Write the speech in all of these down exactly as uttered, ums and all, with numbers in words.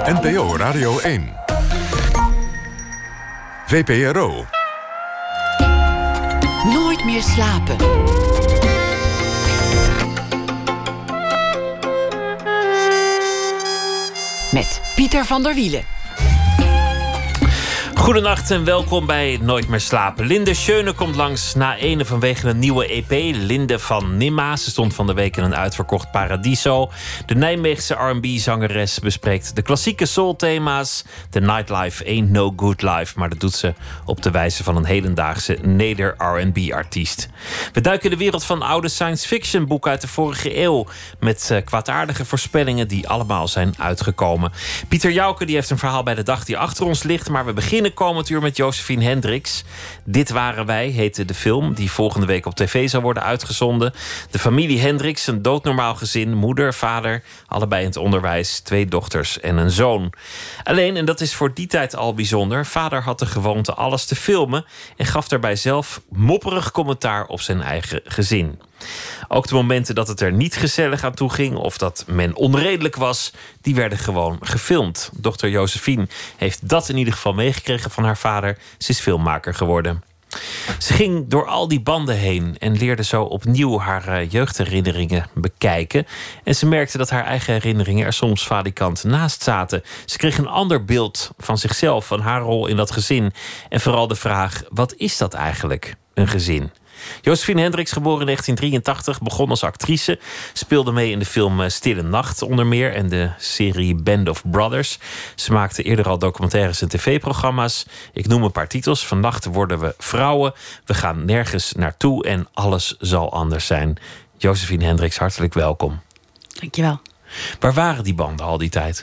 N P O Radio één. V P R O. Nooit meer slapen. Met Pieter van der Wielen. Goedenacht en welkom bij Nooit meer slapen. Linde Schöne komt langs na ene vanwege een nieuwe E P. Linde van Nimma. Ze stond van de week in een uitverkocht Paradiso. De Nijmeegse R en B-zangeres bespreekt de klassieke soul-thema's. De nightlife ain't no good life. Maar dat doet ze op de wijze van een hedendaagse neder-R en B-artiest. We duiken in de wereld van oude science-fiction boeken uit de vorige eeuw. Met uh, kwaadaardige voorspellingen die allemaal zijn uitgekomen. Pieter Jouke die heeft een verhaal bij de dag die achter ons ligt. Maar we beginnen komend uur met Josephine Hendricks. Dit waren wij, heette de film, die volgende week op tv zal worden uitgezonden. De familie Hendricks, een doodnormaal gezin, moeder, vader, allebei in het onderwijs, twee dochters en een zoon. Alleen, en dat is voor die tijd al bijzonder, vader had de gewoonte alles te filmen en gaf daarbij zelf mopperig commentaar op zijn eigen gezin. Ook de momenten dat het er niet gezellig aan toe ging of dat men onredelijk was, die werden gewoon gefilmd. Dochter Josephine heeft dat in ieder geval meegekregen van haar vader. Ze is filmmaker geworden. Ze ging door al die banden heen en leerde zo opnieuw haar jeugdherinneringen bekijken. En ze merkte dat haar eigen herinneringen er soms valikant naast zaten. Ze kreeg een ander beeld van zichzelf, van haar rol in dat gezin. En vooral de vraag, wat is dat eigenlijk, een gezin? Josephine Hendricks, geboren in negentien drieëntachtig, begon als actrice. Speelde mee in de film Stille Nacht onder meer en de serie Band of Brothers. Ze maakte eerder al documentaires en tv-programma's. Ik noem een paar titels. Vannacht worden we vrouwen. We gaan nergens naartoe en alles zal anders zijn. Josephine Hendricks, hartelijk welkom. Dankjewel. Waar waren die banden al die tijd?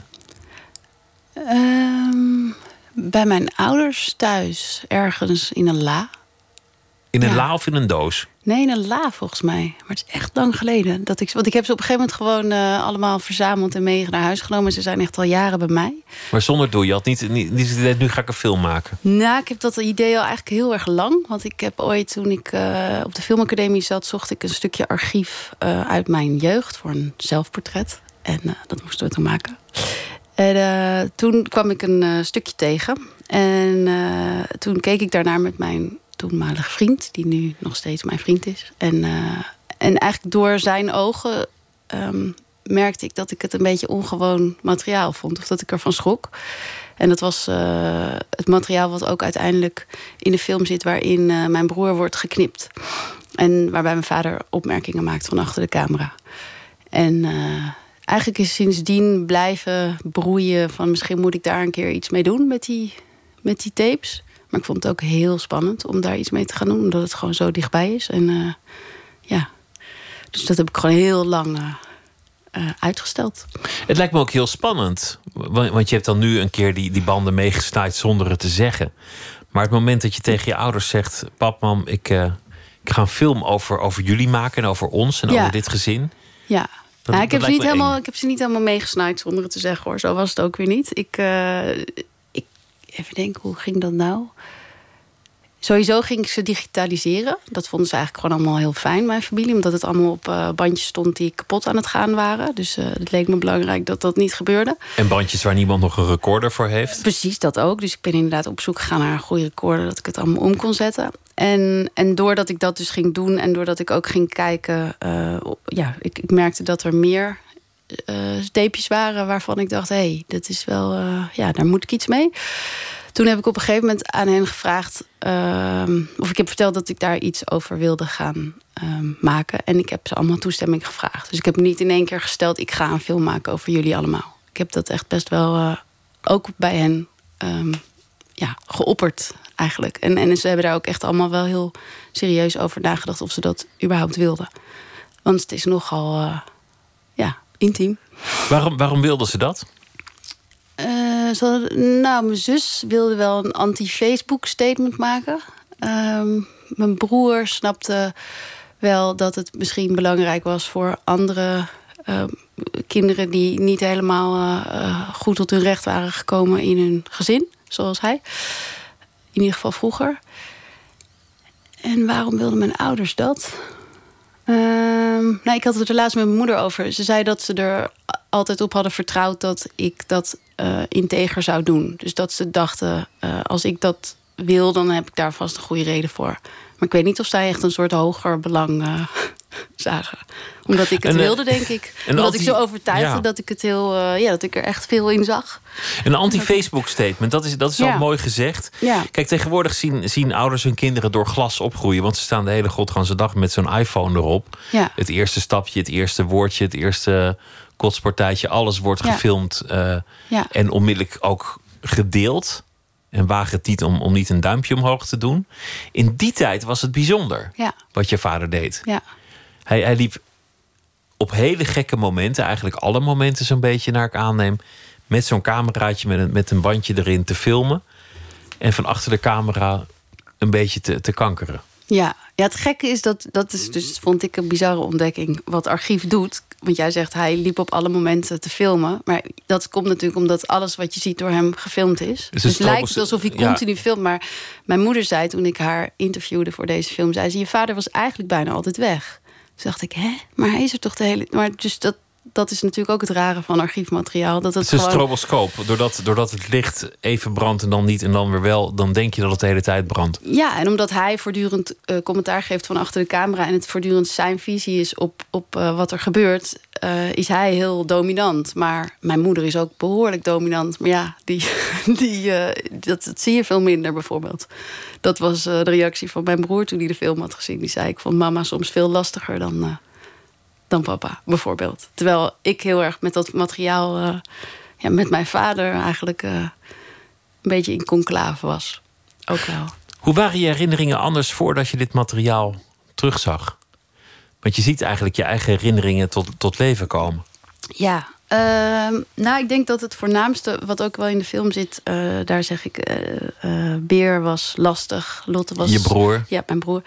Um, bij mijn ouders thuis, ergens in een la. In een ja. la of in een doos? Nee, in een la volgens mij. Maar het is echt lang geleden. Dat ik, want ik heb ze op een gegeven moment gewoon uh, allemaal verzameld en mee naar huis genomen. Ze zijn echt al jaren bij mij. Maar zonder doel. Je had niet, niet, niet nu ga ik een film maken. Nou, ik heb dat idee al eigenlijk heel erg lang. Want ik heb ooit, toen ik uh, op de filmacademie zat, zocht ik een stukje archief uh, uit mijn jeugd voor een zelfportret. En uh, dat moesten we toen maken. En uh, toen kwam ik een uh, stukje tegen. En uh, toen keek ik daarnaar met mijn toenmalige vriend, die nu nog steeds mijn vriend is. En, uh, en eigenlijk door zijn ogen um, merkte ik dat ik het een beetje ongewoon materiaal vond. Of dat ik ervan schrok. En dat was uh, het materiaal wat ook uiteindelijk in de film zit, waarin uh, mijn broer wordt geknipt. En waarbij mijn vader opmerkingen maakt van achter de camera. En uh, eigenlijk is sindsdien blijven broeien van misschien moet ik daar een keer iets mee doen met die, met die tapes. Maar ik vond het ook heel spannend om daar iets mee te gaan doen. Omdat het gewoon zo dichtbij is. En uh, ja, dus dat heb ik gewoon heel lang uh, uh, uitgesteld. Het lijkt me ook heel spannend. Want je hebt dan nu een keer die, die banden meegesnaaid zonder het te zeggen. Maar het moment dat je tegen je ouders zegt, pap, mam, ik, uh, ik ga een film over, over jullie maken en over ons en ja. over dit gezin. Ja. Dat, nou, ik, dat heb ze niet helemaal, eng. ik heb ze niet helemaal meegesnaaid zonder het te zeggen, hoor. Zo was het ook weer niet. Ik... Uh, Even denken, hoe ging dat nou? Sowieso ging ik ze digitaliseren. Dat vonden ze eigenlijk gewoon allemaal heel fijn, mijn familie. Omdat het allemaal op uh, bandjes stond die kapot aan het gaan waren. Dus uh, het leek me belangrijk dat dat niet gebeurde. En bandjes waar niemand nog een recorder voor heeft? Precies, dat ook. Dus ik ben inderdaad op zoek gegaan naar een goede recorder, dat ik het allemaal om kon zetten. En, en doordat ik dat dus ging doen en doordat ik ook ging kijken... Uh, ja, ik, ik merkte dat er meer... Uh, tapejes waren waarvan ik dacht, hé, hey, dat is wel, uh, ja, daar moet ik iets mee. Toen heb ik op een gegeven moment aan hen gevraagd, uh, of ik heb verteld dat ik daar iets over wilde gaan uh, maken. En ik heb ze allemaal toestemming gevraagd. Dus ik heb niet in één keer gesteld, ik ga een film maken over jullie allemaal. Ik heb dat echt best wel uh, ook bij hen um, ja, geopperd eigenlijk. En, en ze hebben daar ook echt allemaal wel heel serieus over nagedacht of ze dat überhaupt wilden. Want het is nogal, uh, ja... intiem. Waarom, waarom wilden ze dat? Uh, zo, nou, mijn zus wilde wel een anti-Facebook statement maken. Um, mijn broer snapte wel dat het misschien belangrijk was voor andere uh, kinderen die niet helemaal uh, goed tot hun recht waren gekomen in hun gezin, zoals hij. In ieder geval vroeger. En waarom wilden mijn ouders dat? Um, nou, ik had het er laatst met mijn moeder over. Ze zei dat ze er altijd op hadden vertrouwd dat ik dat uh, integer zou doen. Dus dat ze dachten, uh, als ik dat wil, dan heb ik daar vast een goede reden voor. Maar ik weet niet of zij echt een soort hoger belang uh, zagen. Omdat ik het en, wilde, denk ik. Omdat anti- ik zo overtuigde ja. dat ik het heel, uh, ja, dat ik er echt veel in zag. Een anti-Facebook-statement, dat is, dat is ja. ook mooi gezegd. Ja. Kijk, tegenwoordig zien, zien ouders hun kinderen door glas opgroeien. Want ze staan de hele godganse dag met zo'n iPhone erop. Ja. Het eerste stapje, het eerste woordje, het eerste kotspartijtje. Alles wordt ja. gefilmd uh, ja. en onmiddellijk ook gedeeld. En waag het niet om, om niet een duimpje omhoog te doen. In die tijd was het bijzonder ja. wat je vader deed. Ja. Hij, hij liep op hele gekke momenten, eigenlijk alle momenten zo'n beetje naar ik aanneem, met zo'n cameraatje met een, met een bandje erin te filmen. En van achter de camera een beetje te, te kankeren. Ja. ja, het gekke is dat, dat is dus, vond ik een bizarre ontdekking, wat archief doet. Want jij zegt, hij liep op alle momenten te filmen. Maar dat komt natuurlijk omdat alles wat je ziet door hem gefilmd is. Dus, dus het lijkt alsof hij continu ja. filmt. Maar mijn moeder zei, toen ik haar interviewde voor deze film, zei ze, je vader was eigenlijk bijna altijd weg. Dus dacht ik, hè? Maar hij is er toch de hele... Maar dus dat, dat is natuurlijk ook het rare van archiefmateriaal. Dat het, het is gewoon... een stroboscoop. Doordat, doordat het licht even brandt en dan niet en dan weer wel, dan denk je dat het de hele tijd brandt. Ja, en omdat hij voortdurend uh, commentaar geeft van achter de camera en het voortdurend zijn visie is op, op uh, wat er gebeurt, uh, is hij heel dominant. Maar mijn moeder is ook behoorlijk dominant. Maar ja, die, die, uh, dat, dat zie je veel minder bijvoorbeeld. Dat was uh, de reactie van mijn broer toen hij de film had gezien. Die zei, ik vond mama soms veel lastiger dan... Uh, dan papa, bijvoorbeeld. Terwijl ik heel erg met dat materiaal, uh, ja, met mijn vader eigenlijk uh, een beetje in conclave was. Ook wel. Hoe waren je herinneringen anders voordat je dit materiaal terugzag? Want je ziet eigenlijk je eigen herinneringen tot, tot leven komen. Ja, uh, nou, ik denk dat het voornaamste, wat ook wel in de film zit, uh, daar zeg ik, uh, uh, Beer was lastig. Lotte was... Je broer? Ja, mijn broer.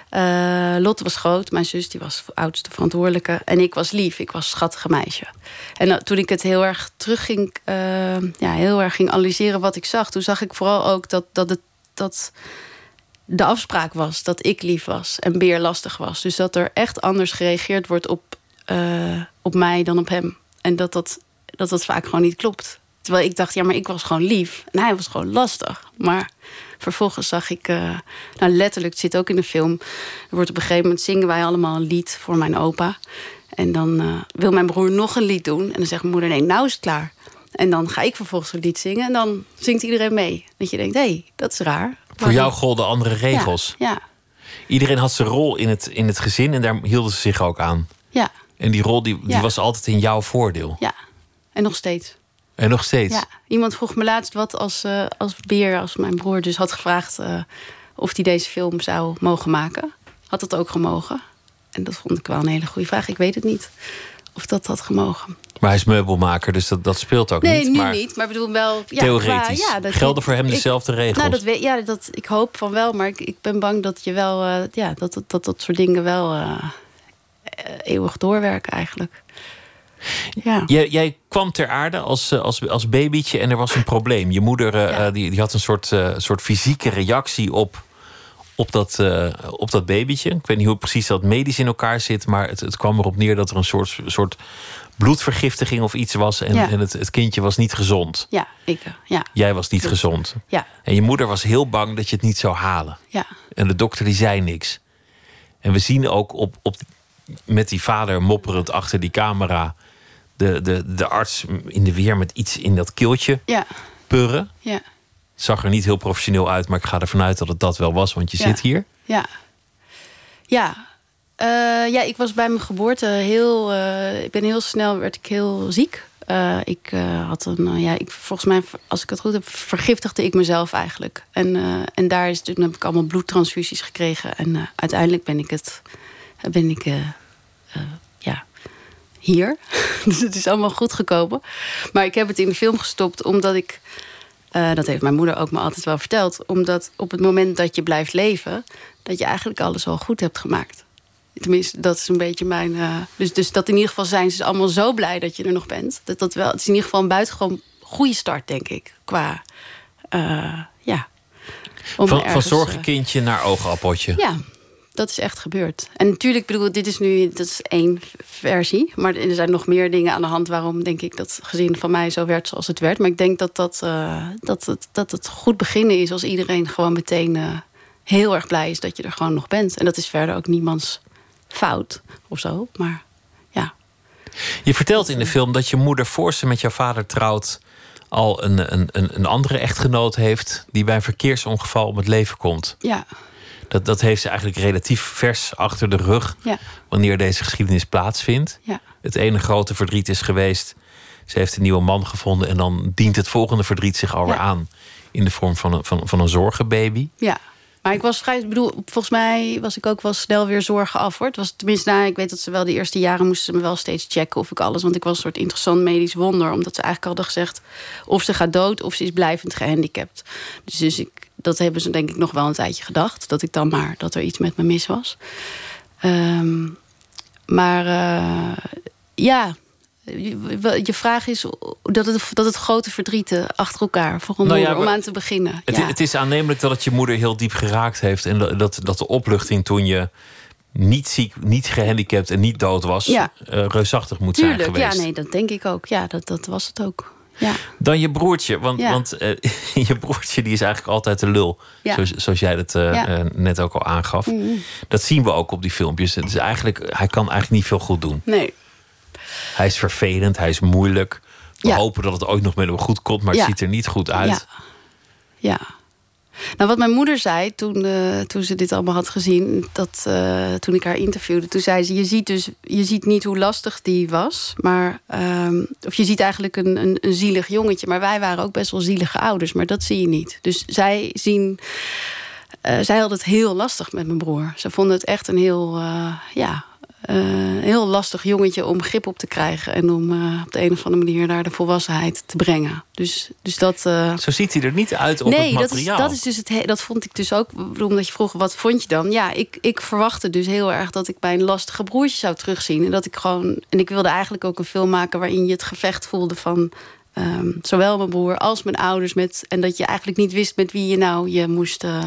Uh, Lotte was groot, mijn zus die was oudste verantwoordelijke. En ik was lief, ik was schattige meisje. En uh, toen ik het heel erg terug ging, uh, ja, heel erg ging analyseren wat ik zag, toen zag ik vooral ook dat, dat, het, dat de afspraak was dat ik lief was en Beer lastig was. Dus dat er echt anders gereageerd wordt op, uh, op mij dan op hem. En dat dat, dat dat vaak gewoon niet klopt. Terwijl ik dacht, ja, maar ik was gewoon lief. En hij was gewoon lastig. Maar vervolgens zag ik... Uh, nou, letterlijk, het zit ook in de film. Er wordt op een gegeven moment zingen wij allemaal een lied voor mijn opa. En dan uh, wil mijn broer nog een lied doen. En dan zegt mijn moeder, nee, nou is het klaar. En dan ga ik vervolgens een lied zingen. En dan zingt iedereen mee. Dat je denkt, hé, hey, dat is raar. Voor maar jou golden andere regels. Ja, ja. Iedereen had zijn rol in het, in het gezin. En daar hielden ze zich ook aan. Ja. En die rol die, die ja. was altijd in jouw voordeel. Ja, en nog steeds. En nog steeds? Ja, iemand vroeg me laatst wat als, uh, als Beer, als mijn broer dus had gevraagd uh, of hij deze film zou mogen maken. Had dat ook gemogen? En dat vond ik wel een hele goede vraag. Ik weet het niet of dat had gemogen. Maar hij is meubelmaker, dus dat, dat speelt ook nee, niet. Nee, nu maar niet. Maar ik bedoel wel... Ja, theoretisch. Qua, ja, dat gelden je, voor hem ik, dezelfde regels? Nou, dat weet, ja, dat, ik hoop van wel. Maar ik, ik ben bang dat je wel... Uh, ja, dat, dat, dat dat soort dingen wel uh, eeuwig doorwerken eigenlijk. Ja. Jij, jij kwam ter aarde als, als, als babytje en er was een probleem. Je moeder uh, ja. die, die had een soort, uh, soort fysieke reactie op, op, dat, uh, op dat babytje. Ik weet niet hoe precies dat medisch in elkaar zit, maar het, het kwam erop neer dat er een soort, soort bloedvergiftiging of iets was. En, ja. en het, het kindje was niet gezond. Ja, ik. Ja. Jij was niet gezond. Ja. En je moeder was heel bang dat je het niet zou halen. Ja. En de dokter die zei niks. En we zien ook op, op, met die vader mopperend achter die camera De, de, de arts in de weer met iets in dat keeltje ja. purren. Ja. Het zag er niet heel professioneel uit, maar ik ga ervan uit dat het dat wel was, want je ja. zit hier. Ja, ja. Uh, ja, ik was bij mijn geboorte heel... Uh, ik ben heel snel, werd ik heel ziek. Uh, ik uh, had een... Uh, ja, ik, volgens mij, als ik het goed heb, vergiftigde ik mezelf eigenlijk. En, uh, en daar is, toen heb ik allemaal bloedtransfusies gekregen. En uh, uiteindelijk ben ik het... Ben ik... Uh, uh, ja... hier. Dus het is allemaal goed gekomen. Maar ik heb het in de film gestopt omdat ik... Uh, dat heeft mijn moeder ook me altijd wel verteld. Omdat op het moment dat je blijft leven, dat je eigenlijk alles al goed hebt gemaakt. Tenminste, dat is een beetje mijn... Uh, dus, dus dat in ieder geval zijn ze allemaal zo blij dat je er nog bent. Dat dat wel, het is in ieder geval een buitengewoon goede start, denk ik. Qua, uh, ja... Van, ergens, van zorgenkindje uh, naar oogappeltje. Ja. dat is echt gebeurd. En natuurlijk, bedoel, dit is nu dat is één versie. Maar er zijn nog meer dingen aan de hand waarom, denk ik, dat gezin van mij zo werd zoals het werd. Maar ik denk dat, dat, uh, dat, het, dat het goed beginnen is als iedereen gewoon meteen uh, heel erg blij is dat je er gewoon nog bent. En dat is verder ook niemands fout of zo. Maar ja. Je vertelt in de film dat je moeder voor ze met jouw vader trouwt al een, een, een andere echtgenoot heeft die bij een verkeersongeval om het leven komt. Ja. Dat, dat heeft ze eigenlijk relatief vers achter de rug, ja. wanneer deze geschiedenis plaatsvindt. Ja. Het ene grote verdriet is geweest, ze heeft een nieuwe man gevonden en dan dient het volgende verdriet zich alweer ja. aan in de vorm van een, van, van een zorgenbaby. Ja. Maar ik was vrij, ik bedoel, volgens mij was ik ook wel snel weer zorgen af, hoor. Het was tenminste, nou, ik weet dat ze wel de eerste jaren moesten ze me wel steeds checken of ik alles, want ik was een soort interessant medisch wonder, omdat ze eigenlijk hadden gezegd of ze gaat dood of ze is blijvend gehandicapt. Dus, dus ik, dat hebben ze denk ik nog wel een tijdje gedacht, dat ik dan maar dat er iets met me mis was. Um, maar uh, ja. Je vraag is dat het, dat het grote verdrieten achter elkaar voor een nou ja, moeder, om aan te beginnen. Het, ja. het is aannemelijk dat het je moeder heel diep geraakt heeft en dat, dat de opluchting toen je niet ziek, niet gehandicapt en niet dood was, ja. uh, reusachtig moet Tuurlijk, zijn geweest. Ja, nee, dat denk ik ook. Ja, dat, dat was het ook. Ja. Dan je broertje, want, ja. want uh, je broertje die is eigenlijk altijd de lul. Ja. Zoals, zoals jij dat uh, ja. uh, net ook al aangaf. Mm-hmm. Dat zien we ook op die filmpjes. Het is eigenlijk, hij kan eigenlijk niet veel goed doen. Nee. Hij is vervelend, hij is moeilijk. We ja. hopen dat het ooit nog met hem goed komt, maar het ja. ziet er niet goed uit. Ja. ja. Nou, wat mijn moeder zei toen, uh, toen ze dit allemaal had gezien, dat, uh, toen ik haar interviewde, toen zei ze: je ziet dus je ziet niet hoe lastig die was, maar um, of je ziet eigenlijk een, een, een zielig jongetje. Maar wij waren ook best wel zielige ouders, maar dat zie je niet. Dus zij zien. Uh, zij had het heel lastig met mijn broer. Ze vonden het echt een heel, uh, ja. Uh, heel lastig jongetje om grip op te krijgen en om uh, op de een of andere manier naar de volwassenheid te brengen. Dus, dus dat. Uh... Zo ziet hij er niet uit op nee, het materiaal. Dat is, dat is dus het. Dat vond ik dus ook. Omdat je vroeg, wat vond je dan? Ja, ik, ik verwachtte dus heel erg dat ik mijn lastige broertje zou terugzien en dat ik gewoon. En ik wilde eigenlijk ook een film maken waarin je het gevecht voelde van um, zowel mijn broer als mijn ouders met en dat je eigenlijk niet wist met wie je nou je moest uh,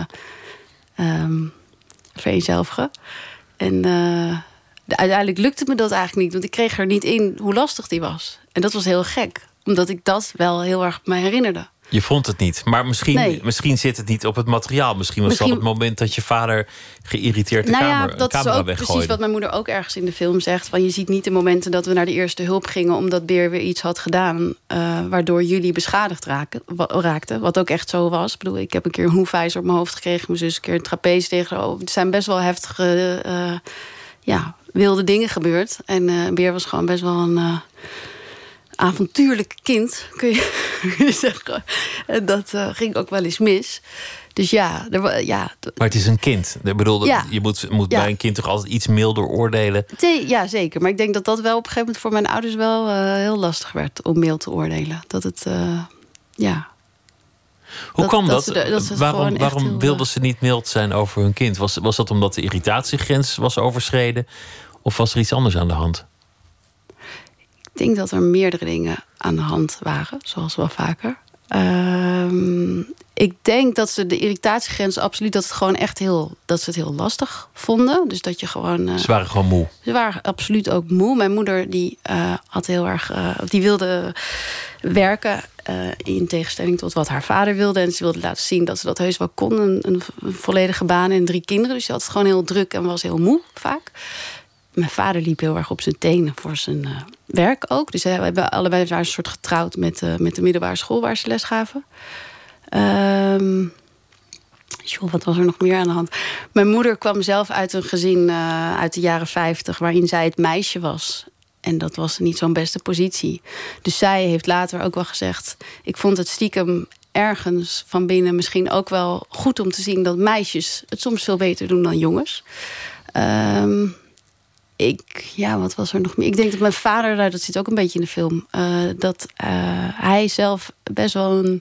um, vereenzelvigen. En uh, uiteindelijk lukte me dat eigenlijk niet, want ik kreeg er niet in hoe lastig die was. En dat was heel gek, omdat ik dat wel heel erg me herinnerde. Je vond het niet, maar misschien, nee. misschien zit het niet op het materiaal. Misschien was misschien... het wel het moment dat je vader geïrriteerd de nou kamer, ja, dat camera is ook weggooide. Precies wat mijn moeder ook ergens in de film zegt. Van je ziet niet de momenten dat we naar de eerste hulp gingen omdat Beer weer iets had gedaan uh, waardoor jullie beschadigd raken, raakten. Wat ook echt zo was. Ik bedoel, ik heb een keer een hoefijzer op mijn hoofd gekregen, mijn zus een keer een trapeze tegen. Oh, het zijn best wel heftige, uh, ja, wilde dingen gebeurd. En uh, Beer was gewoon best wel een Uh, avontuurlijk kind, kun je zeggen. En dat uh, ging ook wel eens mis. Dus ja, er, ja. Maar het is een kind. Ik bedoel, ja. je moet, moet ja. bij een kind toch altijd iets milder oordelen? Ja, zeker. Maar ik denk dat dat wel op een gegeven moment voor mijn ouders wel uh, heel lastig werd om mild te oordelen. Dat het, uh, ja. Hoe dat, kwam dat? dat? dat, dat waarom waarom heel, wilden ze niet mild zijn over hun kind? Was, was dat omdat de irritatiegrens was overschreden? Of was er iets anders aan de hand? Ik denk dat er meerdere dingen aan de hand waren, zoals wel vaker. Uh, ik denk dat ze de irritatiegrens absoluut, dat het gewoon echt heel, dat ze het heel lastig vonden. Dus dat je gewoon. Uh, ze waren gewoon moe. Ze waren absoluut ook moe. Mijn moeder die uh, had heel erg, uh, die wilde werken uh, in tegenstelling tot wat haar vader wilde. En ze wilde laten zien dat ze dat heus wel kon, een, een, een volledige baan en drie kinderen. Dus ze had het gewoon heel druk en was heel moe vaak. Mijn vader liep heel erg op zijn tenen voor zijn uh, werk ook. Dus uh, we hebben allebei een soort getrouwd met, uh, met de middelbare school waar ze les gaven. Um, joh, wat was er nog meer aan de hand? Mijn moeder kwam zelf uit een gezin uh, uit de jaren vijftig waarin zij het meisje was. En dat was niet zo'n beste positie. Dus zij heeft later ook wel gezegd, ik vond het stiekem ergens van binnen misschien ook wel goed om te zien dat meisjes het soms veel beter doen dan jongens. Um, Ik, ja, wat was er nog meer? Ik denk dat mijn vader, nou, dat zit ook een beetje in de film, uh, dat uh, hij zelf best wel een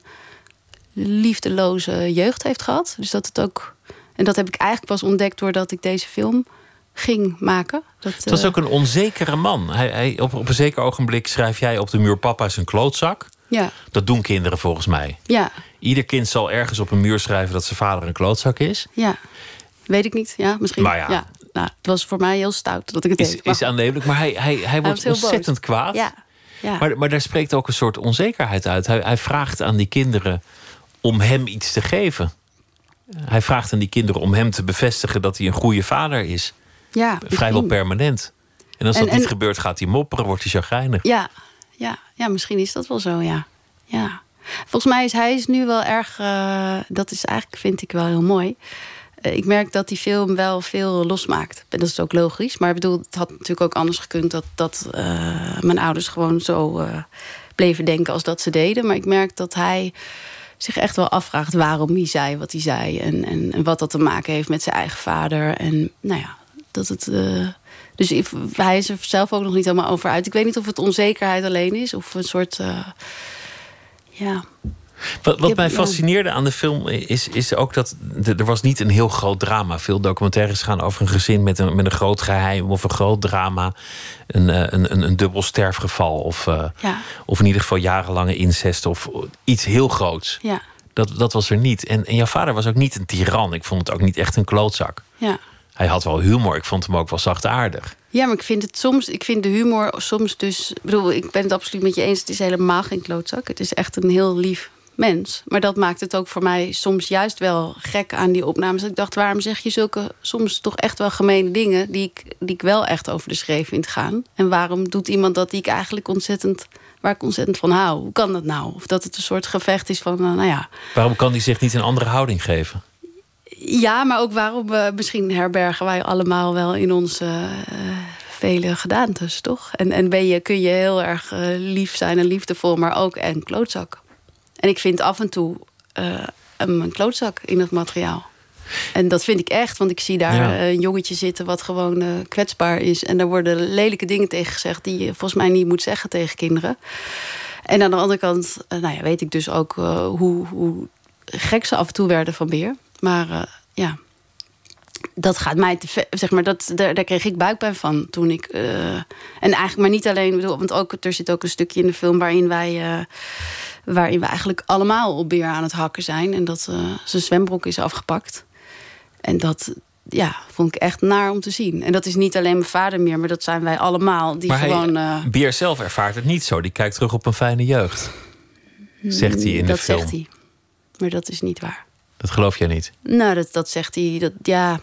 liefdeloze jeugd heeft gehad. Dus dat het ook. En dat heb ik eigenlijk pas ontdekt doordat ik deze film ging maken. Dat, het was uh, ook een onzekere man. Hij, hij, op, op een zeker ogenblik schrijf jij op de muur: papa is een klootzak. Ja. Dat doen kinderen volgens mij. Ja. Ieder kind zal ergens op een muur schrijven dat zijn vader een klootzak is. Ja. Weet ik niet, ja, misschien. Maar ja. ja. Nou, het was voor mij heel stout dat ik het Is, deed. is aannemelijk, maar hij, hij, hij wordt was heel ontzettend boos. kwaad. Ja, ja. Maar, maar daar spreekt ook een soort onzekerheid uit. Hij, hij vraagt aan die kinderen om hem iets te geven. Hij vraagt aan die kinderen om hem te bevestigen dat hij een goede vader is. Ja, Vrijwel misschien. permanent. En als En- dat niet en- gebeurt, gaat hij mopperen, wordt hij chagrijnig. Ja, ja, ja, misschien is dat wel zo, ja. ja. Volgens mij is hij is nu wel erg... Uh, dat is eigenlijk, vind ik wel heel mooi. Uh, ik merk dat die film wel veel losmaakt. En dat is ook logisch. Maar ik bedoel, het had natuurlijk ook anders gekund... dat, dat uh, mijn ouders gewoon zo uh, bleven denken als dat ze deden. Maar ik merk dat hij zich echt wel afvraagt waarom hij zei wat hij zei. En, en, en wat dat te maken heeft met zijn eigen vader. En nou ja, dat het... Uh, dus hij is er zelf ook nog niet helemaal over uit. Ik weet niet of het onzekerheid alleen is. Of een soort... Uh, ja... Wat, wat heb, mij ja. fascineerde aan de film is, is ook dat de, er was niet een heel groot drama. Veel documentaires gaan over een gezin met een, met een groot geheim of een groot drama. Een, een, een, een dubbel sterfgeval of, uh, Ja. of in ieder geval jarenlange incest of iets heel groots. Ja, Dat, dat was er niet. En, en jouw vader was ook niet een tiran. Ik vond het ook niet echt een klootzak. ja. Hij had wel humor. Ik vond hem ook wel zachtaardig. Ja, maar ik vind het soms, ik vind de humor soms dus... Ik bedoel, ik ben het absoluut met je eens. Het is helemaal geen klootzak. Het is echt een heel lief mens. Maar dat maakt het ook voor mij soms juist wel gek aan die opnames. Ik dacht, waarom zeg je zulke soms toch echt wel gemene dingen... die ik, die ik wel echt over de schreef vind gaan? En waarom doet iemand dat die ik eigenlijk ontzettend... waar ik ontzettend van hou? Hoe kan dat nou? Of dat het een soort gevecht is van, uh, nou ja... Waarom kan hij zich niet een andere houding geven? Ja, maar ook waarom we misschien herbergen wij allemaal wel in onze uh, vele gedaantes, toch? En, en ben je, kun je heel erg uh, lief zijn en liefdevol, maar ook een klootzak. En ik vind af en toe uh, een klootzak in het materiaal. En dat vind ik echt, want ik zie daar Ja. een jongetje zitten... wat gewoon uh, kwetsbaar is. En daar worden lelijke dingen tegen gezegd... die je volgens mij niet moet zeggen tegen kinderen. En aan de andere kant uh, nou ja, weet ik dus ook uh, hoe, hoe gek ze af en toe werden van Beer. Maar uh, ja, dat gaat mij te ver. Zeg maar, dat, daar, daar kreeg ik buikpijn van toen ik... Uh, en eigenlijk maar niet alleen... Bedoel, want ook, er zit ook een stukje in de film waarin wij... Uh, waarin we eigenlijk allemaal op Beer aan het hakken zijn. En dat uh, zijn zwembroek is afgepakt. En dat ja, vond ik echt naar om te zien. En dat is niet alleen mijn vader meer... maar dat zijn wij allemaal die maar gewoon... hij, Uh, Beer zelf ervaart het niet zo. Die kijkt terug op een fijne jeugd. Zegt hij in de dat film. zegt hij. Maar dat is niet waar. Dat geloof jij niet? Nou, dat, dat zegt hij. Dat, ja.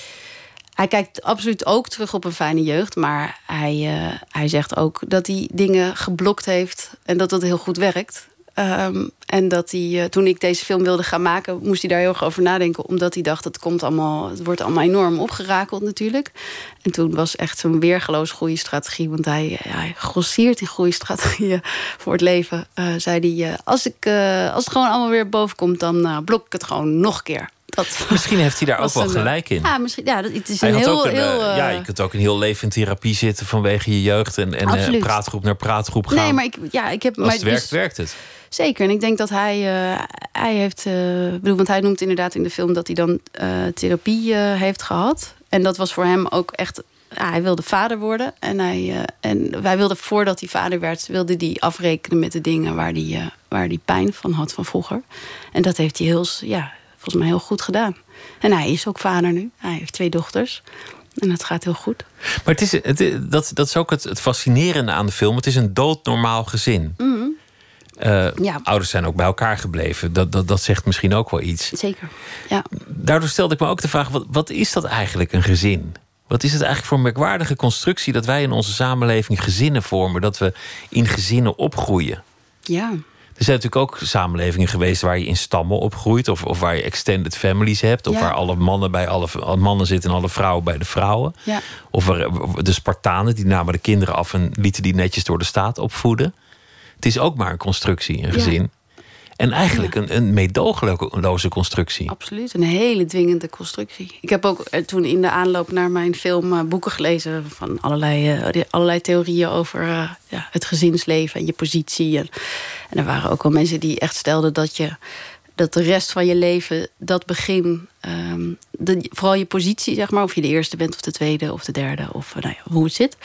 Hij kijkt absoluut ook terug op een fijne jeugd. Maar hij, uh, hij zegt ook dat hij dingen geblokt heeft. En dat dat heel goed werkt. Um, en dat hij, uh, toen ik deze film wilde gaan maken... moest hij daar heel erg over nadenken. Omdat hij dacht, het, komt allemaal, het wordt allemaal enorm opgerakeld natuurlijk. En toen was echt zo'n weergeloos goede strategie. Want hij, ja, hij grossiert die goede strategieën voor het leven. Uh, zei hij, uh, als, ik, uh, als het gewoon allemaal weer boven komt... dan uh, blok ik het gewoon nog een keer. Dat Misschien heeft hij daar ook wel een, gelijk in. Ja, misschien, ja, het is Hij een had heel... ook een, heel uh, uh, ja, je kunt ook een heel leven in therapie zitten vanwege je jeugd... en, en uh, praatgroep naar praatgroep gaan. Nee, maar ik, ja, ik heb... Als maar het werkt, dus, werkt het. Zeker, en ik denk dat hij... Uh, hij heeft... Uh, bedoel, want hij noemt inderdaad in de film... dat hij dan uh, therapie uh, heeft gehad. En dat was voor hem ook echt... Ja, hij wilde vader worden. En, hij, uh, en wij wilden, voordat hij vader werd... wilde hij afrekenen met de dingen waar hij, uh, waar hij pijn van had van vroeger. En dat heeft hij heel, ja, volgens mij heel goed gedaan. En hij is ook vader nu. Hij heeft twee dochters. En dat gaat heel goed. Maar het is, het, dat, dat is ook het, het fascinerende aan de film. Het is een doodnormaal gezin. Mm-hmm. Uh, ja. Ouders zijn ook bij elkaar gebleven. Dat, dat, dat zegt misschien ook wel iets. Zeker, ja. Daardoor stelde ik me ook de vraag... wat, wat is dat eigenlijk, een gezin? Wat is het eigenlijk voor een merkwaardige constructie... dat wij in onze samenleving gezinnen vormen? Dat we in gezinnen opgroeien? Ja. Er zijn natuurlijk ook samenlevingen geweest... waar je in stammen opgroeit. Of, of waar je extended families hebt. Of ja. waar alle mannen bij alle, alle mannen zitten... en alle vrouwen bij de vrouwen. Ja. Of waar, de Spartanen, die namen de kinderen af... en lieten die netjes door de staat opvoeden. Het is ook maar een constructie, een gezin. Ja. En eigenlijk ja. een, een meedogenloze constructie. Absoluut, een hele dwingende constructie. Ik heb ook toen in de aanloop naar mijn film uh, boeken gelezen... van allerlei, uh, allerlei theorieën over uh, ja, het gezinsleven en je positie. En, en er waren ook wel mensen die echt stelden dat je... dat de rest van je leven, dat begin... Um, de, vooral je positie, zeg maar... of je de eerste bent of de tweede of de derde... of uh, nou ja, hoe het zit...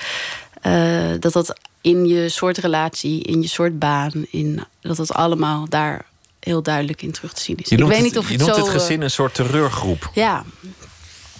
Uh, dat dat in je soort relatie, in je soort baan... In, dat dat allemaal daar heel duidelijk in terug te zien is. Je noemt, ik weet het, niet of je het noemt zo, het gezin een soort terreurgroep. Ja.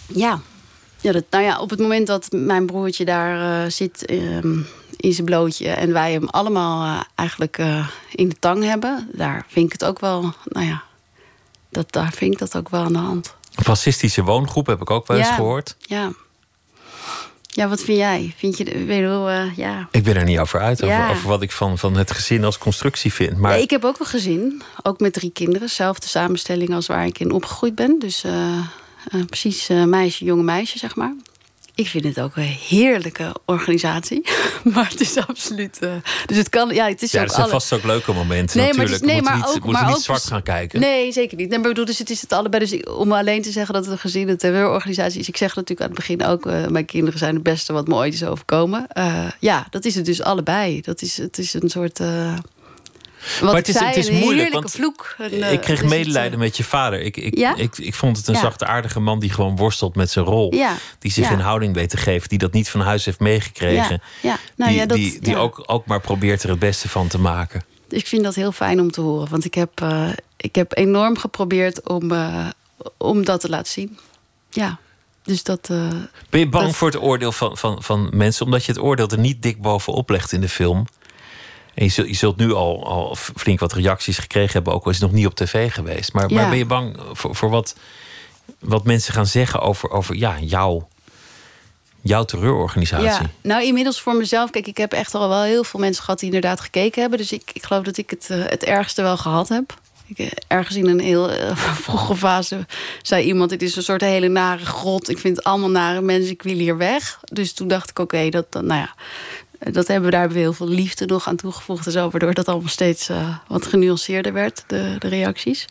Ja, ja, dat, nou ja, op het moment dat mijn broertje daar uh, zit uh, in zijn blootje en wij hem allemaal uh, eigenlijk uh, in de tang hebben, daar vind ik het ook wel, nou ja, dat, daar vind ik dat ook wel aan de hand. Een fascistische woongroep heb ik ook wel eens ja, gehoord. Ja. Ja, wat vind jij? Vind je, weet je wel, uh, ja. Ik ben er niet over uit, ja. over, over wat ik van, van het gezin als constructie vind. Maar... Ja, ik heb ook een gezin, ook met drie kinderen. Zelfde samenstelling als waar ik in opgegroeid ben. Dus uh, uh, precies uh, meisje, jonge meisje, zeg maar. Ik vind het ook een heerlijke organisatie. Maar het is absoluut... Uh, dus het kan... Ja, het is ja, ook er zijn alle... vast ook leuke momenten nee, natuurlijk. Maar het is, nee, we moeten maar niet, ook, moeten maar niet ook, zwart gaan kijken. Nee, zeker niet. Nee, maar bedoel, dus het is het allebei. Dus om alleen te zeggen dat het een gezin, een terreurorganisatie is. Ik zeg natuurlijk aan het begin ook, uh, mijn kinderen zijn het beste wat me ooit is overkomen. Uh, ja, dat is het dus allebei. Dat is, het is een soort... Uh, Wat maar het is, zei, het is een moeilijk, want vloek. En, uh, ik kreeg dus medelijden het, met je vader. Ik, ik, ja? ik, ik vond het een ja. zachtaardige man die gewoon worstelt met zijn rol. Ja. Die zich ja. een houding weet te geven, die dat niet van huis heeft meegekregen. Ja. Ja. Nou, die ja, dat, die, die ja. ook, ook maar probeert er het beste van te maken. Ik vind dat heel fijn om te horen. Want ik heb, uh, ik heb enorm geprobeerd om, uh, om dat te laten zien. Ja. Dus dat, uh, ben je bang dat... voor het oordeel van, van, van mensen? Omdat je het oordeel er niet dik bovenop legt in de film. En je zult, je zult nu al, al flink wat reacties gekregen hebben, ook al is het nog niet op tv geweest. Maar, ja. maar ben je bang voor, voor wat, wat mensen gaan zeggen over, over ja, jou, jouw terreurorganisatie? Ja, nou inmiddels voor mezelf. Kijk, ik heb echt al wel heel veel mensen gehad die inderdaad gekeken hebben. Dus ik, ik geloof dat ik het, uh, het ergste wel gehad heb. Ik, ergens in een heel uh, vroege fase zei iemand: dit is een soort hele nare grot. Ik vind het allemaal nare mensen, ik wil hier weg. Dus toen dacht ik, oké, okay, dat, nou ja... Dat hebben we, daar hebben we heel veel liefde nog aan toegevoegd. En zo, waardoor dat allemaal steeds uh, wat genuanceerder werd, de, de reacties.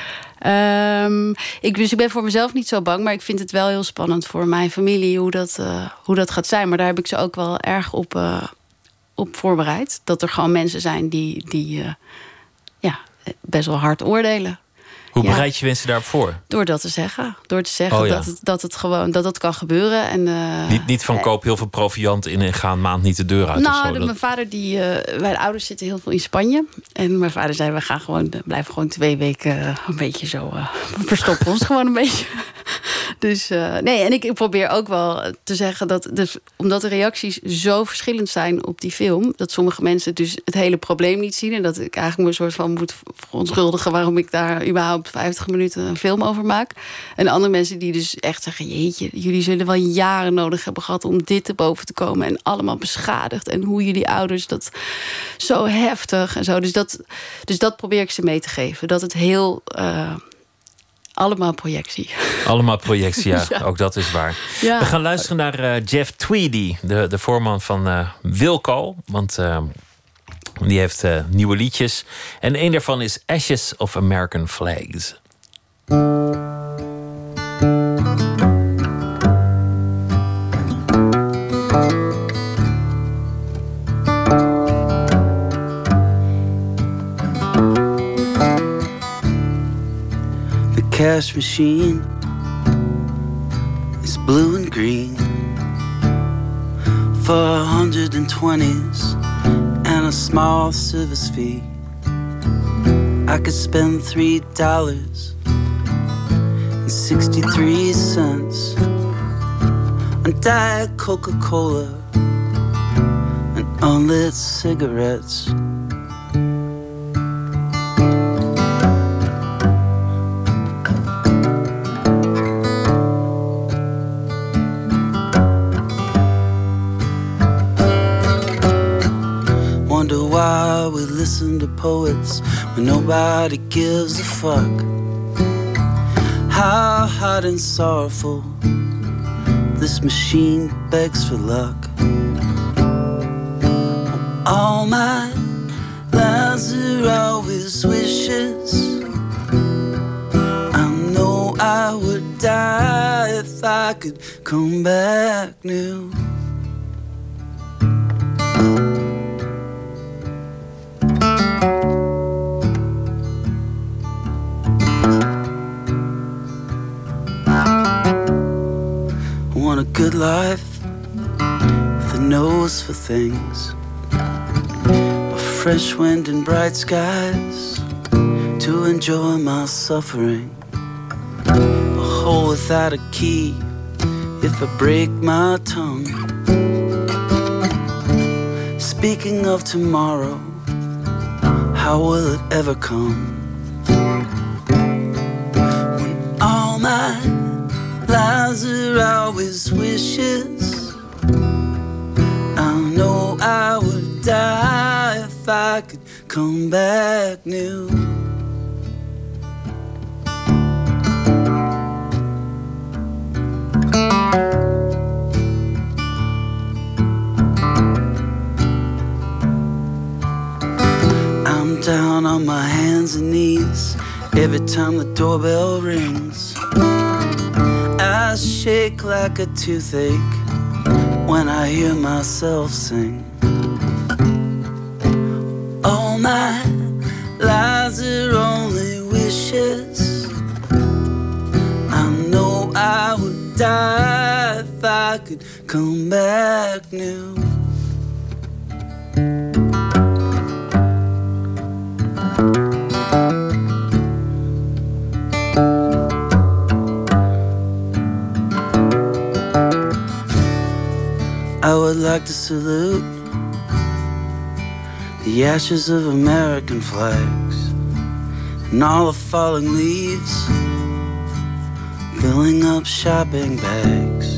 Um, ik, dus ik ben voor mezelf niet zo bang. Maar ik vind het wel heel spannend voor mijn familie hoe dat, uh, hoe dat gaat zijn. Maar daar heb ik ze ook wel erg op, uh, op voorbereid. Dat er gewoon mensen zijn die, die uh, ja, best wel hard oordelen. Hoe ja. bereid je mensen daarop voor? Door dat te zeggen. Door te zeggen oh, ja. dat, het, dat het gewoon dat het kan gebeuren. En, uh, niet, niet van koop heel veel proviant in en ga een maand niet de deur uit. Nou, of zo. de, Dat... mijn vader, die, uh, mijn ouders zitten heel veel in Spanje. En mijn vader zei, we gaan gewoon, blijven gewoon twee weken uh, een beetje zo uh, verstoppen ons gewoon een beetje. Dus uh, nee, en ik, ik probeer ook wel te zeggen dat, dus, omdat de reacties zo verschillend zijn op die film, dat sommige mensen dus het hele probleem niet zien en dat ik eigenlijk me een soort van moet verontschuldigen waarom ik daar überhaupt vijftig minuten een film over maak. En andere mensen die dus echt zeggen, jeetje, jullie zullen wel jaren nodig hebben gehad om dit te boven te komen en allemaal beschadigd en hoe jullie ouders dat zo heftig en zo. Dus dat, dus dat probeer ik ze mee te geven. Dat het heel uh, allemaal projectie. Allemaal projectie, ja. Ja. Ook dat is waar. Ja. We gaan luisteren naar uh, Jeff Tweedy, de, de voorman van uh, Wilco. Want uh, die heeft uh, nieuwe liedjes. En een daarvan is Ashes of American Flags. Cash machine is blue and green for a hundred and twenties and a small service fee. I could spend three dollars and sixty-three cents on Diet Coca-Cola and unlit cigarettes. Why we listen to poets when nobody gives a fuck? How hot and sorrowful this machine begs for luck. All my lives are always wishes. I know I would die if I could come back new. A good life with a nose for things, a fresh wind and bright skies to enjoy my suffering, a hole without a key if I break my tongue. Speaking of tomorrow, how will it ever come? When all my lives are always wishes, I know I would die if I could come back new. I'm down on my hands and knees every time the doorbell rings. I shake like a toothache when I hear myself sing. All my lies are only wishes. I know I would die if I could come back new. I would like to salute the ashes of American flags and all the falling leaves filling up shopping bags.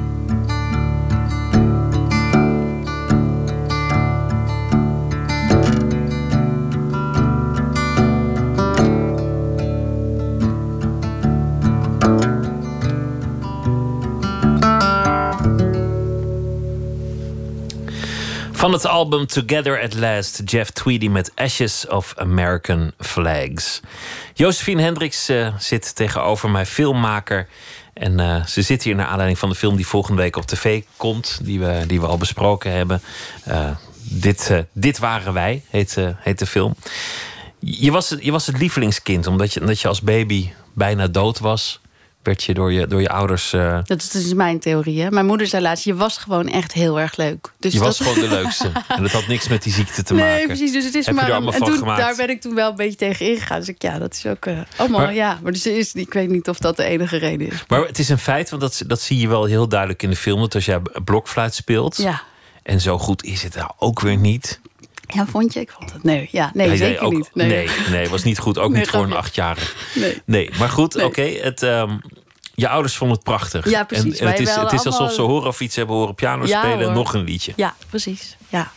Van het album Together at Last, Jeff Tweedy met Ashes of American Flags. Josephine Hendricks uh, zit tegenover mij, filmmaker. En uh, ze zit hier naar aanleiding van de film die volgende week op tv komt. Die we, die we al besproken hebben. Uh, dit, uh, dit waren wij, heet, uh, heet de film. Je was, je was het lievelingskind, omdat je, omdat je als baby bijna dood was. Werd je door je, door je ouders... Uh... Dat is dus mijn theorie, hè? Mijn moeder zei laatst, je was gewoon echt heel erg leuk. Dus je dat... was gewoon de leukste. En dat had niks met die ziekte te maken. Nee, precies. Dus het is Heb maar... je er allemaal en van toen, gemaakt? daar ben ik toen wel een beetje tegen ingegaan. Dus ik, ja, dat is ook uh, allemaal, maar, ja. Maar dus is, ik weet niet of dat de enige reden is. Maar het is een feit, want dat, dat zie je wel heel duidelijk in de film. Dat als jij blokfluit speelt... Ja. En zo goed is het nou ook weer niet... Ja, vond je? Ik vond het... Nee, ja, nee ja, zeker ook, niet. Nee, nee, nee, was niet goed. Ook nee, niet voor een niet. achtjarige. Nee. Nee, maar goed, Nee. oké. Okay, het... Um, je ouders vonden het prachtig. Ja, precies. En, en het is, Wij het is alsof allemaal... ze horen of iets hebben horen piano Ja, spelen en hoor. nog een liedje. Ja, precies. Ja.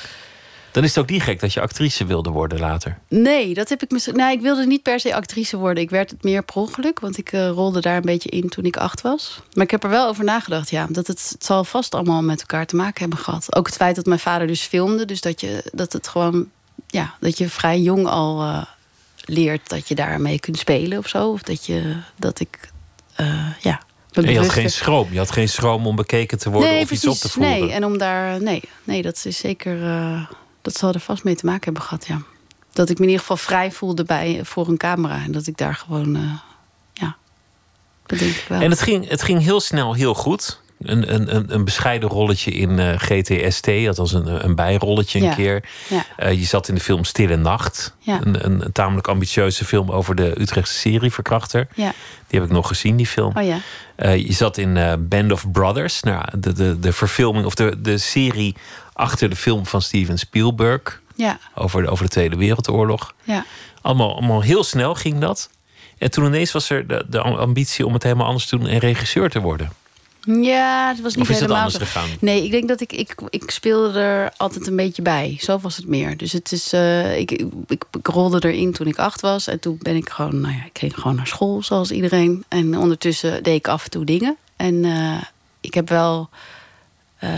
Dan is het ook niet gek dat je actrice wilde worden later. Nee, dat heb ik misschien. Nee, ik wilde niet per se actrice worden. Ik werd het meer per ongeluk, want ik uh, rolde daar een beetje in toen ik acht was. Maar ik heb er wel over nagedacht, ja, dat het, het zal vast allemaal met elkaar te maken hebben gehad. Ook het feit dat mijn vader dus filmde, dus dat je dat het gewoon, ja, dat je vrij jong al uh, leert dat je daarmee kunt spelen of zo, of dat je dat ik, uh, ja. En je had geen schroom. Je had geen schroom om bekeken te worden nee, of precies, iets op te voeren. Nee, en om daar, nee, nee, dat is zeker. Uh, dat zal er vast mee te maken hebben gehad, ja. Dat ik me in ieder geval vrij voelde bij, voor een camera. En dat ik daar gewoon, uh, ja, dat denk ik wel. En het ging, het ging heel snel heel goed. Een, een, een bescheiden rolletje in uh, G T S T. Althans een, een bijrolletje een ja. keer. Ja. Uh, je zat in de film Stille Nacht. Ja. Een, een, een tamelijk ambitieuze film over de Utrechtse serieverkrachter. Ja. Die heb ik nog gezien, die film. Oh ja. Uh, je zat in uh, Band of Brothers. Nou, de, de, de verfilming of de, de serie achter de film van Steven Spielberg. Ja. Over de, over de Tweede Wereldoorlog. Ja. Allemaal, allemaal heel snel ging dat. En toen ineens was er de, de ambitie om het helemaal anders te doen en regisseur te worden. Ja, het was niet Of is het helemaal anders zo. gegaan? Nee, ik denk dat ik, ik... Ik speelde er altijd een beetje bij. Zo was het meer. Dus het is... Uh, ik, ik, ik, ik rolde erin toen ik acht was. En toen ben ik gewoon... Nou ja, ik ging gewoon naar school, zoals iedereen. En ondertussen deed ik af en toe dingen. En uh, ik heb wel... Uh,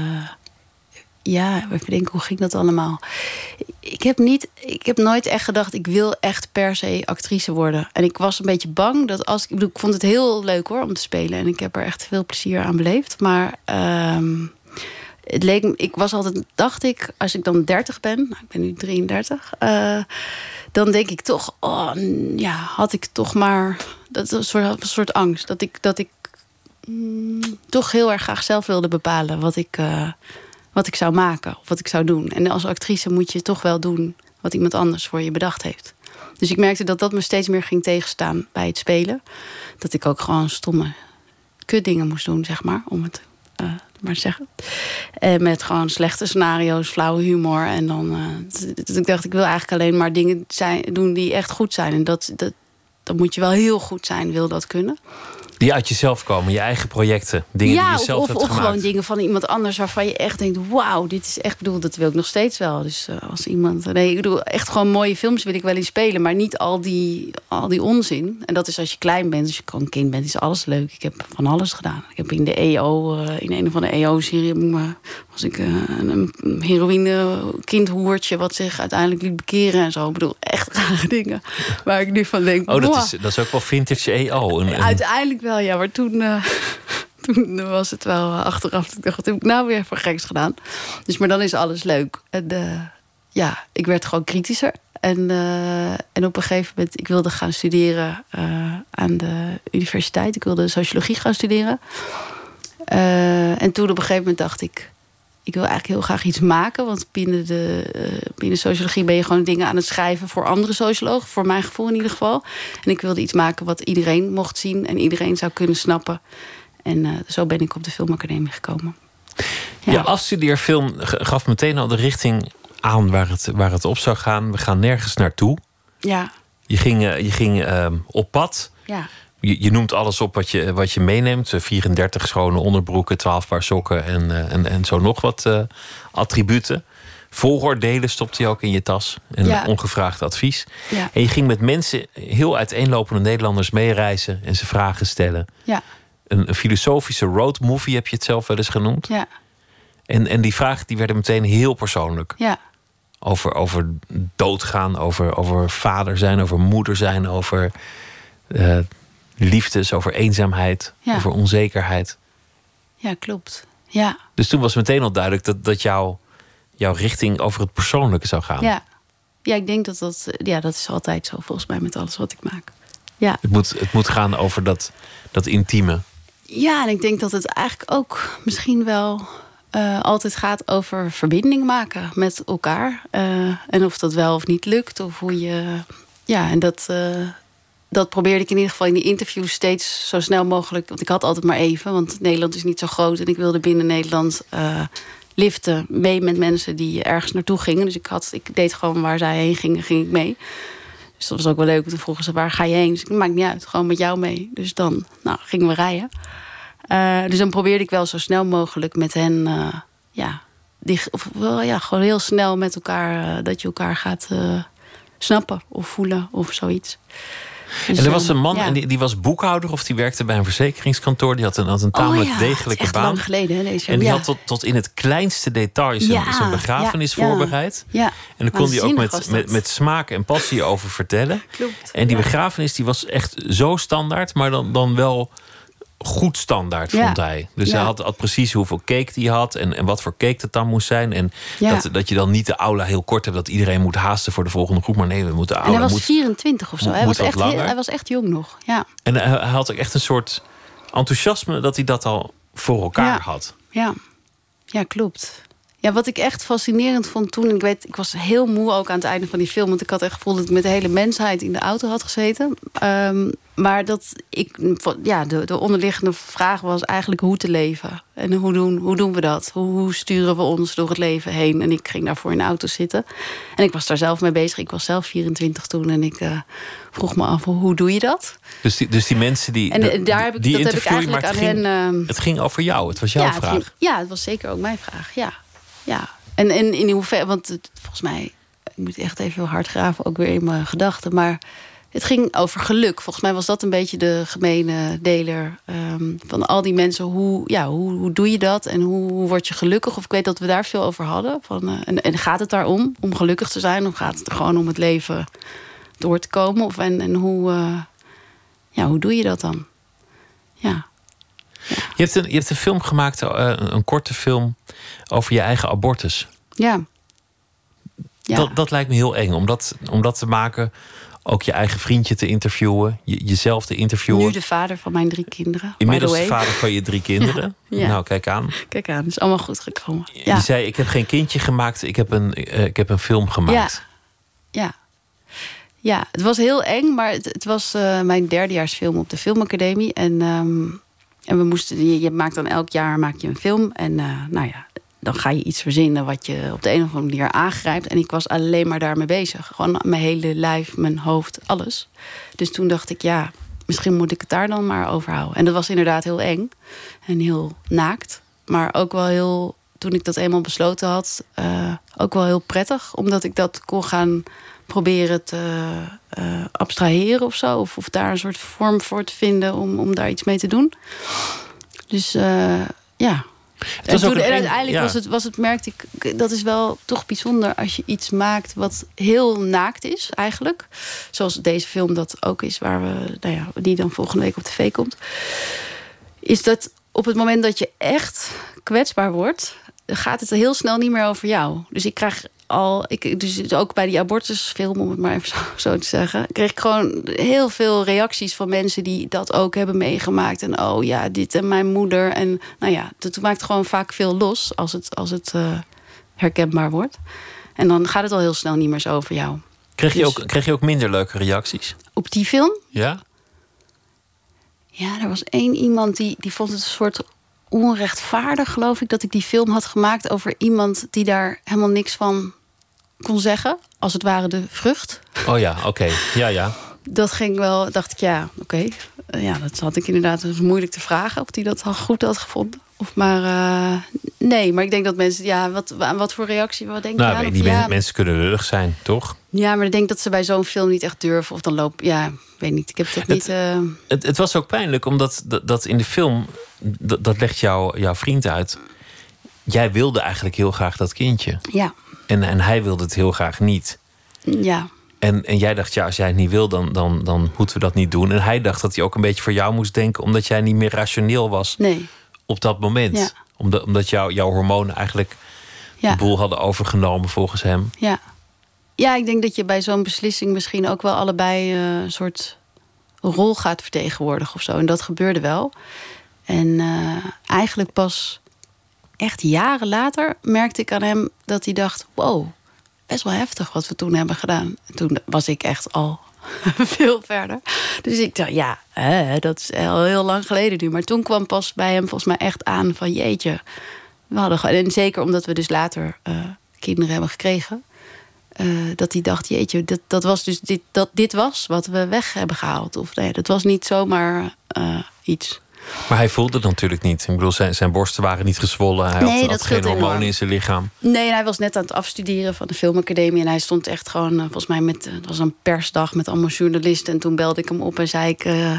ja, even denken, hoe ging dat allemaal? Ik heb, niet, ik heb nooit echt gedacht, ik wil echt per se actrice worden. En ik was een beetje bang dat als... Ik bedoel, ik vond het heel leuk hoor, om te spelen. En ik heb er echt veel plezier aan beleefd. Maar um, het leek me... Ik was altijd, dacht ik, als ik dan dertig ben... Nou, ik ben nu drieëndertig... Uh, dan denk ik toch, oh, ja, had ik toch maar... Dat is een soort, een soort angst. Dat ik, dat ik mm, toch heel erg graag zelf wilde bepalen wat ik... Uh, wat ik zou maken of wat ik zou doen. En als actrice moet je toch wel doen wat iemand anders voor je bedacht heeft. Dus ik merkte dat dat me steeds meer ging tegenstaan bij het spelen. Dat ik ook gewoon stomme kutdingen moest doen, zeg maar. Om het uh, maar te zeggen. En met gewoon slechte scenario's, flauwe humor. En dan uh, dus ik dacht, ik wil eigenlijk alleen maar dingen zijn, doen die echt goed zijn. En dat, dat, dan moet je wel heel goed zijn, wil dat kunnen. Die uit jezelf komen, je eigen projecten. Dingen ja, die je zelf of, hebt of gemaakt. gewoon dingen van iemand anders waarvan je echt denkt, wauw, dit is echt, bedoel, dat wil ik nog steeds wel. Dus uh, als iemand, nee, ik bedoel, echt gewoon mooie films wil ik wel eens spelen, maar niet al die, al die onzin. En dat is als je klein bent, als je gewoon een kind bent, is alles leuk. Ik heb van alles gedaan. Ik heb in de E O, uh, in een of andere E O-serie, uh, was ik uh, een, een heroïne-kindhoertje wat zich uiteindelijk liet bekeren en zo. Ik bedoel, echt rare dingen waar ik nu van denk, oh, dat wow. is, dat is ook wel vintage E O. Een, een... Uiteindelijk wel, ja, maar toen, uh, toen was het wel uh, achteraf. Ik dacht, wat heb ik nou weer voor geks gedaan? Dus, maar dan is alles leuk. En uh, ja, ik werd gewoon kritischer. En, uh, en op een gegeven moment, ik wilde gaan studeren uh, aan de universiteit. Ik wilde sociologie gaan studeren. Uh, en toen op een gegeven moment dacht ik, ik wil eigenlijk heel graag iets maken. Want binnen de, uh, binnen sociologie ben je gewoon dingen aan het schrijven voor andere sociologen. Voor mijn gevoel in ieder geval. En ik wilde iets maken wat iedereen mocht zien. En iedereen zou kunnen snappen. En uh, zo ben ik op de filmacademie gekomen. Ja, ja, afstudeerfilm gaf meteen al de richting aan waar het, waar het op zou gaan. We gaan nergens naartoe. Ja. Je ging, je ging uh, op pad. Ja. Je, je noemt alles op wat je, wat je meeneemt. vierendertig schone onderbroeken, twaalf paar sokken en, uh, en, en zo nog wat uh, attributen. Vooroordelen stopte je ook in je tas. En ja. ongevraagd advies. Ja. En je ging met mensen, heel uiteenlopende Nederlanders, meereizen en ze vragen stellen. Ja. Een, een filosofische roadmovie heb je het zelf wel eens genoemd. Ja. En, en die vragen die werden meteen heel persoonlijk. Ja. Over, over doodgaan, over, over vader zijn, over moeder zijn, over uh, liefdes, over eenzaamheid, ja. over onzekerheid. Ja, klopt. Ja. Dus toen was meteen al duidelijk dat, dat jouw, jouw richting over het persoonlijke zou gaan. Ja. Ja, ik denk dat dat, ja, dat is altijd zo volgens mij met alles wat ik maak. Ja. Het moet, het moet gaan over dat, dat intieme. Ja, en ik denk dat het eigenlijk ook misschien wel uh, altijd gaat over verbinding maken met elkaar. Uh, en of dat wel of niet lukt. Of hoe je. Ja, en dat, uh, dat probeerde ik in ieder geval in die interviews steeds zo snel mogelijk. Want ik had altijd maar even, want Nederland is niet zo groot. En ik wilde binnen Nederland uh, liften mee met mensen die ergens naartoe gingen. Dus ik, had, ik deed gewoon waar zij heen gingen, ging ik mee. Dus dat was ook wel leuk. Toen vroegen ze, waar ga je heen? Dus ik, maakt niet uit, gewoon met jou mee. Dus dan nou, gingen we rijden. Uh, dus dan probeerde ik wel zo snel mogelijk met hen... Uh, ja, die, of wel, ja, gewoon heel snel met elkaar... Uh, dat je elkaar gaat uh, snappen of voelen of zoiets. Dus, en er was een man, ja. en die, die was boekhouder... of die werkte bij een verzekeringskantoor. Die had een, had een tamelijk oh, ja. degelijke echt baan. lang geleden, hè, deze en die ja. had tot, tot in het kleinste detail zijn, ja, zijn begrafenis ja, voorbereid. Ja. En daar kon hij ook met, met, met smaak en passie over vertellen. Klopt. En die ja. begrafenis die was echt zo standaard... maar dan, dan wel goed standaard, ja. vond hij. Dus ja. hij had, had precies hoeveel cake hij had... en, en wat voor cake het dan moest zijn. En ja. dat, dat je dan niet de aula heel kort hebt... dat iedereen moet haasten voor de volgende groep. Maar nee, we moeten de aula... En hij was moet, vierentwintig of zo. Hij was, echt, heel, hij was echt jong nog. Ja. En hij, hij had ook echt een soort enthousiasme... dat hij dat al voor elkaar ja. had. Ja. Ja, klopt. Ja, wat ik echt fascinerend vond toen... ik weet, ik was heel moe ook aan het einde van die film... want ik had echt het gevoel dat ik met de hele mensheid in de auto had gezeten. Um, maar dat ik... Ja, de, de onderliggende vraag was eigenlijk hoe te leven. En hoe doen, hoe doen we dat? Hoe, hoe sturen we ons door het leven heen? En ik ging daarvoor in de auto zitten. En ik was daar zelf mee bezig. Ik was zelf vierentwintig toen. En ik uh, vroeg me af, hoe doe je dat? Dus die, dus die mensen die... En de, daar heb ik, die dat heb ik eigenlijk maar aan het ging, hen... Uh, het ging over jou, het was jouw ja, vraag. Het ging, ja, het was zeker ook mijn vraag, ja. Ja, en, en in hoeverre, want het, volgens mij, ik moet echt even heel hard graven, ook weer in mijn gedachten. Maar het ging over geluk. Volgens mij was dat een beetje de gemene deler um, van al die mensen. Hoe, ja, hoe, hoe doe je dat en hoe, hoe word je gelukkig? Of ik weet dat we daar veel over hadden. Van, uh, en, en gaat het daarom, om gelukkig te zijn? Of gaat het er gewoon om het leven door te komen? Of, en en hoe, uh, ja, hoe doe je dat dan? Ja. Ja. Je hebt een, je hebt een film gemaakt, uh, een korte film... over je eigen abortus. Ja. ja. Dat, dat lijkt me heel eng, om dat, om dat te maken... ook je eigen vriendje te interviewen, je, jezelf te interviewen. Nu de vader van mijn drie kinderen. Inmiddels de vader van je drie kinderen. Ja, ja. Nou, kijk aan. Kijk aan, het is allemaal goed gekomen. Ja. Je zei, ik heb geen kindje gemaakt, ik heb een, uh, ik heb een film gemaakt. Ja, ja. ja het was heel eng, maar het, het was uh, mijn derdejaarsfilm op de filmacademie. En um, En we moesten, je, je maakt dan elk jaar maak je een film. En uh, nou ja, dan ga je iets verzinnen wat je op de een of andere manier aangrijpt. En ik was alleen maar daarmee bezig. Gewoon mijn hele lijf, mijn hoofd, alles. Dus toen dacht ik, ja, misschien moet ik het daar dan maar over houden. En dat was inderdaad heel eng. En heel naakt. Maar ook wel heel, toen ik dat eenmaal besloten had, uh, ook wel heel prettig. Omdat ik dat kon gaan proberen te uh, abstraheren of zo. Of, of daar een soort vorm voor te vinden om, om daar iets mee te doen. Dus uh, ja. Het was en, ook toen, een, en uiteindelijk ja. was het, was het, merkte ik, dat is wel toch bijzonder als je iets maakt wat heel naakt is, eigenlijk. Zoals deze film dat ook is, waar we, nou ja, die dan volgende week op tv komt. Is dat op het moment dat je echt kwetsbaar wordt, gaat het heel snel niet meer over jou. Dus ik krijg al, ik, dus ook bij die abortusfilm, om het maar even zo, zo te zeggen, kreeg ik gewoon heel veel reacties van mensen die dat ook hebben meegemaakt. En oh ja, dit en mijn moeder. En nou ja, dat maakt gewoon vaak veel los als het, als het uh, herkenbaar wordt. En dan gaat het al heel snel niet meer zo over jou. Kreeg je, Dus, ook, kreeg je ook minder leuke reacties? Op die film? Ja? Ja, er was één iemand die, die vond het een soort onrechtvaardig, geloof ik, dat ik die film had gemaakt over iemand die daar helemaal niks van kon zeggen. Als het ware de vrucht. Oh ja, oké. Okay. Ja, ja. Dat ging wel, dacht ik, ja, oké. Okay. Uh, ja, dat had ik inderdaad, dat was moeilijk te vragen of die dat goed had gevonden. Of maar, uh, nee, maar ik denk dat mensen, ja, wat, wat voor reactie, wat denk je nou, aan? Die of, men, ja, mensen kunnen lullig zijn, toch? Ja, maar ik denk dat ze bij zo'n film niet echt durven. Of dan lopen, ja, ik weet niet. Ik heb dat niet. Uh... Het, het was ook pijnlijk, omdat dat, dat in de film, dat, dat legt jou, jouw vriend uit. Jij wilde eigenlijk heel graag dat kindje. Ja. En, en hij wilde het heel graag niet. Ja. En, en jij dacht, ja, als jij het niet wil, dan, dan, dan moeten we dat niet doen. En hij dacht dat hij ook een beetje voor jou moest denken, omdat jij niet meer rationeel was nee. op dat moment. Ja. Omdat, omdat jou, jouw hormonen eigenlijk ja. de boel hadden overgenomen volgens hem. Ja. Ja, ik denk dat je bij zo'n beslissing misschien ook wel allebei uh, een soort rol gaat vertegenwoordigen of zo. En dat gebeurde wel. En uh, eigenlijk pas echt jaren later merkte ik aan hem dat hij dacht, wow, best wel heftig wat we toen hebben gedaan. En toen was ik echt al veel verder. Dus ik dacht, ja, hè, dat is al heel lang geleden nu. Maar toen kwam pas bij hem volgens mij echt aan van jeetje. We hadden gewoon, en zeker omdat we dus later uh, kinderen hebben gekregen. Uh, dat hij dacht, jeetje, dat, dat was dus dit, dat, dit was wat we weg hebben gehaald. Of nee, dat was niet zomaar uh, iets. Maar hij voelde het natuurlijk niet. Ik bedoel, zijn, zijn borsten waren niet gezwollen. Hij nee, had, had geen hormonen enorm. in zijn lichaam. Nee, en hij was net aan het afstuderen van de filmacademie. En hij stond echt gewoon, uh, volgens mij, met, uh, het was een persdag met allemaal journalisten. En toen belde ik hem op en zei ik, uh,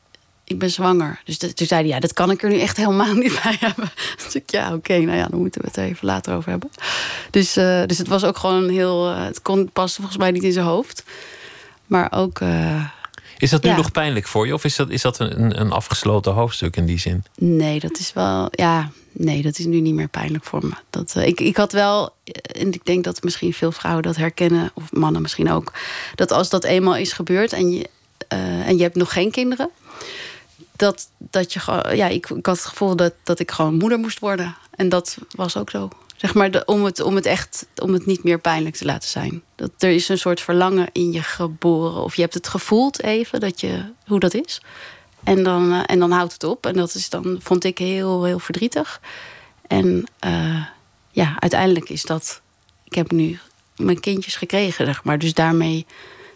ik ben zwanger. Dus de, toen zei hij, ja, dat kan ik er nu echt helemaal niet bij hebben. Dus ik, ja, oké, okay, nou ja, dan moeten we het er even later over hebben. Dus, uh, dus het was ook gewoon heel, uh, het kon paste volgens mij niet in zijn hoofd. Maar ook... Uh, Is dat nu ja. nog pijnlijk voor je? Of is dat, is dat een, een afgesloten hoofdstuk in die zin? Nee, dat is wel... Ja, nee, dat is nu niet meer pijnlijk voor me. Dat, uh, ik, ik had wel... En ik denk dat misschien veel vrouwen dat herkennen. Of mannen misschien ook. Dat als dat eenmaal is gebeurd en je, uh, en je hebt nog geen kinderen... Dat, dat je gewoon... Ja, ik, ik had het gevoel dat, dat ik gewoon moeder moest worden. En dat was ook zo. Zeg maar, de, om, het, om het echt... Om het niet meer pijnlijk te laten zijn. Dat er is een soort verlangen in je geboren. Of je hebt het gevoeld even, dat je, hoe dat is. En dan, uh, en dan houdt het op. En dat is dan, vond ik heel, heel verdrietig. En uh, ja, uiteindelijk is dat... Ik heb nu mijn kindjes gekregen, zeg maar. Dus daarmee...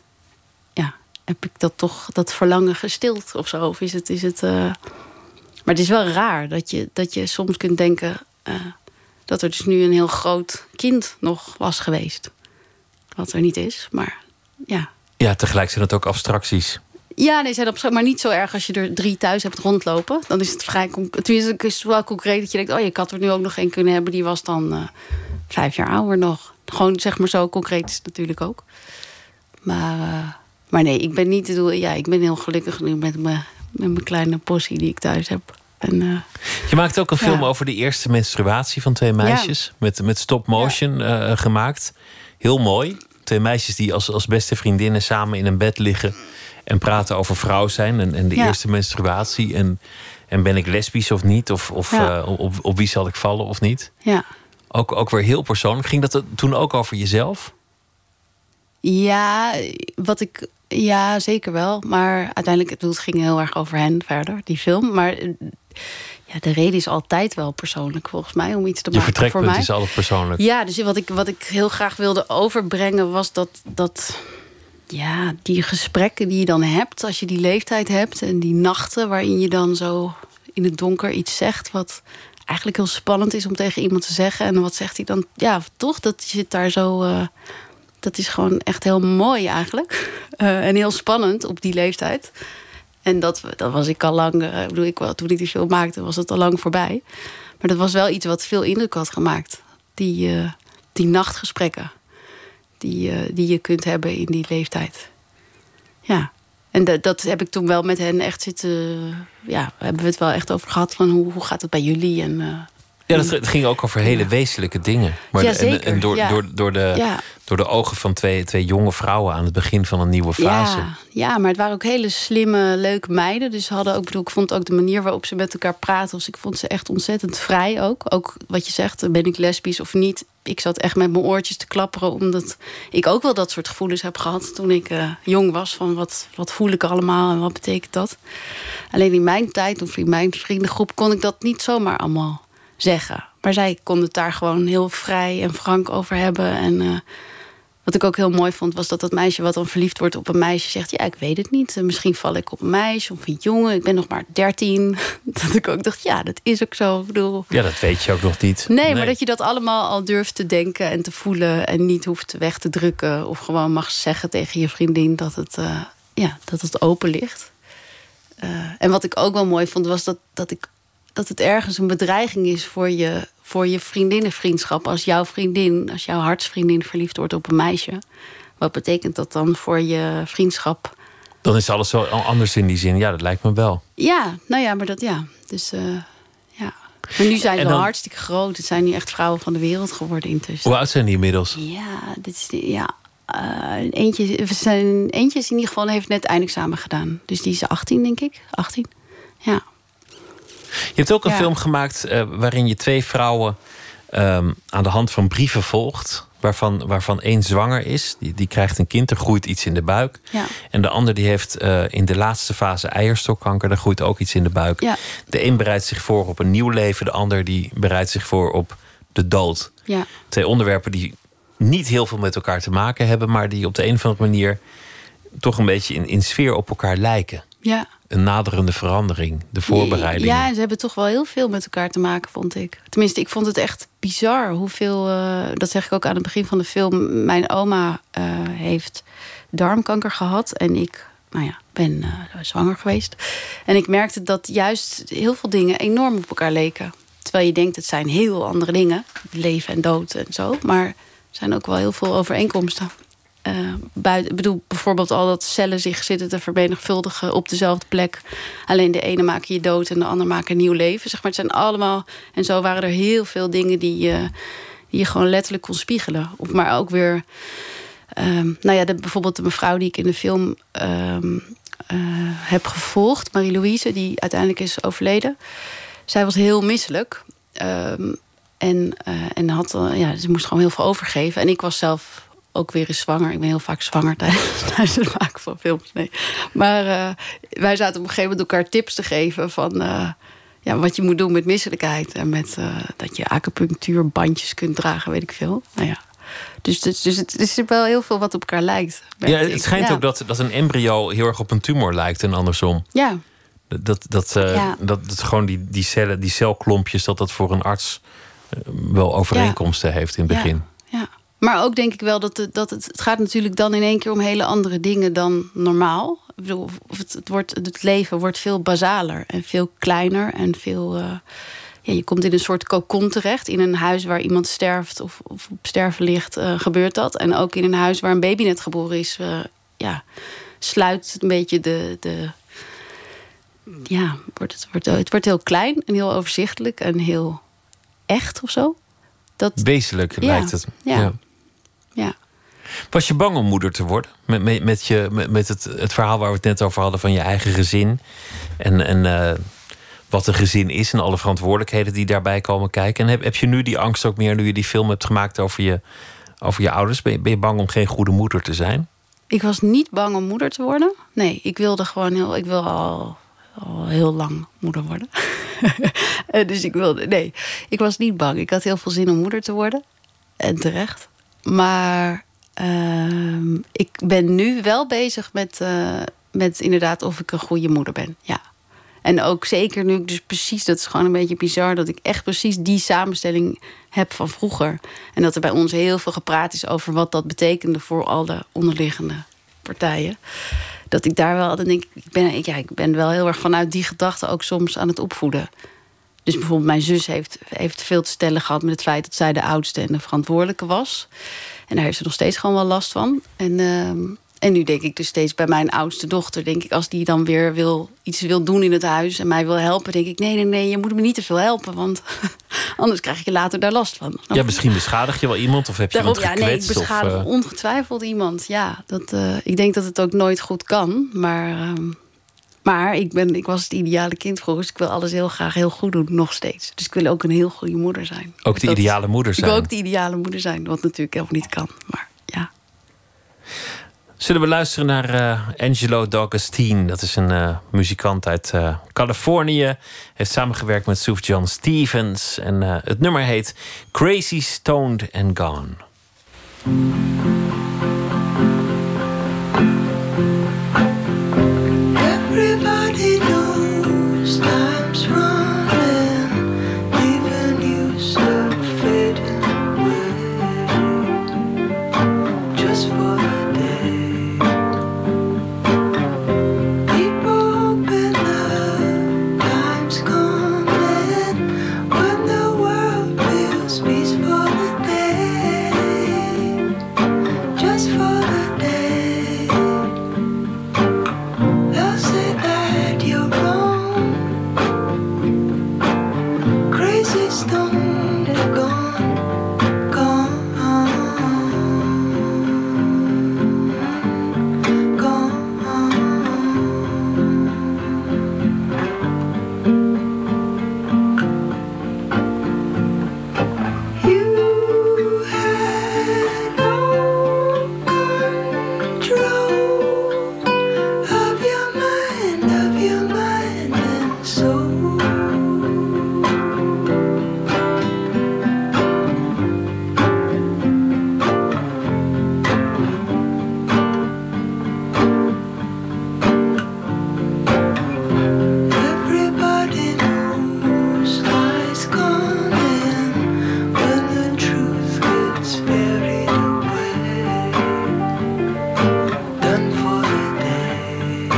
Ja, heb ik dat toch, dat verlangen gestild of zo? Of is het... Is het uh... Maar het is wel raar dat je, dat je soms kunt denken... Uh, dat er dus nu een heel groot kind nog was geweest. Wat er niet is, maar ja. Ja, tegelijk zijn het ook abstracties. Ja, nee, zijn abstract, maar niet zo erg als je er drie thuis hebt rondlopen. Dan is het vrij... Tenminste, is het wel concreet dat je denkt... oh, ik had er nu ook nog één kunnen hebben. Die was dan uh, vijf jaar ouder nog. Gewoon, zeg maar, zo concreet is het natuurlijk ook. Maar, uh, maar nee, ik ben niet... Ja, ik ben heel gelukkig nu met mijn, met mijn kleine possie die ik thuis heb. En, uh, je maakt ook een film ja. over de eerste menstruatie van twee meisjes. Ja. Met, met stop motion ja. uh, gemaakt. Heel mooi. Twee meisjes die als, als beste vriendinnen samen in een bed liggen. En praten over vrouw zijn. En, en de ja. eerste menstruatie. En, en ben ik lesbisch of niet? Of, of ja. uh, op, op wie zal ik vallen of niet? Ja. Ook, ook weer heel persoonlijk. Ging dat toen ook over jezelf? Ja, wat ik... Ja, zeker wel. Maar uiteindelijk, het ging heel erg over hen verder, die film. Maar ja, de reden is altijd wel persoonlijk volgens mij om iets te maken voor mij. Je vertrekpunt is altijd persoonlijk. Ja, dus wat ik, wat ik heel graag wilde overbrengen was dat, dat ja, die gesprekken die je dan hebt als je die leeftijd hebt en die nachten waarin je dan zo in het donker iets zegt wat eigenlijk heel spannend is om tegen iemand te zeggen. En wat zegt hij dan? Ja, toch, dat zit daar zo. Uh, dat is gewoon echt heel mooi eigenlijk. Uh, en heel spannend op die leeftijd. En dat, dat was ik al lang. Uh, bedoel, ik, toen ik die film maakte, was het al lang voorbij. Maar dat was wel iets wat veel indruk had gemaakt. Die, uh, die nachtgesprekken. Die, uh, die je kunt hebben in die leeftijd. Ja. En dat, dat heb ik toen wel met hen echt zitten. Ja, hebben we het wel echt over gehad. Van hoe, hoe gaat het bij jullie? En, uh, ja, dat, het ging ook over hele ja. wezenlijke dingen. Maar ja, de, zeker. En, en door, ja. door, door, de, ja. door de ogen van twee, twee jonge vrouwen aan het begin van een nieuwe fase. Ja, ja, maar het waren ook hele slimme, leuke meiden. Dus ze hadden ook, bedoel, ik vond ook de manier waarop ze met elkaar praten. Dus ik vond ze echt ontzettend vrij ook. Ook wat je zegt, ben ik lesbisch of niet? Ik zat echt met mijn oortjes te klapperen, omdat ik ook wel dat soort gevoelens heb gehad toen ik uh, jong was. Van wat, wat voel ik allemaal en wat betekent dat? Alleen in mijn tijd of in mijn vriendengroep kon ik dat niet zomaar allemaal zeggen. Maar zij konden het daar gewoon heel vrij en frank over hebben. En uh, wat ik ook heel mooi vond, was dat dat meisje wat dan verliefd wordt op een meisje zegt, ja, ik weet het niet. Misschien val ik op een meisje of een jongen. Ik ben nog maar dertien. Dat ik ook dacht, ja, dat is ook zo. Ik bedoel, ja, dat weet je ook nog niet. Nee, nee, maar dat je dat allemaal al durft te denken en te voelen en niet hoeft weg te drukken. Of gewoon mag zeggen tegen je vriendin dat het, uh, ja, dat het open ligt. Uh, en wat ik ook wel mooi vond, was dat, dat, ik, dat het ergens een bedreiging is voor je, voor je vriendinnenvriendschap. Als jouw vriendin, als jouw hartsvriendin verliefd wordt op een meisje. Wat betekent dat dan voor je vriendschap? Dan is alles wel anders in die zin. Ja, dat lijkt me wel. Ja, nou ja, maar dat ja. Dus uh, ja. Maar nu zijn ze dan, wel hartstikke groot. Het zijn nu echt vrouwen van de wereld geworden intussen. Hoe oud zijn die inmiddels? Ja, dit is de, ja. Uh, eentje, we zijn, eentje is in ieder geval heeft net eindexamen gedaan. Dus die is achttien, denk ik. achttien. Ja. Je hebt ook een ja. film gemaakt uh, waarin je twee vrouwen um, aan de hand van brieven volgt. Waarvan, waarvan één zwanger is. Die, die krijgt een kind, er groeit iets in de buik. Ja. En de ander die heeft uh, in de laatste fase eierstokkanker. Daar groeit ook iets in de buik. Ja. De een bereidt zich voor op een nieuw leven. De ander die bereidt zich voor op de dood. Ja. Twee onderwerpen die niet heel veel met elkaar te maken hebben. Maar die op de een of andere manier toch een beetje in, in sfeer op elkaar lijken. Ja. Een naderende verandering, de voorbereiding. Ja, ze hebben toch wel heel veel met elkaar te maken, vond ik. Tenminste, ik vond het echt bizar hoeveel... Uh, dat zeg ik ook aan het begin van de film. Mijn oma uh, heeft darmkanker gehad. En ik nou ja, ben uh, zwanger geweest. En ik merkte dat juist heel veel dingen enorm op elkaar leken. Terwijl je denkt, het zijn heel andere dingen. Leven en dood en zo. Maar er zijn ook wel heel veel overeenkomsten. Uh, buiten, bedoel, bijvoorbeeld al dat cellen zich zitten te vermenigvuldigen op dezelfde plek. Alleen de ene maken je dood en de ander maken een nieuw leven. Zeg maar, het zijn allemaal... En zo waren er heel veel dingen die, uh, die je gewoon letterlijk kon spiegelen. Of maar ook weer... Um, nou ja, de, bijvoorbeeld de mevrouw die ik in de film um, uh, heb gevolgd. Marie-Louise, die uiteindelijk is overleden. Zij was heel misselijk. Um, en, uh, en had, uh, ja, ze moest gewoon heel veel overgeven. En ik was zelf... ook weer eens zwanger. Ik ben heel vaak zwanger tijdens, tijdens het maken van films. Nee. Maar uh, wij zaten op een gegeven moment elkaar tips te geven... van uh, ja, wat je moet doen met misselijkheid. En met uh, dat je acupunctuurbandjes kunt dragen, weet ik veel. Nou ja. Dus, dus, dus het is wel heel veel wat op elkaar lijkt. Ja, het schijnt ja. ook dat, dat een embryo heel erg op een tumor lijkt en andersom. Ja. Dat, dat, uh, ja. dat, dat gewoon die, die cellen, die celklompjes... dat dat voor een arts uh, wel overeenkomsten ja. heeft in het begin. Ja. ja. Maar ook denk ik wel dat, het, dat het, het gaat natuurlijk dan in één keer om hele andere dingen dan normaal. Ik bedoel, het, het, wordt, het leven wordt veel basaler en veel kleiner. En veel, uh, ja, je komt in een soort cocon terecht. In een huis waar iemand sterft of, of op sterven ligt, uh, gebeurt dat. En ook in een huis waar een baby net geboren is, uh, ja, sluit een beetje de... de ja, wordt het, wordt, het wordt heel klein en heel overzichtelijk en heel echt of zo. Dat, Wezenlijk ja, lijkt het. Ja. ja. Ja. Was je bang om moeder te worden? Met, met, met, je, met, met het, het verhaal waar we het net over hadden van je eigen gezin. En, en uh, wat een gezin is en alle verantwoordelijkheden die daarbij komen kijken. En heb, heb je nu die angst ook meer nu je die film hebt gemaakt over je, over je ouders? Ben je, ben je bang om geen goede moeder te zijn? Ik was niet bang om moeder te worden. Nee, ik wilde gewoon heel... Ik wil al, al heel lang moeder worden. Dus ik wilde... Nee, ik was niet bang. Ik had heel veel zin om moeder te worden. En terecht. Maar uh, ik ben nu wel bezig met, uh, met inderdaad of ik een goede moeder ben. Ja. En ook zeker nu ik dus precies... Dat is gewoon een beetje bizar dat ik echt precies die samenstelling heb van vroeger. En dat er bij ons heel veel gepraat is over wat dat betekende voor alle onderliggende partijen. Dat ik daar wel, dan denk ik, ik ben, ja, ik ben wel heel erg vanuit die gedachte ook soms aan het opvoeden. Dus bijvoorbeeld mijn zus heeft, heeft veel te stellen gehad met het feit dat zij de oudste en de verantwoordelijke was. En daar heeft ze nog steeds gewoon wel last van. En, uh, en nu denk ik dus steeds bij mijn oudste dochter, denk ik, als die dan weer wil, iets wil doen in het huis en mij wil helpen, denk ik, nee, nee, nee, je moet me niet te veel helpen, want anders krijg je later daar last van. Ja, misschien beschadig je wel iemand of heb je Daarop, iemand ja, gekwetst? Nee, ik beschadig of, uh... ongetwijfeld iemand. Ja, dat, uh, ik denk dat het ook nooit goed kan. Maar, uh, maar ik, ben, ik was het ideale kind vroeger. Dus ik wil alles heel graag heel goed doen, nog steeds. Dus ik wil ook een heel goede moeder zijn. Ook dus de dat, ideale moeder zijn? Ik wil ook de ideale moeder zijn, wat natuurlijk helemaal niet kan. Maar ja. Zullen we luisteren naar uh, Angelo D'Agostino. Dat is een uh, muzikant uit uh, Californië. Heeft samengewerkt met Sufjan Stevens. En uh, het nummer heet Crazy, Stoned and Gone. Everybody knows time's running, even you start fading away. Just for a day. People hoping that time's coming when the world feels peace for the day. Just for the day. They'll say that you're wrong. Crazy, stoned and gone, gone, gone. You had no control of your mind, of your mind and soul. Everybody knows lies coming when the truth gets buried away. Done for the day.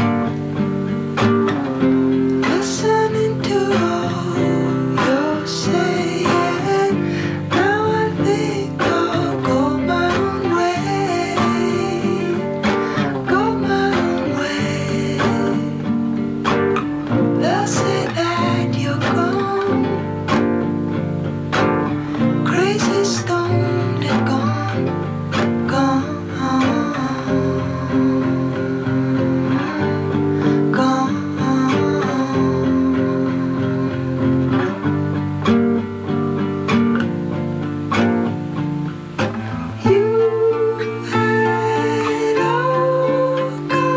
Listening to all you're saying, now I think I'll go my own way, go my own way. They'll say that you're gone, crazy, stoned and gone, gone, gone. You had all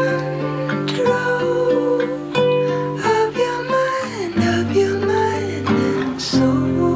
control of your mind, of your mind and soul.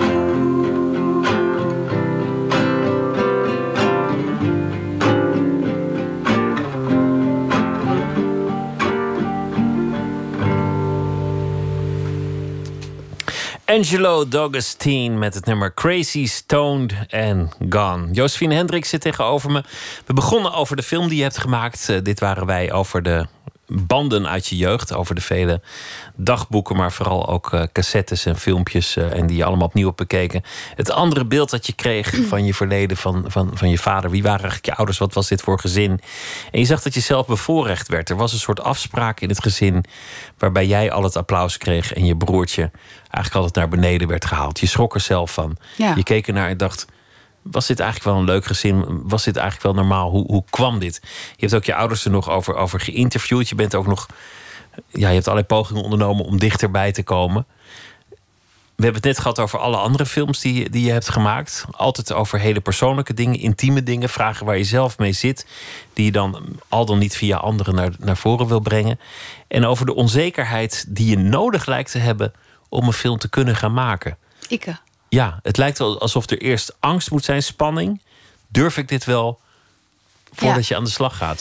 Angelo D'Agostino met het nummer Crazy, Stoned and Gone. Josephine Hendricks zit tegenover me. We begonnen over de film die je hebt gemaakt. Uh, dit waren wij over de banden uit je jeugd. Over de vele dagboeken, maar vooral ook uh, cassettes en filmpjes. Uh, en die je allemaal opnieuw hebt bekeken. Het andere beeld dat je kreeg van je verleden, van, van, van je vader. Wie waren eigenlijk je ouders? Wat was dit voor gezin? En je zag dat je zelf bevoorrecht werd. Er was een soort afspraak in het gezin waarbij jij al het applaus kreeg en je broertje eigenlijk altijd naar beneden werd gehaald. Je schrok er zelf van. Ja. Je keek ernaar en dacht, was dit eigenlijk wel een leuk gezin? Was dit eigenlijk wel normaal? Hoe, hoe kwam dit? Je hebt ook je ouders er nog over, over geïnterviewd. Je bent ook nog, ja, je hebt allerlei pogingen ondernomen om dichterbij te komen. We hebben het net gehad over alle andere films die, die je hebt gemaakt. Altijd over hele persoonlijke dingen, intieme dingen, vragen waar je zelf mee zit, die je dan al dan niet via anderen naar, naar voren wil brengen. En over de onzekerheid die je nodig lijkt te hebben om een film te kunnen gaan maken? Ikke. Ja, het lijkt wel alsof er eerst angst moet zijn, spanning. Durf ik dit wel voordat Ja. je aan de slag gaat?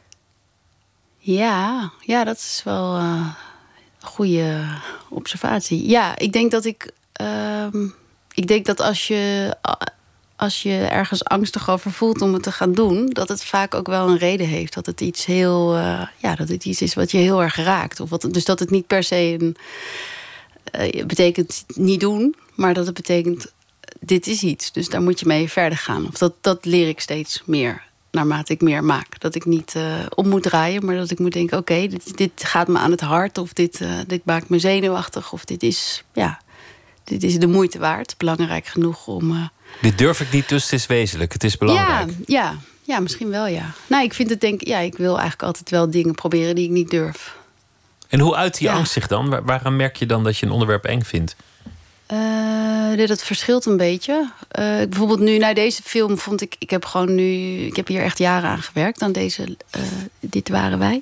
Ja, ja, dat is wel eh, een goede observatie. Ja, ik denk dat ik. ehm, ik denk dat als je, als je ergens angstig over voelt om het te gaan doen, dat het vaak ook wel een reden heeft. Dat het iets heel. eh, ja, dat het iets is wat je heel erg raakt. Of wat, dus dat het niet per se een. eh, betekent niet doen, maar dat het betekent. Dit is iets, dus daar moet je mee verder gaan. Of dat, dat leer ik steeds meer. Naarmate ik meer maak. Dat ik niet uh, om moet draaien, maar dat ik moet denken: oké, okay, dit, dit gaat me aan het hart. Of dit, uh, dit maakt me zenuwachtig. Of dit is, ja, dit is de moeite waard. Belangrijk genoeg om. Uh... Dit durf ik niet, dus het is wezenlijk. Het is belangrijk. Ja, ja, ja, misschien wel, ja. Nou, ik vind het denk ja, ik wil eigenlijk altijd wel dingen proberen die ik niet durf. En hoe uit die Ja. angst zich dan? Waar, waaraan merk je dan dat je een onderwerp eng vindt? Uh, dat verschilt een beetje. Uh, bijvoorbeeld nu naar deze film vond ik... Ik heb gewoon nu... Ik heb hier echt jaren aan gewerkt. Aan deze... Uh, Dit waren wij.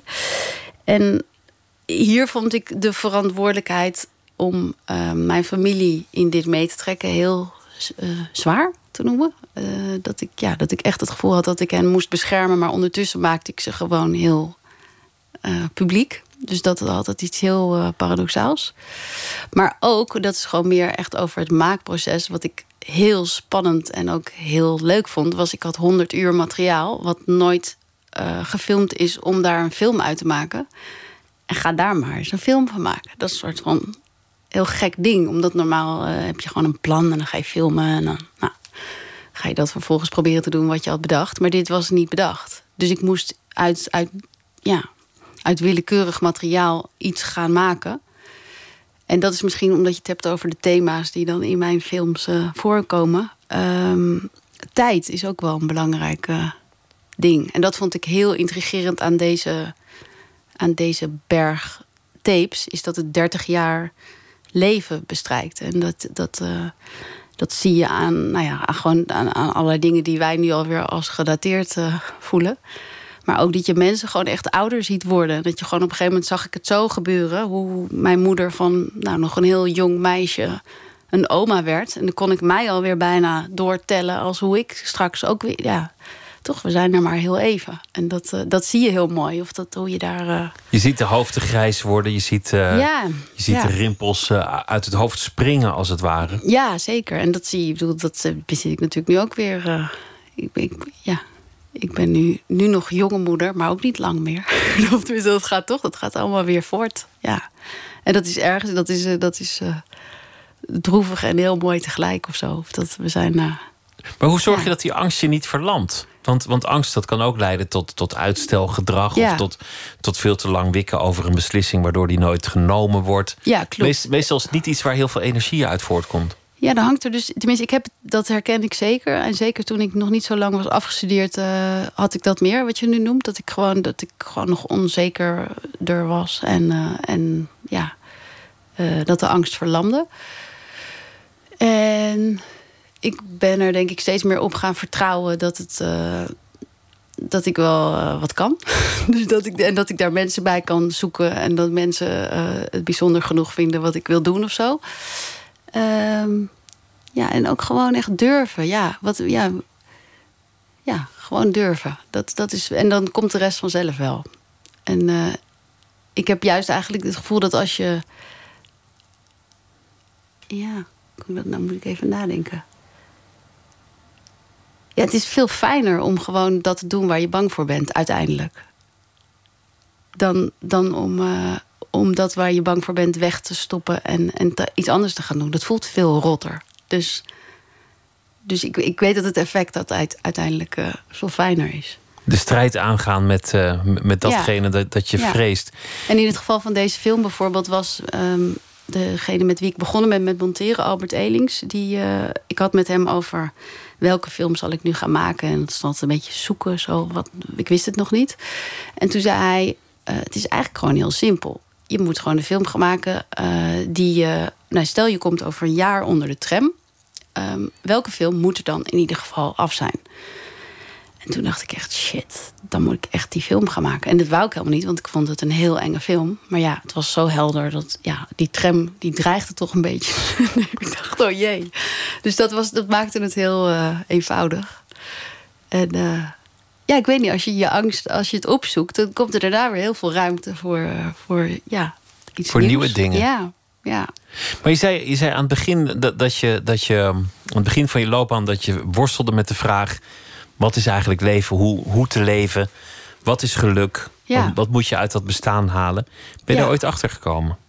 En hier vond ik de verantwoordelijkheid om uh, mijn familie in dit mee te trekken heel uh, zwaar te noemen. Uh, dat, ik, ja, dat ik echt het gevoel had dat ik hen moest beschermen. Maar ondertussen maakte ik ze gewoon heel uh, publiek. Dus dat had altijd iets heel uh, paradoxaals. Maar ook, dat is gewoon meer echt over het maakproces. Wat ik heel spannend en ook heel leuk vond, was ik had honderd uur materiaal, wat nooit uh, gefilmd is om daar een film uit te maken. En ga daar maar eens een film van maken. Dat is een soort van heel gek ding. Omdat normaal uh, heb je gewoon een plan en dan ga je filmen. En dan nou, ga je dat vervolgens proberen te doen wat je had bedacht. Maar dit was niet bedacht. Dus ik moest uit, uit ja... uit willekeurig materiaal iets gaan maken. En dat is misschien omdat je het hebt over de thema's die dan in mijn films uh, voorkomen. Um, tijd is ook wel een belangrijk uh, ding. En dat vond ik heel intrigerend aan deze, aan deze berg tapes. Is dat het dertig jaar leven bestrijkt. En dat, dat, uh, dat zie je aan, nou ja, aan, gewoon aan, aan allerlei dingen die wij nu alweer als gedateerd uh, voelen. Maar ook dat je mensen gewoon echt ouder ziet worden. Dat je gewoon op een gegeven moment zag ik het zo gebeuren. Hoe mijn moeder van nou, nog een heel jong meisje een oma werd. En dan kon ik mij alweer bijna doortellen als hoe ik straks ook weer... Ja, toch, we zijn er maar heel even. En dat, uh, dat zie je heel mooi. Of dat, hoe je daar... Uh... Je ziet de hoofden grijs worden. Je ziet, uh, ja, je ziet ja. de rimpels uh, uit het hoofd springen, als het ware. Ja, zeker. En dat zie je. Ik bedoel, dat uh, zie ik natuurlijk nu ook weer... Uh, ik, ik, ja... Ik ben nu, nu nog jonge moeder, maar ook niet lang meer. Of tenminste, dat gaat toch, dat gaat allemaal weer voort. Ja. En dat is ergens, dat is, dat is uh, droevig en heel mooi tegelijk of zo. Of dat we zijn... Uh, maar hoe zorg ja. je dat die angst je niet verlamt? Want, want angst, dat kan ook leiden tot, tot uitstelgedrag. Ja. Of tot, tot veel te lang wikken over een beslissing waardoor die nooit genomen wordt. Ja, klopt. Meest, meestal is het niet iets waar heel veel energie uit voortkomt. Ja, dan hangt er dus... Tenminste, ik heb, dat herken ik zeker. En zeker toen ik nog niet zo lang was afgestudeerd... Uh, had ik dat meer, wat je nu noemt. Dat ik gewoon, dat ik gewoon nog onzekerder was. En, uh, en ja, uh, dat de angst verlamde. En ik ben er denk ik steeds meer op gaan vertrouwen... dat, het, uh, dat ik wel uh, wat kan. Dus dat ik, en dat ik daar mensen bij kan zoeken... en dat mensen uh, het bijzonder genoeg vinden wat ik wil doen of zo... Um, ja, en ook gewoon echt durven. Ja, wat, ja, ja gewoon durven. Dat, dat is, en dan komt de rest vanzelf wel. En uh, ik heb juist eigenlijk het gevoel dat als je... Ja, nou moet ik even nadenken. Ja, het is veel fijner om gewoon dat te doen waar je bang voor bent, uiteindelijk. Dan, dan om... Uh, om dat waar je bang voor bent weg te stoppen en, en te, iets anders te gaan doen. Dat voelt veel rotter. Dus, dus ik, ik weet dat het effect dat uit, uiteindelijk uh, veel fijner is. De strijd aangaan met, uh, met datgene ja. dat, dat je ja. vreest. En in het geval van deze film bijvoorbeeld was... Um, degene met wie ik begonnen ben met monteren, Albert Elings... Die, uh, ik had met hem over welke film zal ik nu gaan maken. En dat stond een beetje zoeken. Zo, wat, ik wist het nog niet. En toen zei hij... Uh, het is eigenlijk gewoon heel simpel. Je moet gewoon een film gaan maken uh, die... Uh, nou, stel je komt over een jaar onder de tram. Um, welke film moet er dan in ieder geval af zijn? En En toen dacht ik echt, shit, dan moet ik echt die film gaan maken. En dat wou ik helemaal niet, want ik vond het een heel enge film. Maar ja, het was zo helder dat ja, die tram, die dreigde toch een beetje. Ik dacht, oh jee. Dus dat, was, dat maakte het heel uh, eenvoudig. En uh, ja, ik weet niet, als je je angst, als je het opzoekt, dan komt er daarna weer heel veel ruimte voor, uh, voor ja, iets Voor nieuws. nieuwe dingen. Ja, ja. Maar je zei, je zei aan het begin dat, dat je, dat je aan het begin van je loopbaan dat je worstelde met de vraag: wat is eigenlijk leven? Hoe, hoe te leven? Wat is geluk? Ja. Wat, wat moet je uit dat bestaan halen? Ben je Ja. er ooit achter gekomen?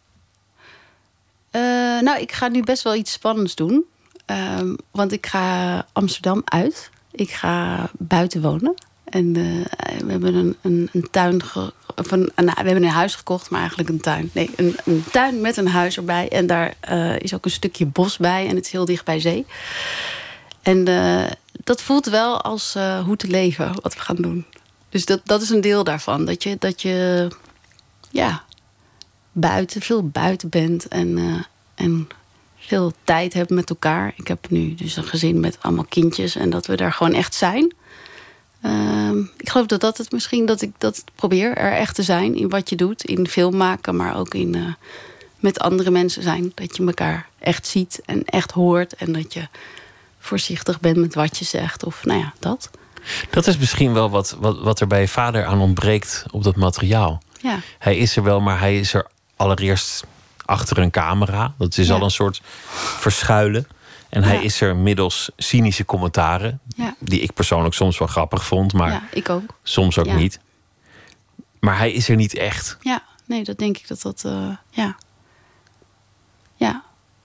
Uh, nou, ik ga nu best wel iets spannends doen. Um, want ik ga Amsterdam uit. Ik ga buiten wonen. En uh, we hebben een, een, een tuin... Ge- of een, een, we hebben een huis gekocht, maar eigenlijk een tuin. Nee, een, een tuin met een huis erbij. En daar uh, is ook een stukje bos bij. En het is heel dicht bij zee. En uh, dat voelt wel als uh, hoe te leven, wat we gaan doen. Dus dat, dat is een deel daarvan. Dat je, dat je ja, buiten, veel buiten bent. En, uh, en veel tijd hebt met elkaar. Ik heb nu dus een gezin met allemaal kindjes. En dat we daar gewoon echt zijn. Uh, ik geloof dat dat het misschien, dat ik dat probeer er echt te zijn in wat je doet. In film maken, maar ook in uh, met andere mensen zijn. Dat je elkaar echt ziet en echt hoort. En dat je voorzichtig bent met wat je zegt. Of nou ja, dat. Dat is misschien wel wat, wat, wat er bij je vader aan ontbreekt op dat materiaal. Ja. Hij is er wel, maar hij is er allereerst achter een camera. Dat is Ja. al een soort verschuilen. En hij Ja. is er middels cynische commentaren. Ja. Die ik persoonlijk soms wel grappig vond. Maar Ja, ik ook. soms ook Ja. niet. Maar hij is er niet echt. Ja, nee, dat denk ik dat dat... Uh, ja. Ja.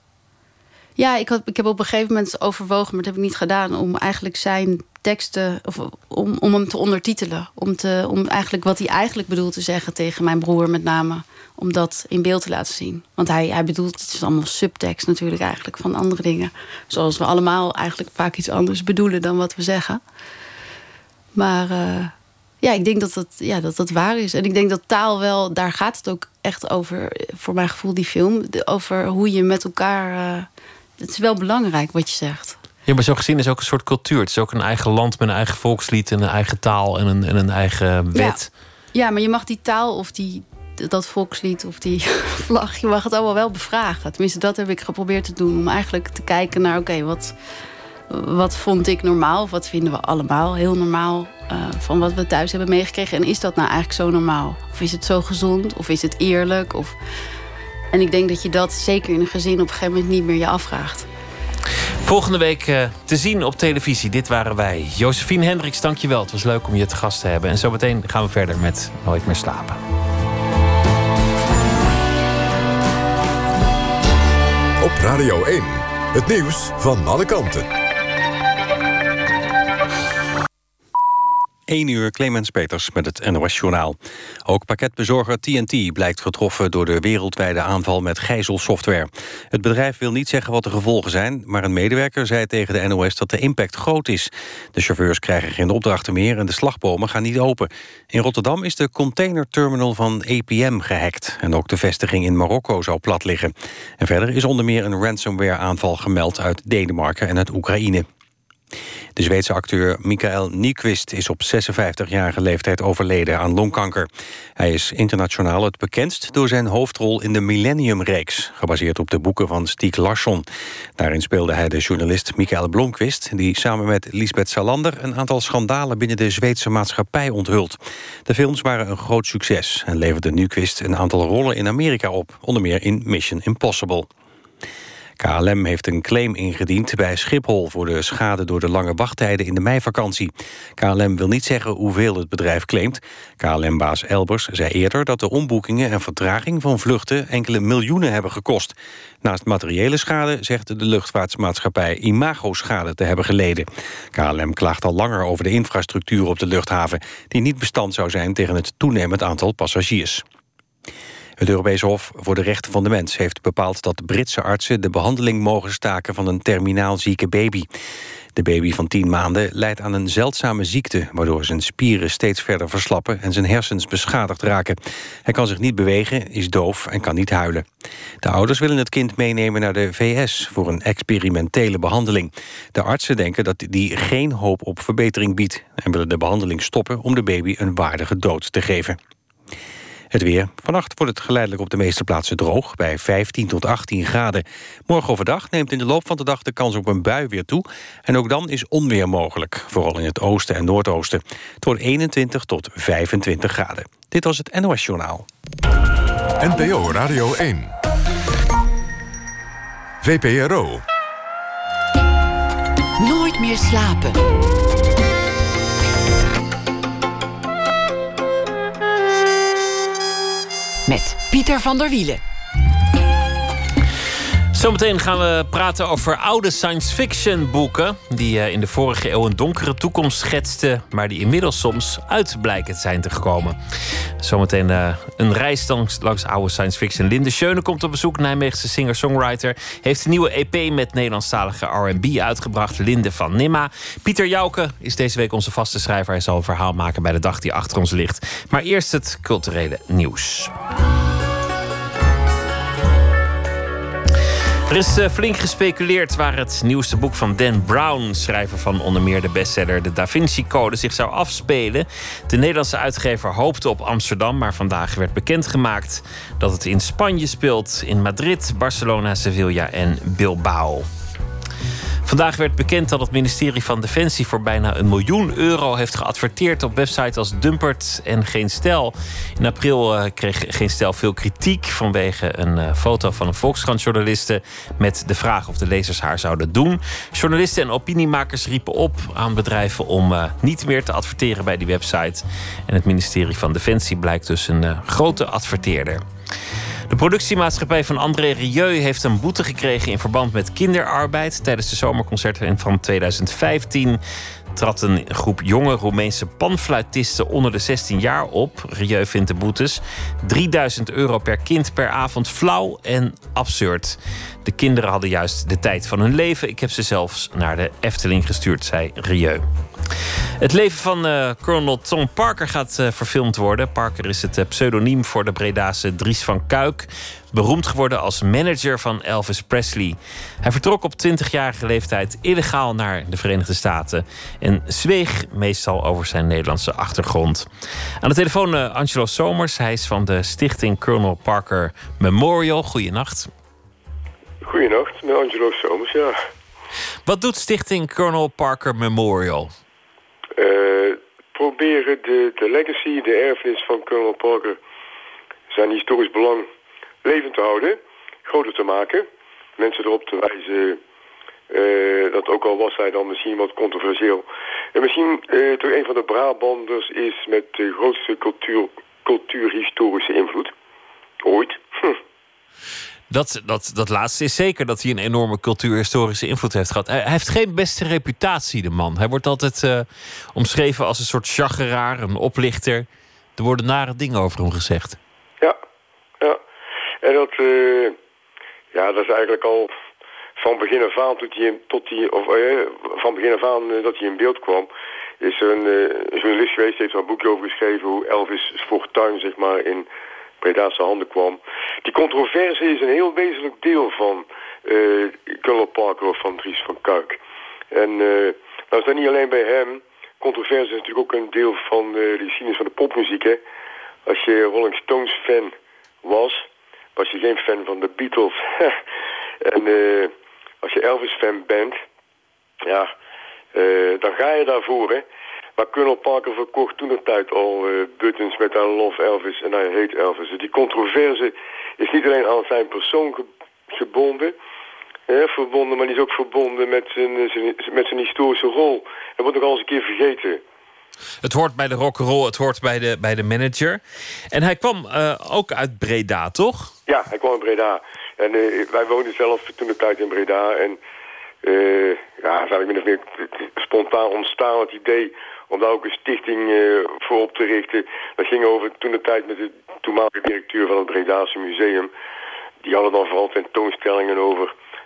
Ja, ik, had, ik heb op een gegeven moment overwogen, maar dat heb ik niet gedaan, om eigenlijk zijn teksten, of om, om hem te ondertitelen. Om, te, om eigenlijk wat hij eigenlijk bedoelt te zeggen tegen mijn broer met name, om dat in beeld te laten zien. Want hij, hij bedoelt, het is allemaal subtekst natuurlijk eigenlijk van andere dingen. Zoals we allemaal eigenlijk vaak iets anders bedoelen dan wat we zeggen. Maar uh, ja, ik denk dat dat, ja, dat dat waar is. En ik denk dat taal wel, daar gaat het ook echt over, voor mijn gevoel, die film. De, over hoe je met elkaar... Uh, het is wel belangrijk wat je zegt. Ja, maar zo gezien is ook een soort cultuur. Het is ook een eigen land met een eigen volkslied en een eigen taal en een, en een eigen wet. Ja. ja, maar je mag die taal of die, dat volkslied of die vlag, je mag het allemaal wel bevragen. Tenminste, dat heb ik geprobeerd te doen. Om eigenlijk te kijken naar, oké, okay, wat, wat vond ik normaal? Of wat vinden we allemaal heel normaal uh, van wat we thuis hebben meegekregen? En is dat nou eigenlijk zo normaal? Of is het zo gezond? Of is het eerlijk? Of... En ik denk dat je dat zeker in een gezin op een gegeven moment niet meer je afvraagt. Volgende week uh, te zien op televisie. Dit waren wij. Josephine Hendricks, dankjewel. Het was leuk om je te gast te hebben. En zometeen gaan we verder met Nooit meer slapen. Op Radio één, het nieuws van alle kanten. één uur, Clemens Peters met het N O S-journaal. Ook pakketbezorger T N T blijkt getroffen door de wereldwijde aanval met gijzelsoftware. Het bedrijf wil niet zeggen wat de gevolgen zijn, maar een medewerker zei tegen de N O S dat de impact groot is. De chauffeurs krijgen geen opdrachten meer en de slagbomen gaan niet open. In Rotterdam is de containerterminal van A P M gehackt. En ook de vestiging in Marokko zou plat liggen. En verder is onder meer een ransomware-aanval gemeld uit Denemarken en uit Oekraïne. De Zweedse acteur Mikael Nyqvist is op zesenvijftigjarige leeftijd overleden aan longkanker. Hij is internationaal het bekendst door zijn hoofdrol in de Millennium-reeks, gebaseerd op de boeken van Stieg Larsson. Daarin speelde hij de journalist Mikael Blomqvist, die samen met Lisbeth Salander een aantal schandalen binnen de Zweedse maatschappij onthult. De films waren een groot succes en leverden Nyqvist een aantal rollen in Amerika op, onder meer in Mission Impossible. K L M heeft een claim ingediend bij Schiphol voor de schade door de lange wachttijden in de meivakantie. K L M wil niet zeggen hoeveel het bedrijf claimt. K L M-baas Elbers zei eerder dat de omboekingen en vertraging van vluchten enkele miljoenen hebben gekost. Naast materiële schade zegt de luchtvaartmaatschappij imagoschade te hebben geleden. K L M klaagt al langer over de infrastructuur op de luchthaven, die niet bestand zou zijn tegen het toenemend aantal passagiers. Het Europese Hof voor de Rechten van de Mens heeft bepaald dat Britse artsen de behandeling mogen staken van een terminaal zieke baby. De baby van tien maanden lijdt aan een zeldzame ziekte, waardoor zijn spieren steeds verder verslappen en zijn hersens beschadigd raken. Hij kan zich niet bewegen, is doof en kan niet huilen. De ouders willen het kind meenemen naar de V S voor een experimentele behandeling. De artsen denken dat die geen hoop op verbetering biedt en willen de behandeling stoppen om de baby een waardige dood te geven. Het weer. Vannacht wordt het geleidelijk op de meeste plaatsen droog, bij vijftien tot achttien graden. Morgen overdag neemt in de loop van de dag de kans op een bui weer toe. En ook dan is onweer mogelijk, vooral in het oosten en noordoosten. Het wordt eenentwintig tot vijfentwintig graden. Dit was het N O S Journaal. N P O Radio één. V P R O. Nooit meer slapen. Met Pieter van der Wielen. Zometeen gaan we praten over oude science fiction boeken die in de vorige eeuw een donkere toekomst schetsten, maar die inmiddels soms uit blijken te zijn te gekomen. Zometeen uh, een reis langs, langs oude science fiction. Linde Schöne komt op bezoek. Nijmeegse singer-songwriter. Heeft een nieuwe E P met Nederlandstalige R en B uitgebracht. Linde van Nimma. Pieter Jouke is deze week onze vaste schrijver. Hij zal een verhaal maken bij de dag die achter ons ligt. Maar eerst het culturele nieuws. Er is uh, flink gespeculeerd waar het nieuwste boek van Dan Brown, schrijver van onder meer de bestseller De Da Vinci Code, zich zou afspelen. De Nederlandse uitgever hoopte op Amsterdam, maar vandaag werd bekendgemaakt dat het in Spanje speelt, in Madrid, Barcelona, Sevilla en Bilbao. Vandaag werd bekend dat het ministerie van Defensie voor bijna een miljoen euro heeft geadverteerd op websites als Dumpert en Geen Stijl. In april uh, kreeg Geen Stijl veel kritiek vanwege een uh, foto van een Volkskrant-journaliste met de vraag of de lezers haar zouden doen. Journalisten en opiniemakers riepen op aan bedrijven om uh, niet meer te adverteren bij die website. En het ministerie van Defensie blijkt dus een uh, grote adverteerder. De productiemaatschappij van André Rieu heeft een boete gekregen in verband met kinderarbeid. Tijdens de zomerconcerten van tweeduizend vijftien trad een groep jonge Roemeense panfluitisten onder de zestien jaar op. Rieu vindt de boetes drieduizend euro per kind per avond flauw en absurd. De kinderen hadden juist de tijd van hun leven. Ik heb ze zelfs naar de Efteling gestuurd, zei Rieu. Het leven van uh, Colonel Tom Parker gaat uh, verfilmd worden. Parker is het uh, pseudoniem voor de Bredase Dries van Kuik, beroemd geworden als manager van Elvis Presley. Hij vertrok op twintigjarige leeftijd illegaal naar de Verenigde Staten en zweeg meestal over zijn Nederlandse achtergrond. Aan de telefoon uh, Angelo Somers. Hij is van de stichting Colonel Parker Memorial. Goeienacht. Goeienacht, met Angelo Somers, ja. Wat doet stichting Colonel Parker Memorial? Uh, proberen de, de legacy, de erfenis van Colonel Parker, zijn historisch belang levend te houden, groter te maken. Mensen erop te wijzen uh, dat ook al was hij dan misschien wat controversieel. En misschien uh, toch een van de Brabanders is met de grootste cultuur, cultuurhistorische invloed. Ooit. Hm. Dat, dat, dat laatste is zeker, dat hij een enorme cultuurhistorische invloed heeft gehad. Hij, hij heeft geen beste reputatie, de man. Hij wordt altijd uh, omschreven als een soort chageraar, een oplichter. Er worden nare dingen over hem gezegd. Ja, ja. En dat, uh, ja, dat is eigenlijk al van begin af aan, tot hij, tot hij, of, uh, van begin af aan uh, dat hij in beeld kwam, is er een uh, journalist geweest, heeft er een boekje over geschreven, hoe Elvis' fortuin, zeg maar, in Breda's handen kwam. Die controverse is een heel wezenlijk deel van uh, Colonel Parker of van Dries van Kuik. En uh, dat is dan niet alleen bij hem. Controverse is natuurlijk ook een deel van uh, de geschiedenis van de popmuziek. Hè? Als je Rolling Stones fan was, was je geen fan van de Beatles. en uh, als je Elvis fan bent, ja, uh, dan ga je daarvoor, hè. Maar Colonel Parker verkocht toen de tijd al uh, buttons met I love Elvis en I hate Elvis. Dus die controverse is niet alleen aan zijn persoon ge gebonden, hè, verbonden, maar die is ook verbonden met zijn, zijn, met zijn historische rol. Dat wordt nog al eens een keer vergeten. Het hoort bij de rock'n'roll, het hoort bij de, bij de manager. En hij kwam uh, ook uit Breda, toch? Ja, hij kwam uit Breda. En uh, wij woonden zelf toen de tijd in Breda. En uh, ja, het is eigenlijk min of meer spontaan ontstaan het idee om daar ook een stichting uh, voor op te richten. Dat ging over toen de tijd met de toenmalige directeur van het Bredase Museum. Die hadden dan vooral tentoonstellingen over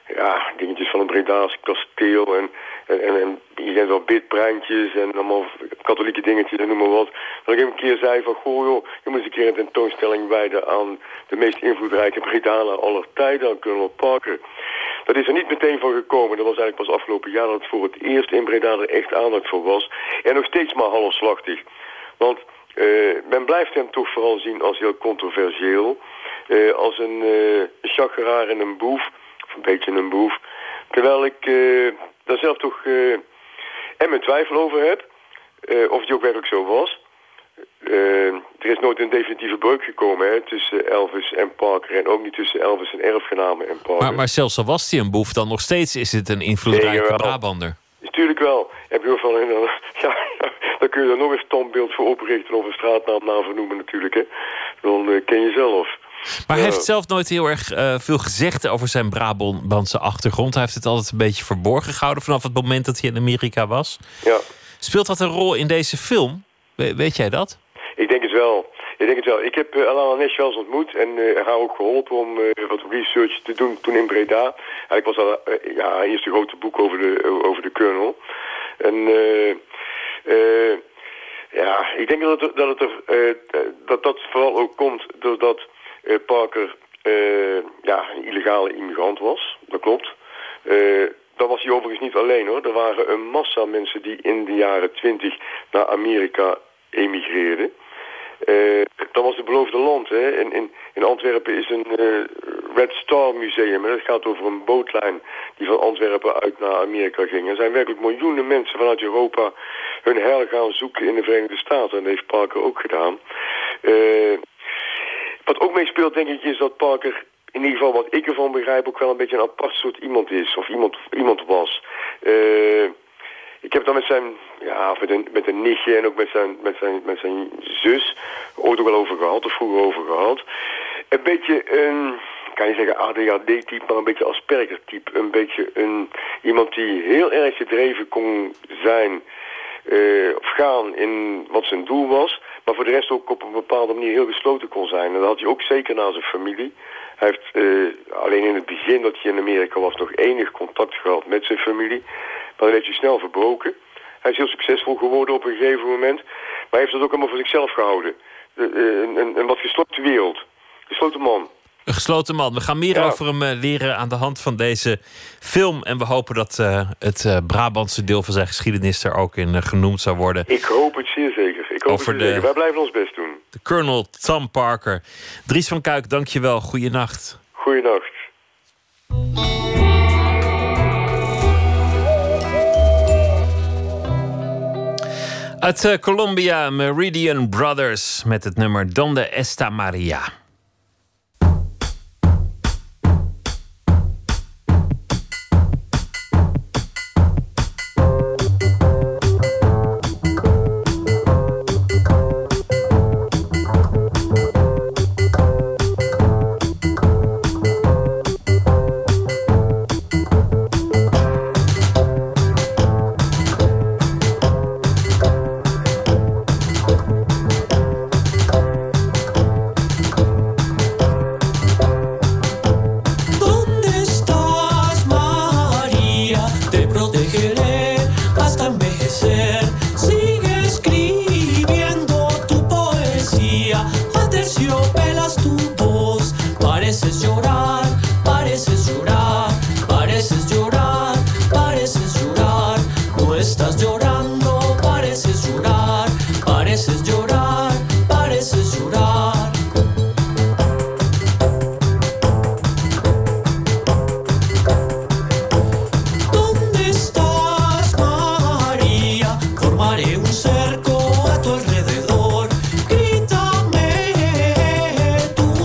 ja, dingetjes van een Breda's kasteel en, en, en, en je kent wel bidbreintjes en allemaal katholieke dingetjes en noem maar wat. Dat ik een keer zei van, goh joh, je moet eens een keer een tentoonstelling wijden aan de meest invloedrijke Bredanen aller tijden, aan Colonel Parker. Dat is er niet meteen van gekomen. Dat was eigenlijk pas afgelopen jaar dat het voor het eerst in Breda er echt aandacht voor was. En nog steeds maar halfslachtig. Want uh, men blijft hem toch vooral zien als heel controversieel. Uh, als een uh, chageraar en een boef. Of een beetje een boef. Terwijl ik uh, daar zelf toch uh, en mijn twijfel over heb. Uh, of die ook werkelijk zo was. Uh, er is nooit een definitieve breuk gekomen hè, tussen Elvis en Parker. En ook niet tussen Elvis en erfgenamen en Parker. Maar, maar zelfs al was hij een boef, dan nog steeds is het een invloedrijke nee, Brabander. Natuurlijk wel. Heb je ook van, uh, ja, dan kun je er nog een standbeeld voor oprichten of een straatnaam naar vernoemen natuurlijk. Hè. Dan uh, ken je zelf. Maar hij uh, heeft zelf nooit heel erg uh, veel gezegd over zijn Brabantse achtergrond. Hij heeft het altijd een beetje verborgen gehouden vanaf het moment dat hij in Amerika was. Ja. Speelt dat een rol in deze film? We, weet jij dat? Ik denk het wel. Ik denk het wel. Ik heb uh, Alana Nesch wel eens ontmoet en uh, haar ook geholpen om uh, wat research te doen toen in Breda. Eigenlijk was dat uh, ja, haar eerste grote boek over de, uh, over de Colonel. En uh, uh, ja, ik denk dat het, dat, het er, uh, dat dat vooral ook komt doordat uh, Parker uh, ja, een illegale immigrant was. Dat klopt. Uh, Dat was hij overigens niet alleen hoor. Er waren een massa mensen die in de jaren twintig naar Amerika emigreerden. Uh, dat was het beloofde land. Hè. In, in, in Antwerpen is een uh, Red Star museum. Hè. Dat gaat over een bootlijn die van Antwerpen uit naar Amerika ging. Er zijn werkelijk miljoenen mensen vanuit Europa hun heil gaan zoeken in de Verenigde Staten. En dat heeft Parker ook gedaan. Uh, wat ook meespeelt denk ik is dat Parker, in ieder geval wat ik ervan begrijp, ook wel een beetje een apart soort iemand is. Of iemand, iemand was. Uh, ik heb dan met zijn, ja, met een, met een nichtje en ook met zijn, met, zijn, met zijn zus ooit ook wel over gehad, of vroeger over gehad. Een beetje een, kan je zeggen A D H D-type, maar een beetje Asperger-type. Een beetje een, iemand die heel erg gedreven kon zijn, uh, of gaan in wat zijn doel was. Maar voor de rest ook op een bepaalde manier heel gesloten kon zijn. En dat had hij ook zeker naar zijn familie. Hij heeft uh, alleen in het begin dat hij in Amerika was nog enig contact gehad met zijn familie. Maar dat heeft hij snel verbroken. Hij is heel succesvol geworden op een gegeven moment. Maar hij heeft dat ook allemaal voor zichzelf gehouden. Een, een, een wat gesloten wereld. Gesloten man. Een gesloten man. We gaan meer ja. over hem uh, leren aan de hand van deze film. En we hopen dat uh, het uh, Brabantse deel van zijn geschiedenis er ook in uh, genoemd zou worden. Ik hoop het zeer zeker. Ik hoop over het zeer de, zeker. Wij blijven ons best doen. De Colonel Tom Parker. Dries van Kuik, dank je wel. Goeienacht. Goeienacht. Uit uh, Colombia, Meridian Brothers met het nummer Donde Esta Maria. Tú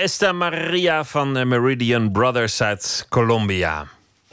Esta Maria van Meridian Brothers uit Colombia.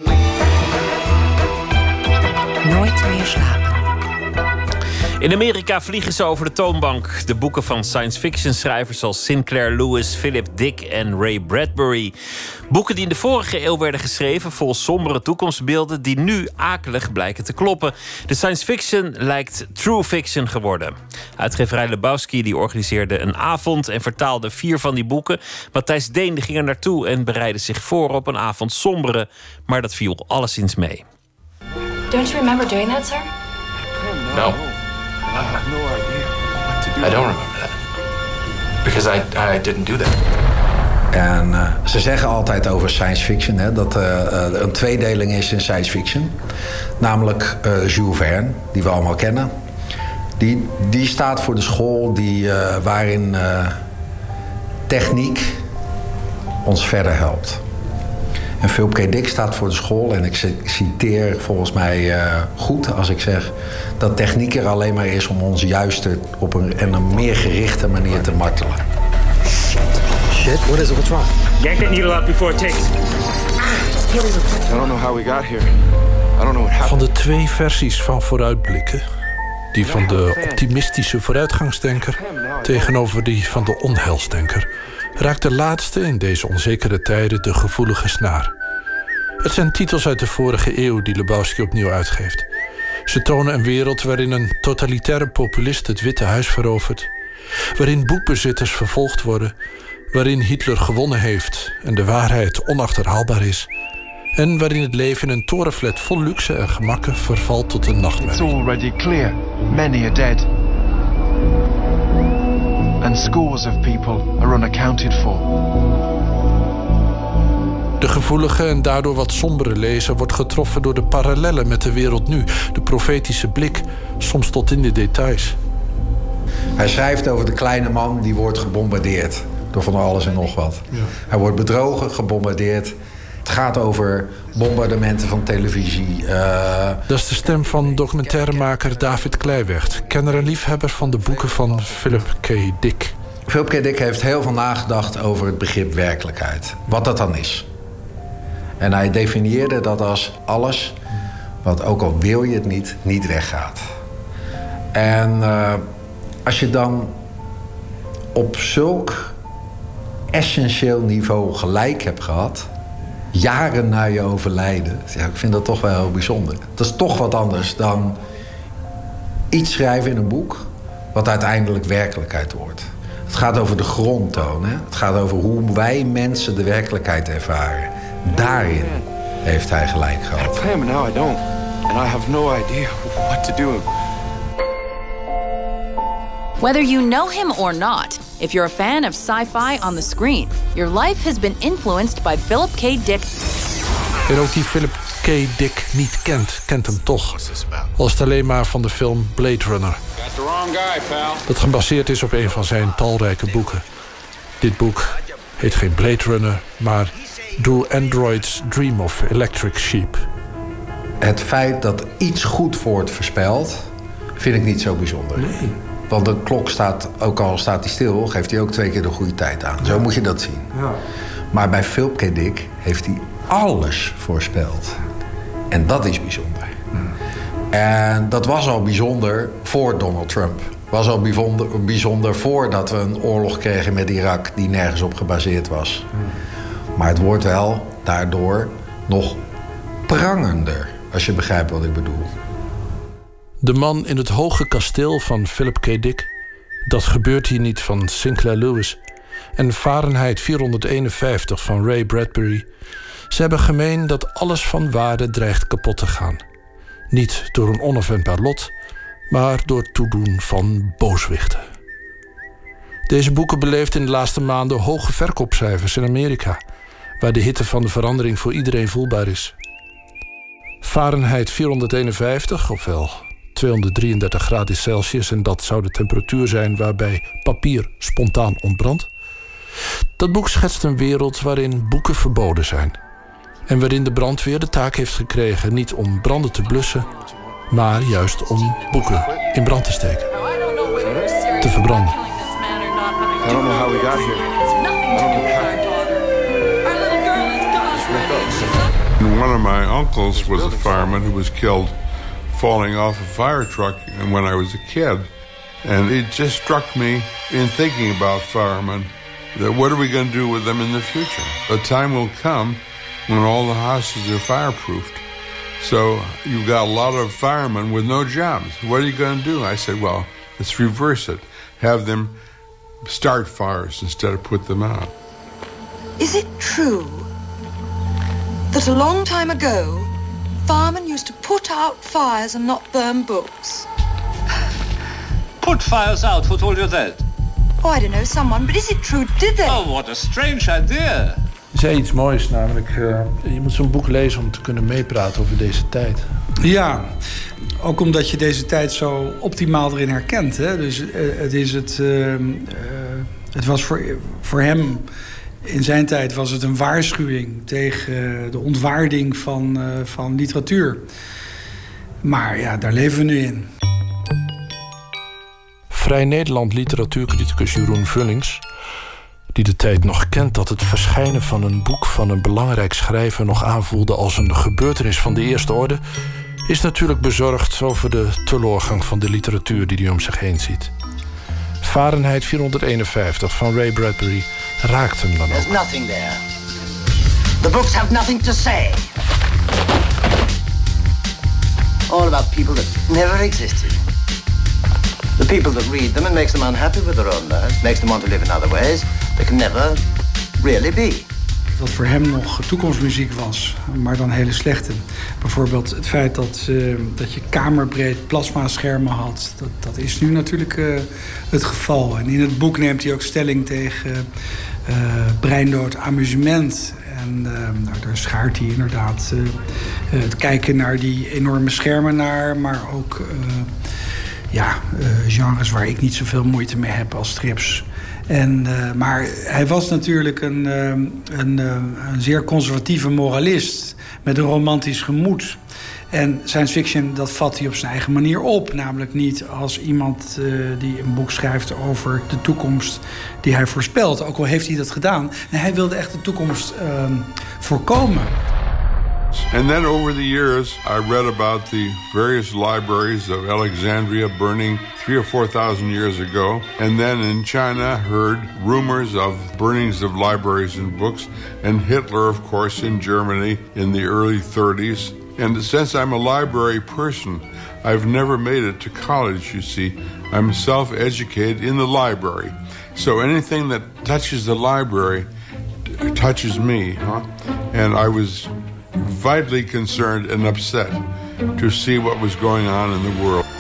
Nooit meer slapen. In Amerika vliegen ze over de toonbank. De boeken van science fiction schrijvers zoals Sinclair Lewis, Philip Dick en Ray Bradbury. Boeken die in de vorige eeuw werden geschreven vol sombere toekomstbeelden die nu akelig blijken te kloppen. De science fiction lijkt true fiction geworden. Uitgeverij Lebowski die organiseerde een avond en vertaalde vier van die boeken. Matthijs Deen ging er naartoe en bereidde zich voor op een avond sombere, maar dat viel alleszins mee. Don't you remember doing that, sir? No. I have no idea what to do. I don't remember that. Because I, I didn't do that. En uh, ze zeggen altijd over science fiction hè, dat er uh, uh, een tweedeling is in science fiction. Namelijk uh, Jules Verne, die we allemaal kennen. Die, die staat voor de school die, uh, waarin uh, techniek ons verder helpt. En Philip K. Dick staat voor de school, en ik citeer volgens mij uh, goed als ik zeg dat techniek er alleen maar is om ons juister op een, en een meer gerichte manier te martelen. Shit, what is it? What's wrong? Yank that needle out before it takes. I don't know how we got here. I don't know what happened. Van de twee versies van vooruitblikken, die van de optimistische vooruitgangsdenker tegenover die van de onheilsdenker, raakt de laatste in deze onzekere tijden de gevoelige snaar. Het zijn titels uit de vorige eeuw die Lebowski opnieuw uitgeeft. Ze tonen een wereld waarin een totalitaire populist het Witte Huis verovert, waarin boekbezitters vervolgd worden, waarin Hitler gewonnen heeft en de waarheid onachterhaalbaar is, en waarin het leven in een torenflat vol luxe en gemakken vervalt tot een nachtmerrie. It's already clear. Many are dead. And scores of people are unaccounted for. De gevoelige en daardoor wat sombere lezer wordt getroffen door de parallellen met de wereld nu, de profetische blik, soms tot in de details. Hij schrijft over de kleine man die wordt gebombardeerd door van alles en nog wat. Ja. Hij wordt bedrogen, gebombardeerd. Het gaat over bombardementen van televisie. Uh... Dat is de stem van documentairemaker David Kleiweg, kenner en liefhebber van de boeken van Philip K. Dick. Philip K. Dick heeft heel veel nagedacht over het begrip werkelijkheid. Wat dat dan is. En hij definieerde dat als alles, wat ook al wil je het niet, niet weggaat. En uh, als je dan op zulk essentieel niveau gelijk hebt gehad, jaren na je overlijden, ja, ik vind dat toch wel heel bijzonder. Dat is toch wat anders dan iets schrijven in een boek wat uiteindelijk werkelijkheid wordt. Het gaat over de grondtoon. Hè? Het gaat over hoe wij mensen de werkelijkheid ervaren. Daarin heeft hij gelijk gehad. I play him now, I don't. And I have no idea what to do. Whether you know him or not, if you're a fan of sci-fi on the screen, your life has been influenced by Philip K. Dick. En ook die Philip K. Dick niet kent, kent hem toch. Al is het alleen maar van de film Blade Runner. Dat gebaseerd is op een van zijn talrijke boeken. Dit boek heet geen Blade Runner, maar Do Androids Dream of Electric Sheep. Het feit dat iets goed wordt voorspeld, vind ik niet zo bijzonder. Nee. Want de klok staat, ook al staat hij stil, geeft hij ook twee keer de goede tijd aan. Zo moet je dat zien. Ja. Maar bij Philip K. Dick heeft hij alles voorspeld. En dat is bijzonder. Hmm. En dat was al bijzonder voor Donald Trump. Was al bijzonder, bijzonder voordat we een oorlog kregen met Irak die nergens op gebaseerd was. Hmm. Maar het wordt wel daardoor nog prangender, als je begrijpt wat ik bedoel. De man in het hoge kasteel van Philip K. Dick, Dat gebeurt hier niet van Sinclair Lewis, en Fahrenheit vierhonderdeenenvijftig van Ray Bradbury. Ze hebben gemeen dat alles van waarde dreigt kapot te gaan. Niet door een onafwendbaar lot, maar door het toedoen van booswichten. Deze boeken beleefden in de laatste maanden hoge verkoopcijfers in Amerika, waar de hitte van de verandering voor iedereen voelbaar is. Fahrenheit vierhonderdeenenvijftig, ofwel tweehonderddrieëndertig graden Celsius, en dat zou de temperatuur zijn waarbij papier spontaan ontbrandt. Dat boek schetst een wereld waarin boeken verboden zijn. En waarin de brandweer de taak heeft gekregen niet om branden te blussen, maar juist om boeken in brand te steken. Te verbranden. I don't know how we got here. One of my uncles was a fireman who was killed falling off a fire truck and when I was a kid. And it just struck me in thinking about firemen that what are we going to do with them in the future? A time will come when all the houses are fireproofed. So you've got a lot of firemen with no jobs. What are you going to do? I said, well, let's reverse it. Have them start fires instead of put them out. Is it true that a long time ago, firemen used to put out fires and not burn books? Put fires out? Who told you that? Oh, I don't know, someone, but is it true? Did they? Oh, what a strange idea. Je zei iets moois, namelijk uh, je moet zo'n boek lezen om te kunnen meepraten over deze tijd. Ja, ook omdat je deze tijd zo optimaal erin herkent. Hè? Dus uh, het is het, uh, uh, het was voor, voor hem, in zijn tijd was het een waarschuwing tegen de ontwaarding van, uh, van literatuur. Maar ja, daar leven we nu in. Vrij Nederland literatuurcriticus Jeroen Vullings, die de tijd nog kent dat het verschijnen van een boek van een belangrijk schrijver nog aanvoelde als een gebeurtenis van de eerste orde, is natuurlijk bezorgd over de teleurgang van de literatuur die hij om zich heen ziet. Fahrenheit vierhonderdeenenvijftig van Ray Bradbury raakt hem dan ook. There's nothing there. The books have nothing to say. All about people that never existed. The people that read them, it makes them unhappy with their own lives, makes them want to live in other ways that can never really be. Wat voor hem nog toekomstmuziek was, maar dan hele slechte. Bijvoorbeeld het feit dat, uh, dat je kamerbreed plasmaschermen had. Dat, dat is nu natuurlijk uh, het geval. En in het boek neemt hij ook stelling tegen uh, breindood amusement. En uh, nou, daar schaart hij inderdaad uh, uh, het kijken naar die enorme schermen naar, maar ook uh, ja, uh, genres waar ik niet zoveel moeite mee heb als strips. En, uh, maar hij was natuurlijk een, uh, een, uh, een zeer conservatieve moralist met een romantisch gemoed. En science fiction, dat vat hij op zijn eigen manier op. Namelijk niet als iemand uh, die een boek schrijft over de toekomst die hij voorspelt. Ook al heeft hij dat gedaan. En hij wilde echt de toekomst uh, voorkomen. And then over the years, I read about the various libraries of Alexandria burning three or four thousand years ago. And then in China, heard rumors of burnings of libraries and books. And Hitler, of course, in Germany in the early thirties. And since I'm a library person, I've never made it to college, you see. I'm self-educated in the library. So anything that touches the library touches me, huh? And I was vitally concerned and upset to see what was going on in the world.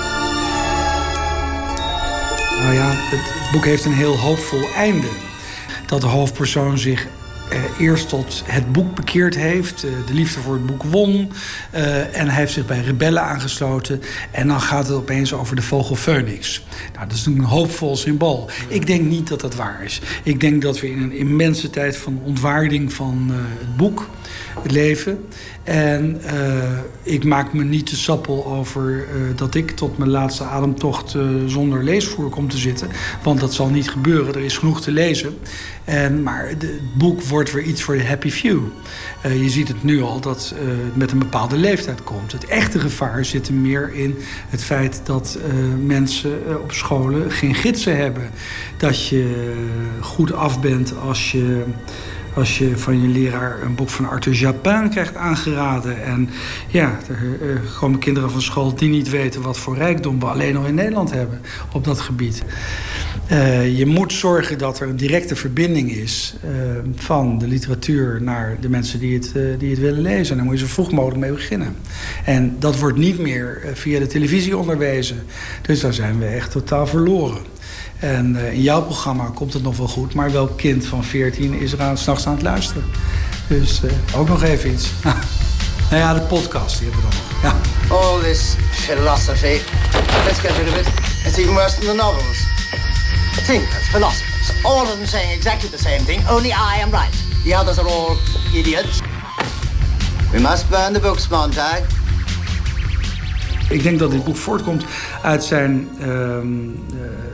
Nou ja, het boek heeft een heel hoopvol einde. Dat de hoofdpersoon zich eh, eerst tot het boek bekeerd heeft, eh, de liefde voor het boek won, eh, en hij heeft zich bij rebellen aangesloten. En dan gaat het opeens over de vogel Phoenix. Nou, dat is een hoopvol symbool. Ik denk niet dat dat waar is. Ik denk dat we in een immense tijd van ontwaarding van uh, het boek leven. En uh, ik maak me niet te sappel over uh, dat ik tot mijn laatste ademtocht uh, zonder leesvoer kom te zitten. Want dat zal niet gebeuren. Er is genoeg te lezen. En, maar de, het boek wordt weer iets voor de happy few. Uh, je ziet het nu al dat uh, het met een bepaalde leeftijd komt. Het echte gevaar zit er meer in het feit dat uh, mensen uh, op scholen geen gidsen hebben. Dat je goed af bent als je... Als je van je leraar een boek van Arthur Japin krijgt aangeraden. En ja, er uh, komen kinderen van school die niet weten wat voor rijkdom we alleen al in Nederland hebben op dat gebied. Uh, je moet zorgen dat er een directe verbinding is uh, van de literatuur naar de mensen die het, uh, die het willen lezen. En daar moet je zo vroeg mogelijk mee beginnen. En dat wordt niet meer uh, via de televisie onderwezen. Dus daar zijn we echt totaal verloren. En uh, in jouw programma komt het nog wel goed, maar welk kind van veertien is er aan, 's nachts aan het luisteren? Dus uh, ook nog even iets. nou ja, de podcast, die hebben we dan nog. Ja. All this philosophy, let's get rid of it. It's even worse than the novels. Thinkers, philosophers, all of them saying exactly the same thing, only I am right. The others are all idiots. We must burn the books, Montag. Ik denk dat dit boek voortkomt uit zijn... Uh, uh,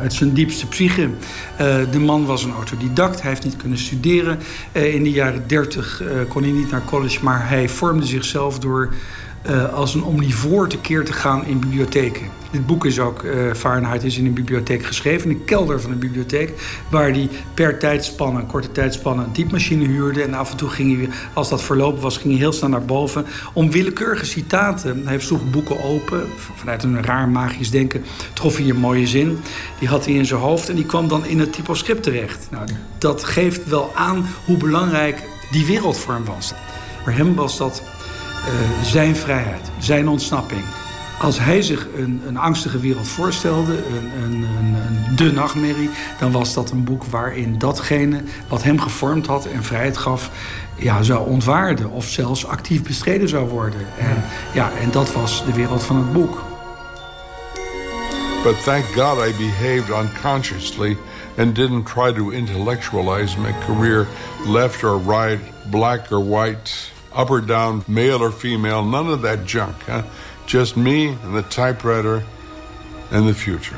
uit zijn diepste psyche. Uh, de man was een autodidact. Hij heeft niet kunnen studeren. Uh, in de jaren dertig uh, kon hij niet naar college, maar hij vormde zichzelf door uh, als een omnivoor tekeer te gaan in bibliotheken. Dit boek is ook, uh, Fahrenheit is in een bibliotheek geschreven, in de kelder van een bibliotheek, waar hij per tijdspanne, een korte tijdspanne, een typemachine huurde. En af en toe ging hij, als dat verlopen was, ging hij heel snel naar boven om willekeurige citaten. Hij sloeg boeken open, vanuit een raar magisch denken trof hij een mooie zin. Die had hij in zijn hoofd en die kwam dan in het typoscript terecht. Nou, dat geeft wel aan hoe belangrijk die wereld voor hem was. Voor hem was dat uh, zijn vrijheid, zijn ontsnapping. Als hij zich een, een angstige wereld voorstelde, een, een, een, een de nachtmerrie, dan was dat een boek waarin datgene wat hem gevormd had en vrijheid gaf, ja, zou ontwaarden of zelfs actief bestreden zou worden. En, ja, en dat was de wereld van het boek. But thank God I behaved unconsciously and didn't try to intellectualize my career, left or right, black or white, up or down, male or female, none of that junk, huh? Just me and the typewriter and the future.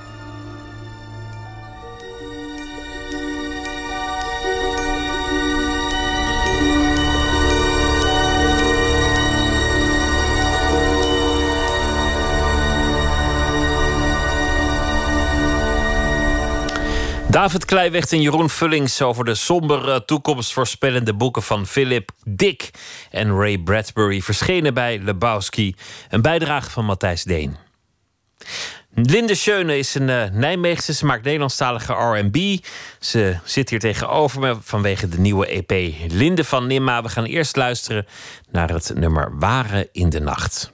David Kleiwecht en Jeroen Vullings over de sombere toekomstvoorspellende boeken van Philip Dick en Ray Bradbury, verschenen bij Lebowski. Een bijdrage van Matthijs Deen. Linde Schöne is een uh, Nijmeegse, ze maakt Nederlandstalige R en B. Ze zit hier tegenover me vanwege de nieuwe E P Linde van Nimma. We gaan eerst luisteren naar het nummer Waren in de Nacht.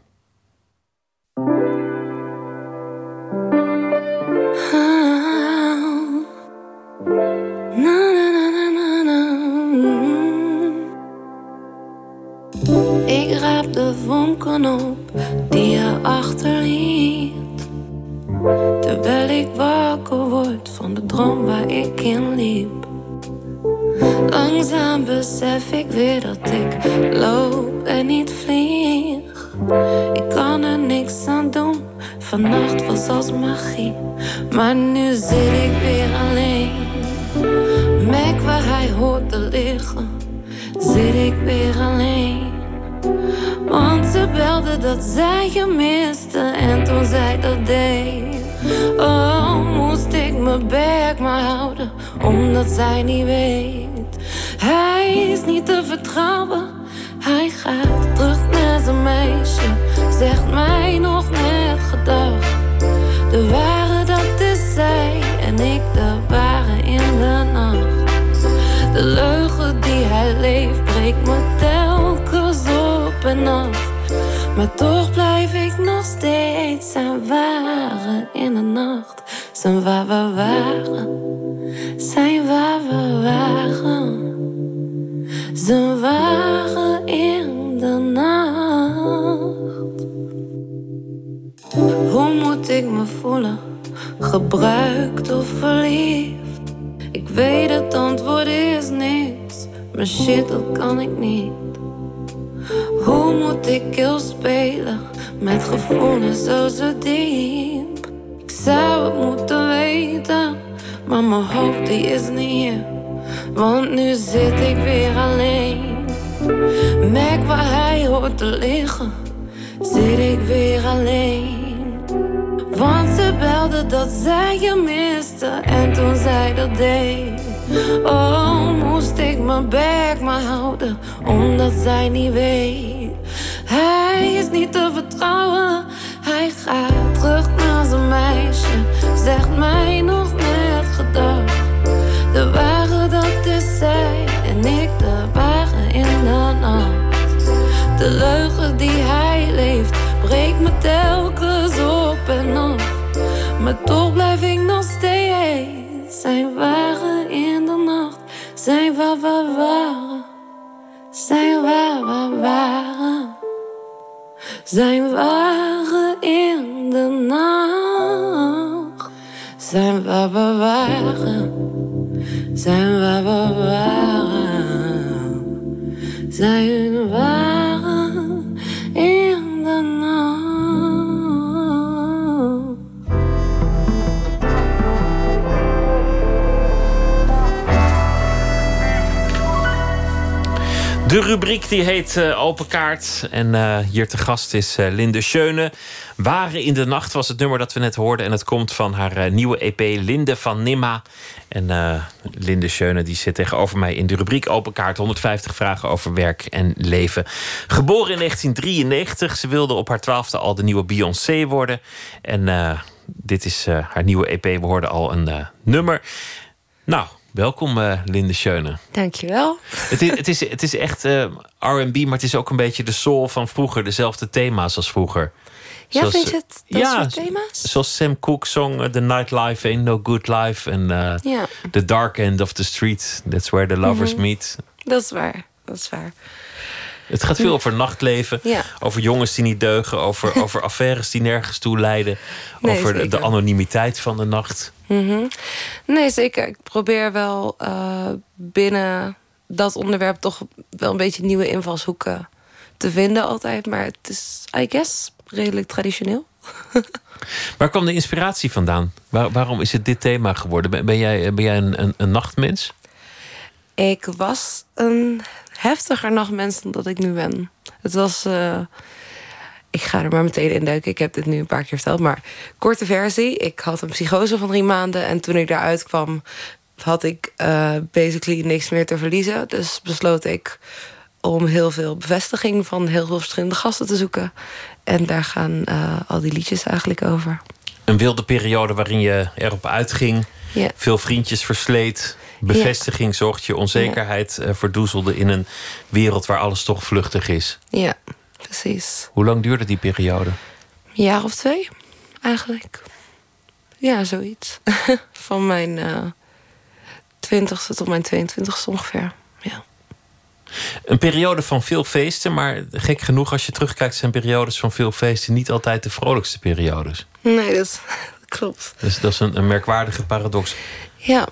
Ik raap de vonken op die je achterliet, terwijl ik wakker word van de droom waar ik in liep. Langzaam besef ik weer dat ik loop en niet vlieg. Ik kan er niks aan doen, vannacht was als magie. Maar nu zit ik weer alleen. Mac waar hij hoort te liggen, zit ik weer alleen. Want ze belde dat zij je miste en toen zij dat deed, oh, moest ik mijn bek maar houden, omdat zij niet weet. Hij is niet te vertrouwen, hij gaat terug naar zijn meisje, zegt mij nog net gedag. De ware, dat is zij en ik de ware in de nacht. De leugen die hij leeft breekt me telkens op en af. Maar toch blijf ik nog steeds zijn ware in de nacht. Zijn waar we waren, zijn waar we waren. Zijn ware in de nacht. Hoe moet ik me voelen, gebruikt of verliefd? Ik weet het antwoord is niks, maar shit, dat kan ik niet. Hoe moet ik heel spelen met gevoelens zo zo diep? Ik zou het moeten weten, maar mijn hoofd die is niet hier. Want nu zit ik weer alleen. Merk waar hij hoort te liggen, zit ik weer alleen. Want ze belde dat zij je miste en toen zij dat deed, oh, moest ik mijn bek maar houden, omdat zij niet weet. Hij is niet te vertrouwen, hij gaat terug naar zijn meisje, zegt mij nog net gedag. De ware, dat is zij en ik de ware in de nacht. De leugen die hij leeft breekt me telkens op en af. Maar toch blijf ik nog steeds zijn ware in de nacht. Zijn waar we waren, zijn waar we waren. Zijn ware in de nacht. Zijn waar we waren, zijn waar we waren. Zijn ware in de nacht. rubriek die heet uh, Open Kaart. En uh, hier te gast is uh, Linde Schöne. Waren in de nacht was het nummer dat we net hoorden. En het komt van haar uh, nieuwe E P Linde van Nimma. En uh, Linde Schöne die zit tegenover mij in de rubriek Open Kaart. honderdvijftig vragen over werk en leven. Geboren in negentien drieënnegentig. Ze wilde op haar twaalfde al de nieuwe Beyoncé worden. En uh, dit is uh, haar nieuwe E P. We hoorden al een uh, nummer. Nou... Welkom, uh, Linde Schöne. Dankjewel. Het is, het is, het is echt uh, R en B, maar het is ook een beetje de soul van vroeger. Dezelfde thema's als vroeger. Ja, zoals, vind je het dat ja, soort thema's? Zoals Sam Cooke zong uh, The Nightlife Ain't No Good Life. En uh, ja. The Dark End of the Street. That's Where the Lovers Mm-hmm. Meet. Dat is waar, dat is waar. Het gaat veel over nachtleven. Ja. Over jongens die niet deugen. Over, over affaires die nergens toe leiden. Nee, over de, zeker. de anonimiteit van de nacht. Mm-hmm. Nee, zeker. Ik probeer wel uh, binnen dat onderwerp toch wel een beetje nieuwe invalshoeken te vinden altijd. Maar het is, I guess, redelijk traditioneel. Waar kwam de inspiratie vandaan? Waar, waarom is het dit thema geworden? Ben, ben jij, ben jij een, een, een nachtmens? Ik was een heftiger nachtmens dan dat ik nu ben. Het was... Uh, ik ga er maar meteen in duiken. Ik heb dit nu een paar keer verteld. Maar korte versie. Ik had een psychose van drie maanden. En toen ik daaruit kwam, had ik uh, basically niks meer te verliezen. Dus besloot ik om heel veel bevestiging van heel veel verschillende gasten te zoeken. En daar gaan uh, al die liedjes eigenlijk over. Een wilde periode waarin je erop uitging. Ja. Veel vriendjes versleet. Bevestiging ja. zorgt je onzekerheid ja. uh, verdoezelde in een wereld waar alles toch vluchtig is. Ja, precies. Hoe lang duurde die periode? Een jaar of twee, eigenlijk. Ja, zoiets. Van mijn uh, twintigste tot mijn tweeëntwintigste ongeveer. Ja. Een periode van veel feesten, maar gek genoeg als je terugkijkt zijn periodes van veel feesten niet altijd de vrolijkste periodes. Nee, dat, dat klopt. Dus dat is een, een merkwaardige paradox. Ja,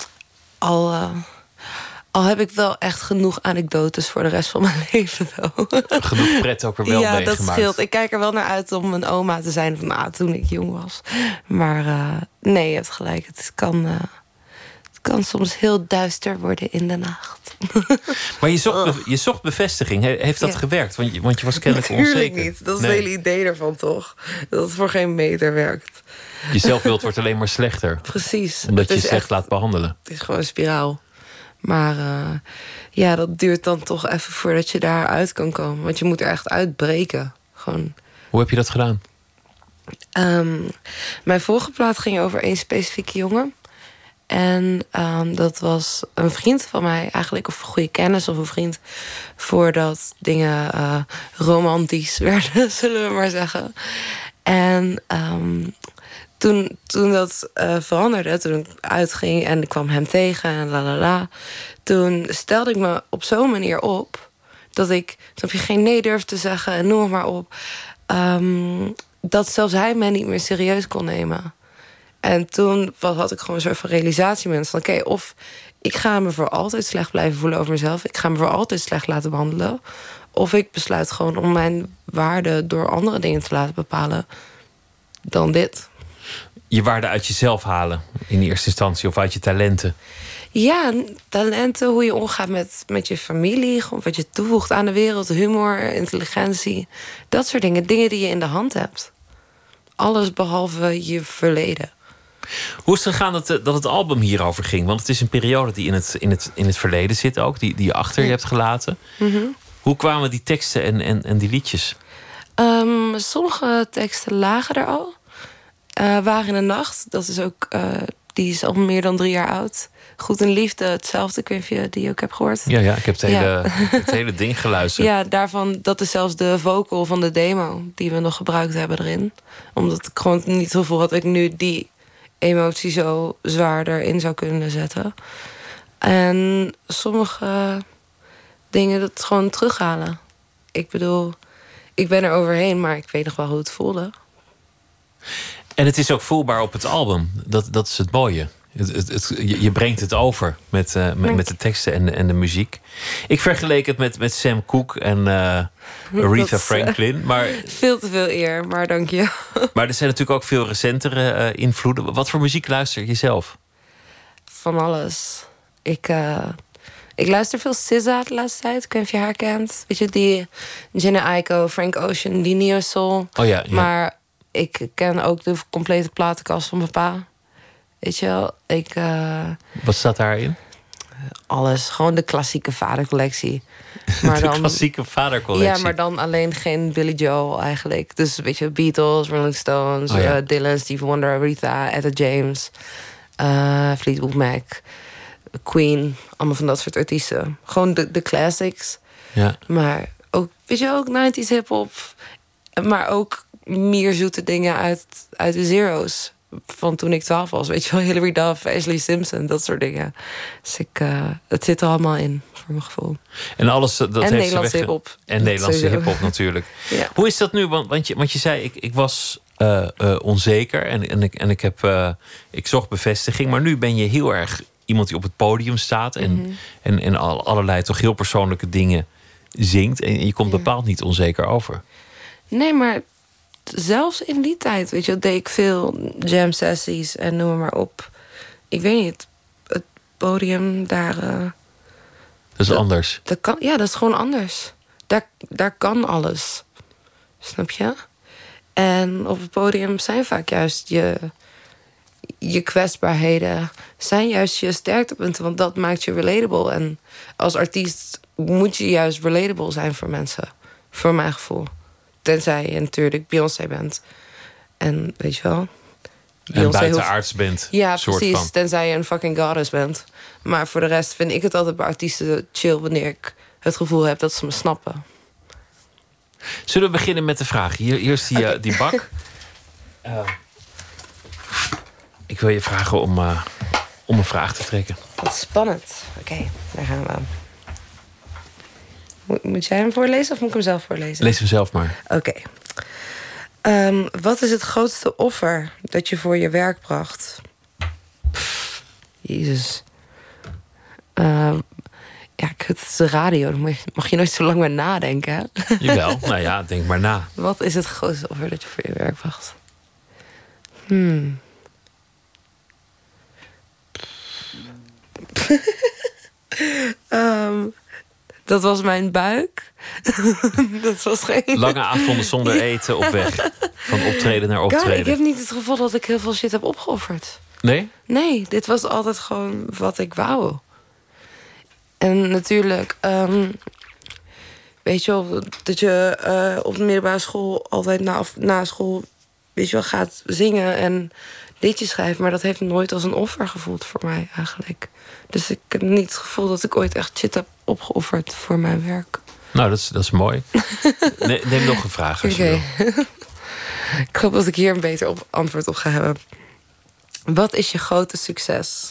al, uh, al heb ik wel echt genoeg anekdotes voor de rest van mijn leven. Though. Genoeg pret ook er wel ja, meegemaakt. Dat scheelt. Ik kijk er wel naar uit om een oma te zijn van ah, toen ik jong was. Maar uh, nee, je hebt gelijk. Het kan, uh, het kan soms heel duister worden in de nacht. Maar je zocht, be- je zocht bevestiging. He- heeft dat ja. gewerkt? Want je, want je was kennelijk Natuurlijk onzeker. niet. Dat is nee. het hele idee ervan, toch? Dat het voor geen meter werkt. Je zelfbeeld wordt alleen maar slechter. Precies. Omdat je Het je is slecht echt- laat behandelen. Het is gewoon een spiraal. Maar uh, ja, dat duurt dan toch even voordat je daaruit kan komen. Want je moet er echt uitbreken. Gewoon. Hoe heb je dat gedaan? Um, mijn vorige plaat ging over één specifieke jongen. En um, dat was een vriend van mij eigenlijk. Of een goede kennis of een vriend. Voordat dingen uh, romantisch werden, zullen we maar zeggen. En um, toen, toen dat uh, veranderde, toen ik uitging en ik kwam hem tegen en la la la. Toen stelde ik me op zo'n manier op dat ik, snap je, geen nee durfde te zeggen en noem maar op. Um, dat zelfs hij mij niet meer serieus kon nemen. En toen was, had ik gewoon een soort van realisatiemoment van oké, okay, of ik ga me voor altijd slecht blijven voelen over mezelf. Ik ga me voor altijd slecht laten behandelen. Of ik besluit gewoon om mijn waarde door andere dingen te laten bepalen dan dit. Je waarde uit jezelf halen in eerste instantie of uit je talenten. Ja, talenten, hoe je omgaat met, met je familie, gewoon wat je toevoegt aan de wereld, humor, intelligentie, dat soort dingen. Dingen die je in de hand hebt. Alles behalve je verleden. Hoe is het gegaan dat, dat het album hierover ging? Want het is een periode die in het, in het, in het verleden zit ook, die, die je achter je hebt gelaten. Mm-hmm. Hoe kwamen die teksten en, en, en die liedjes? Um, sommige teksten lagen er al. Uh, Waar in de Nacht, dat is ook, uh, die is al meer dan drie jaar oud. Goed en Liefde, hetzelfde. Ik weet niet of je die ook hebt gehoord. Ja, ja ik heb het hele, Ja. het hele ding geluisterd. Ja, daarvan, dat is zelfs de vocal van de demo die we nog gebruikt hebben erin. Omdat ik gewoon niet het gevoel had dat ik nu die emotie zo zwaar erin zou kunnen zetten. En sommige dingen dat gewoon terughalen. Ik bedoel, ik ben er overheen, maar ik weet nog wel hoe het voelde. En het is ook voelbaar op het album. Dat, dat is het mooie. Het, het, het, je, je brengt het over met, uh, met, met de teksten en, en de muziek. Ik vergeleek het met, met Sam Cooke en uh, Aretha is, Franklin. Maar, veel te veel eer, maar dank je. maar er zijn natuurlijk ook veel recentere uh, invloeden. Wat voor muziek luister je zelf? Van alles. Ik, uh, Ik luister veel S Z A de laatste tijd. Ik weet niet of je haar kent. Weet je, die Jhené Aiko, Frank Ocean, die neo soul. Oh ja, ja. Maar ik ken ook de complete platenkast van mijn pa. Weet je wel, ik... Uh, Wat staat daarin? Alles. Gewoon de klassieke vadercollectie. Maar de dan, klassieke vadercollectie. Ja, maar dan alleen geen Billy Joel eigenlijk. Dus weet je, Beatles, Rolling Stones, oh, ja. uh, Dylan, Stevie Wonder, Aretha, Etta James, uh, Fleetwood Mac, Queen. Allemaal van dat soort artiesten. Gewoon de, de classics. Ja. Maar ook, weet je, ook nineties hip-hop. Maar ook meer zoete dingen uit, uit de zero's. Van toen ik twaalf was, weet je wel, Hilary Duff, Ashley Simpson, dat soort dingen. Dus ik, uh, het zit er allemaal in, voor mijn gevoel. En alles dat en heeft Nederlandse ze weg... hip-hop. En Nederlandse hip-hop natuurlijk. Ja. Hoe is dat nu? Want, want, je, want je zei, ik, ik was uh, uh, onzeker en, en, ik, en ik, heb, uh, ik zocht bevestiging. Maar nu ben je heel erg iemand die op het podium staat en, mm-hmm. en, en al, allerlei toch heel persoonlijke dingen zingt. En je komt ja. bepaald niet onzeker over. Nee, maar zelfs in die tijd, weet je, deed ik veel jam sessies en noem maar op. Ik weet niet, het podium daar... Uh, dat is dat, anders. Dat kan, ja, dat is gewoon anders. Daar, daar kan alles. Snap je? En op het podium zijn vaak juist je, je kwetsbaarheden, zijn juist je sterktepunten, want dat maakt je relatable. En als artiest moet je juist relatable zijn voor mensen, voor mijn gevoel. Tenzij je natuurlijk Beyoncé bent. En weet je wel... En buitenaards hoeft... bent. Ja, soort precies. Van. Tenzij je een fucking goddess bent. Maar voor de rest vind ik het altijd bij artiesten chill wanneer ik het gevoel heb dat ze me snappen. Zullen we beginnen met de vraag? Hier, hier is die, okay. uh, die bak. Uh, ik wil je vragen om, uh, om een vraag te trekken. Wat spannend. Oké, okay, daar gaan we. Moet, moet jij hem voorlezen of moet ik hem zelf voorlezen? Lees hem zelf maar. Oké. Okay. Um, wat is het grootste offer dat je voor je werk bracht? Pff, Jezus. Uh, ja, het is de radio. Dan mag je nooit zo lang meer nadenken. Hè? Jawel, nou ja, denk maar na. Wat is het grootste offer dat je voor je werk bracht? Hmm. um, dat was mijn buik. Dat was geen... Lange avonden zonder eten op weg. Van optreden naar optreden. God, ik heb niet het gevoel dat ik heel veel shit heb opgeofferd. Nee? Nee, dit was altijd gewoon wat ik wou. En natuurlijk... Um, weet je wel, dat je uh, op de middelbare school... altijd na, na school, weet je wel, gaat zingen en liedjes schrijven. Maar dat heeft nooit als een offer gevoeld voor mij eigenlijk. Dus ik heb niet het gevoel dat ik ooit echt shit heb opgeofferd voor mijn werk. Nou, dat is, dat is mooi. Ne- neem nog een vraag als okay. je wil. Ik hoop dat ik hier een beter op antwoord op ga hebben. Wat is je grote succes?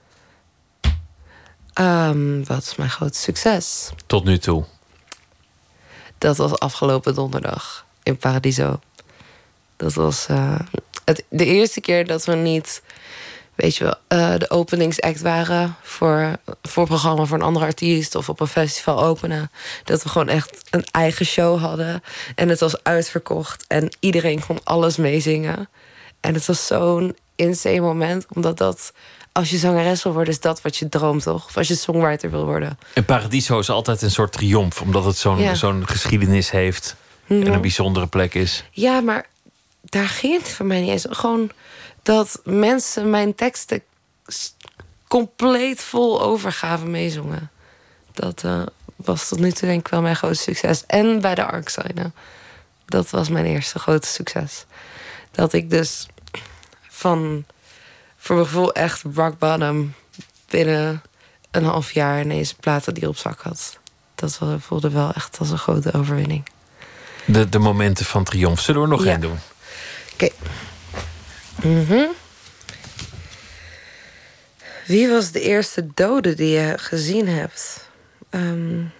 Um, wat is mijn grote succes? Tot nu toe. Dat was afgelopen donderdag in Paradiso. Dat was uh, het, de eerste keer dat we niet... weet je wel, uh, de openingsact waren voor, voor een programma voor een andere artiest of op een festival openen. Dat we gewoon echt een eigen show hadden. En het was uitverkocht en iedereen kon alles meezingen. En het was zo'n insane moment, omdat dat, als je zangeres wil worden, is dat wat je droomt, toch? Of als je songwriter wil worden. En Paradiso is altijd een soort triomf, omdat het zo'n, ja. zo'n geschiedenis heeft en een bijzondere plek is. Ja, maar daar ging het voor mij niet eens. Gewoon dat mensen mijn teksten compleet vol overgave meezongen. Dat uh, was tot nu toe denk ik wel mijn grootste succes. En bij de Arksignen. Dat was mijn eerste grote succes. Dat ik dus van, voor mijn gevoel echt rock bottom, binnen een half jaar ineens platen die op zak had. Dat voelde wel echt als een grote overwinning. De, de momenten van triomf. Zullen we er nog ja. één doen? Oké. Okay. Mm-hmm. Wie was de eerste dode die je gezien hebt? Um,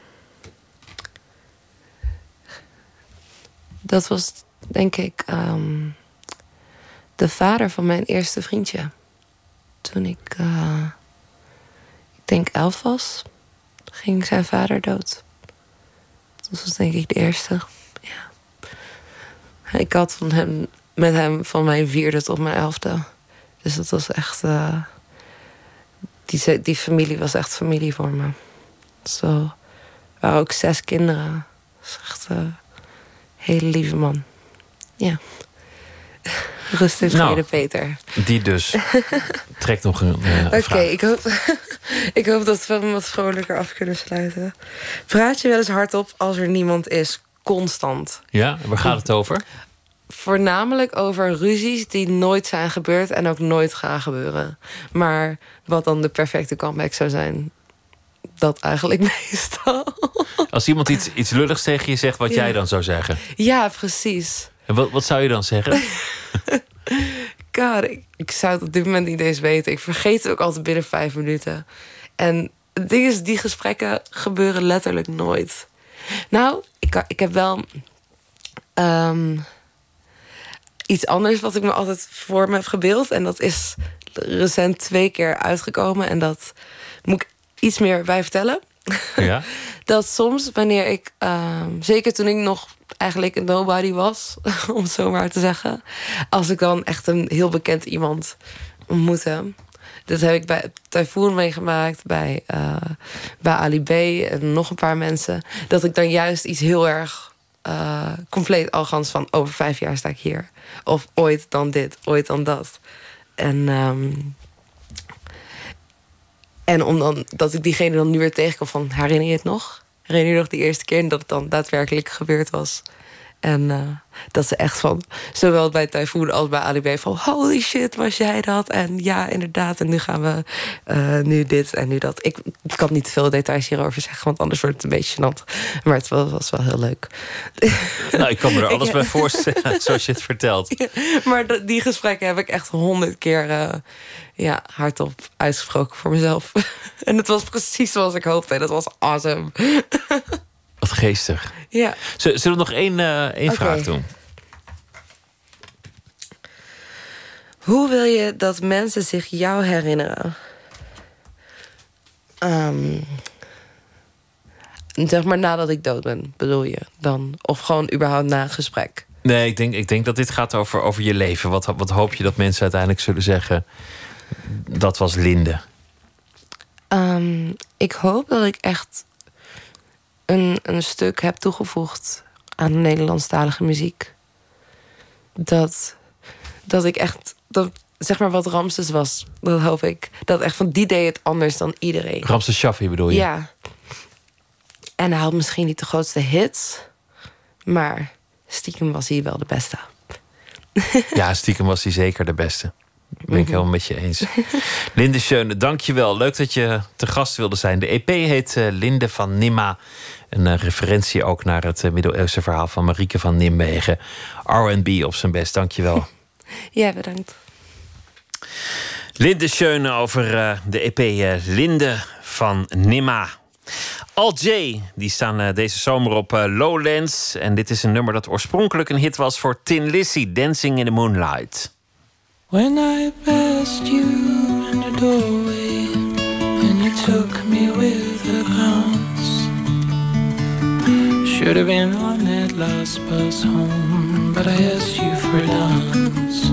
dat was, denk ik, um, de vader van mijn eerste vriendje. Toen ik, uh, ik denk elf was, ging zijn vader dood. Dat was denk ik de eerste. Ja. Ik had van hem... met hem van mijn vierde tot mijn elfde. Dus dat was echt... Uh, die, die familie was echt familie voor me. Zo waren ook zes kinderen. Dat is echt een hele lieve man. Ja. Rust in vrede, nou, Peter. Die dus. Trekt nog een uh, Oké, okay, ik hoop, ik hoop dat we hem wat vrolijker af kunnen sluiten. Praat je wel eens hardop als er niemand is? Constant. Ja, waar gaat het over? Voornamelijk over ruzies die nooit zijn gebeurd en ook nooit gaan gebeuren. Maar wat dan de perfecte comeback zou zijn, dat eigenlijk meestal. Als iemand iets, iets lulligs tegen je zegt, wat ja. jij dan zou zeggen? Ja, precies. En wat, wat zou je dan zeggen? God, ik, ik zou het op dit moment niet eens weten. Ik vergeet het ook altijd binnen vijf minuten. En het ding is, die gesprekken gebeuren letterlijk nooit. Nou, ik, ik heb wel um, iets anders wat ik me altijd voor me heb gebeeld. En dat is recent twee keer uitgekomen. En dat moet ik iets meer bij vertellen. Ja? Dat soms, wanneer ik, um, zeker toen ik nog eigenlijk een nobody was, om het zo maar te zeggen, als ik dan echt een heel bekend iemand ontmoette. Dat heb ik bij Typhoon meegemaakt, bij, uh, bij Ali B en nog een paar mensen. Dat ik dan juist iets heel erg uh, compleet arrogants van over vijf jaar sta ik hier. Of ooit dan dit, ooit dan dat. En, um, en om dan, dat ik diegene dan nu weer tegenkom van, herinner je het nog? Herinner je nog die eerste keer dat het dan daadwerkelijk gebeurd was? En uh, dat ze echt van, zowel bij Typhoon als bij Ali B, van holy shit, was jij dat? En ja, inderdaad, en nu gaan we uh, nu dit en nu dat. Ik, ik kan niet veel details hierover zeggen, want anders wordt het een beetje gênant. Maar het was, was wel heel leuk. Nou, ik kan me er alles bij voorstellen, zoals je het vertelt. Ja, maar de, die gesprekken heb ik echt honderd keer uh, ja, hardop uitgesproken voor mezelf. En het was precies zoals ik hoopte. Dat was awesome. Wat geestig. Ja. Zullen we nog één, uh, één okay. vraag doen? Hoe wil je dat mensen zich jou herinneren? Um, zeg maar nadat ik dood ben, bedoel je dan? Of gewoon überhaupt na een gesprek? Nee, ik denk, ik denk dat dit gaat over, over je leven. Wat, wat hoop je dat mensen uiteindelijk zullen zeggen? Dat was Linde. Um, ik hoop dat ik echt Een, een stuk heb toegevoegd aan de Nederlandstalige muziek. Dat, dat ik echt, dat, zeg maar wat Ramses was, dat hoop ik. Dat echt van, die deed het anders dan iedereen. Ramses Shaffi bedoel je? Ja. En hij had misschien niet de grootste hits, maar stiekem was hij wel de beste. Ja, stiekem was hij zeker de beste. Ben ik helemaal met je eens. Linde Schöne, dank je wel. Leuk dat je te gast wilde zijn. De E P heet uh, Linde van Nimma. Een uh, referentie ook naar het uh, middeleeuwse verhaal van Marieke van Nimwegen. R en B op zijn best, dank je wel. Ja, bedankt. Linde Schöne over uh, de E P uh, Linde van Nimma. Al J, die staan uh, deze zomer op uh, Lowlands. En dit is een nummer dat oorspronkelijk een hit was voor Tin Lizzy, Dancing in the Moonlight. When I passed you in the doorway and you took me with a glance, should have been on that last bus home, but I asked you for a dance.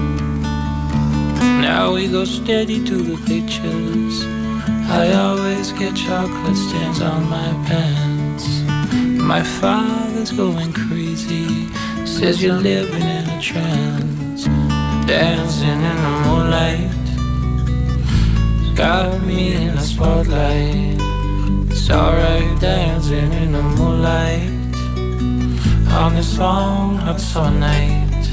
Now we go steady to the pictures. I always get chocolate stains on my pants. My father's going crazy, says you're living in a trance. Dancing in the moonlight, got me in the spotlight. It's alright dancing in the moonlight on this long hot summer night.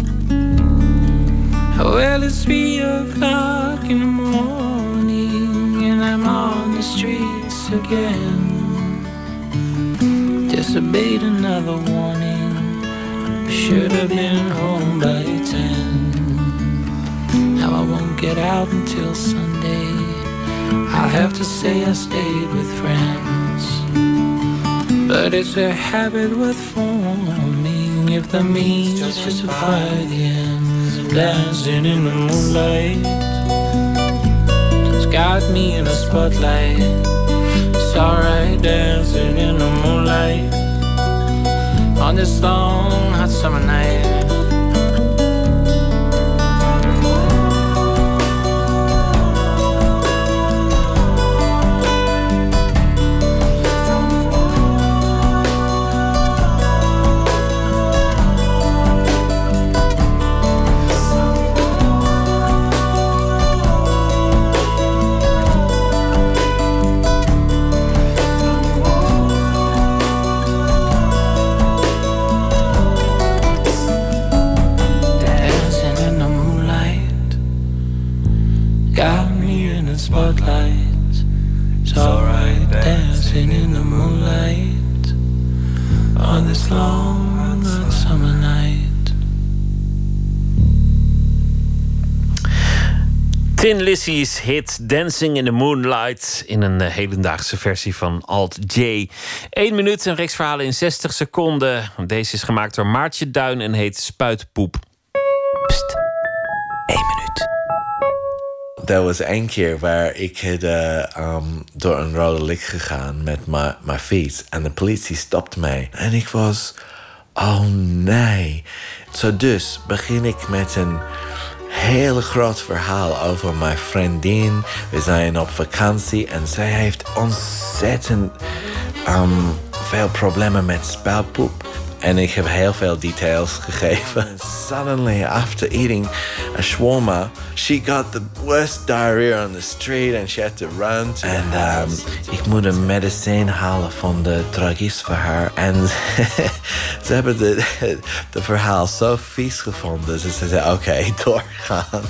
Well, it's three o'clock in the morning and I'm on the streets again. Disobeyed another warning, should have been home by ten. Now I won't get out until Sunday. I'll have to say I stayed with friends, but it's a habit worth forming if the means justify the ends. Dancing in the moonlight, it's got me in a spotlight. It's alright dancing in the moonlight on this long hot summer night. Tin Lizzy's hit Dancing in the Moonlight in een uh, hedendaagse versie van Alt J. Eén minuut, een reeks verhalen in zestig seconden. Deze is gemaakt door Maartje Duin en heet Spuitpoep. Pst, één minuut. Er was één keer waar ik had, uh, um, door een rode licht gegaan met mijn fiets. En de politie stopte mij. En ik was, oh nee. Zo dus begin ik met een heel groot verhaal over mijn vriendin. We zijn op vakantie en zij heeft ontzettend um, veel problemen met spuitpoep. En ik heb heel veel details gegeven. And suddenly, after eating a shawarma, she got the worst diarrhea on the street and she had to run. En um, ik moet een medicijn halen van de drugist voor haar. En ze hebben de, de verhaal zo vies gevonden. Dus ze zeiden, oké, okay, doorgaan.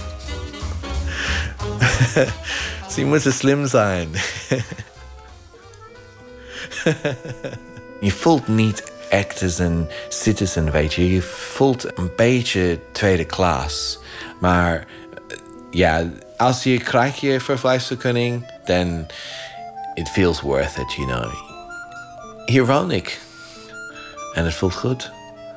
Ze moeten slim zijn. Je voelt niet echt als een citizen, weet je. Je voelt een beetje tweede klas. Maar ja, als je krijgt je verblijfsvergunning, dan it feels worth it, you know. Hier woon ik. En het voelt goed.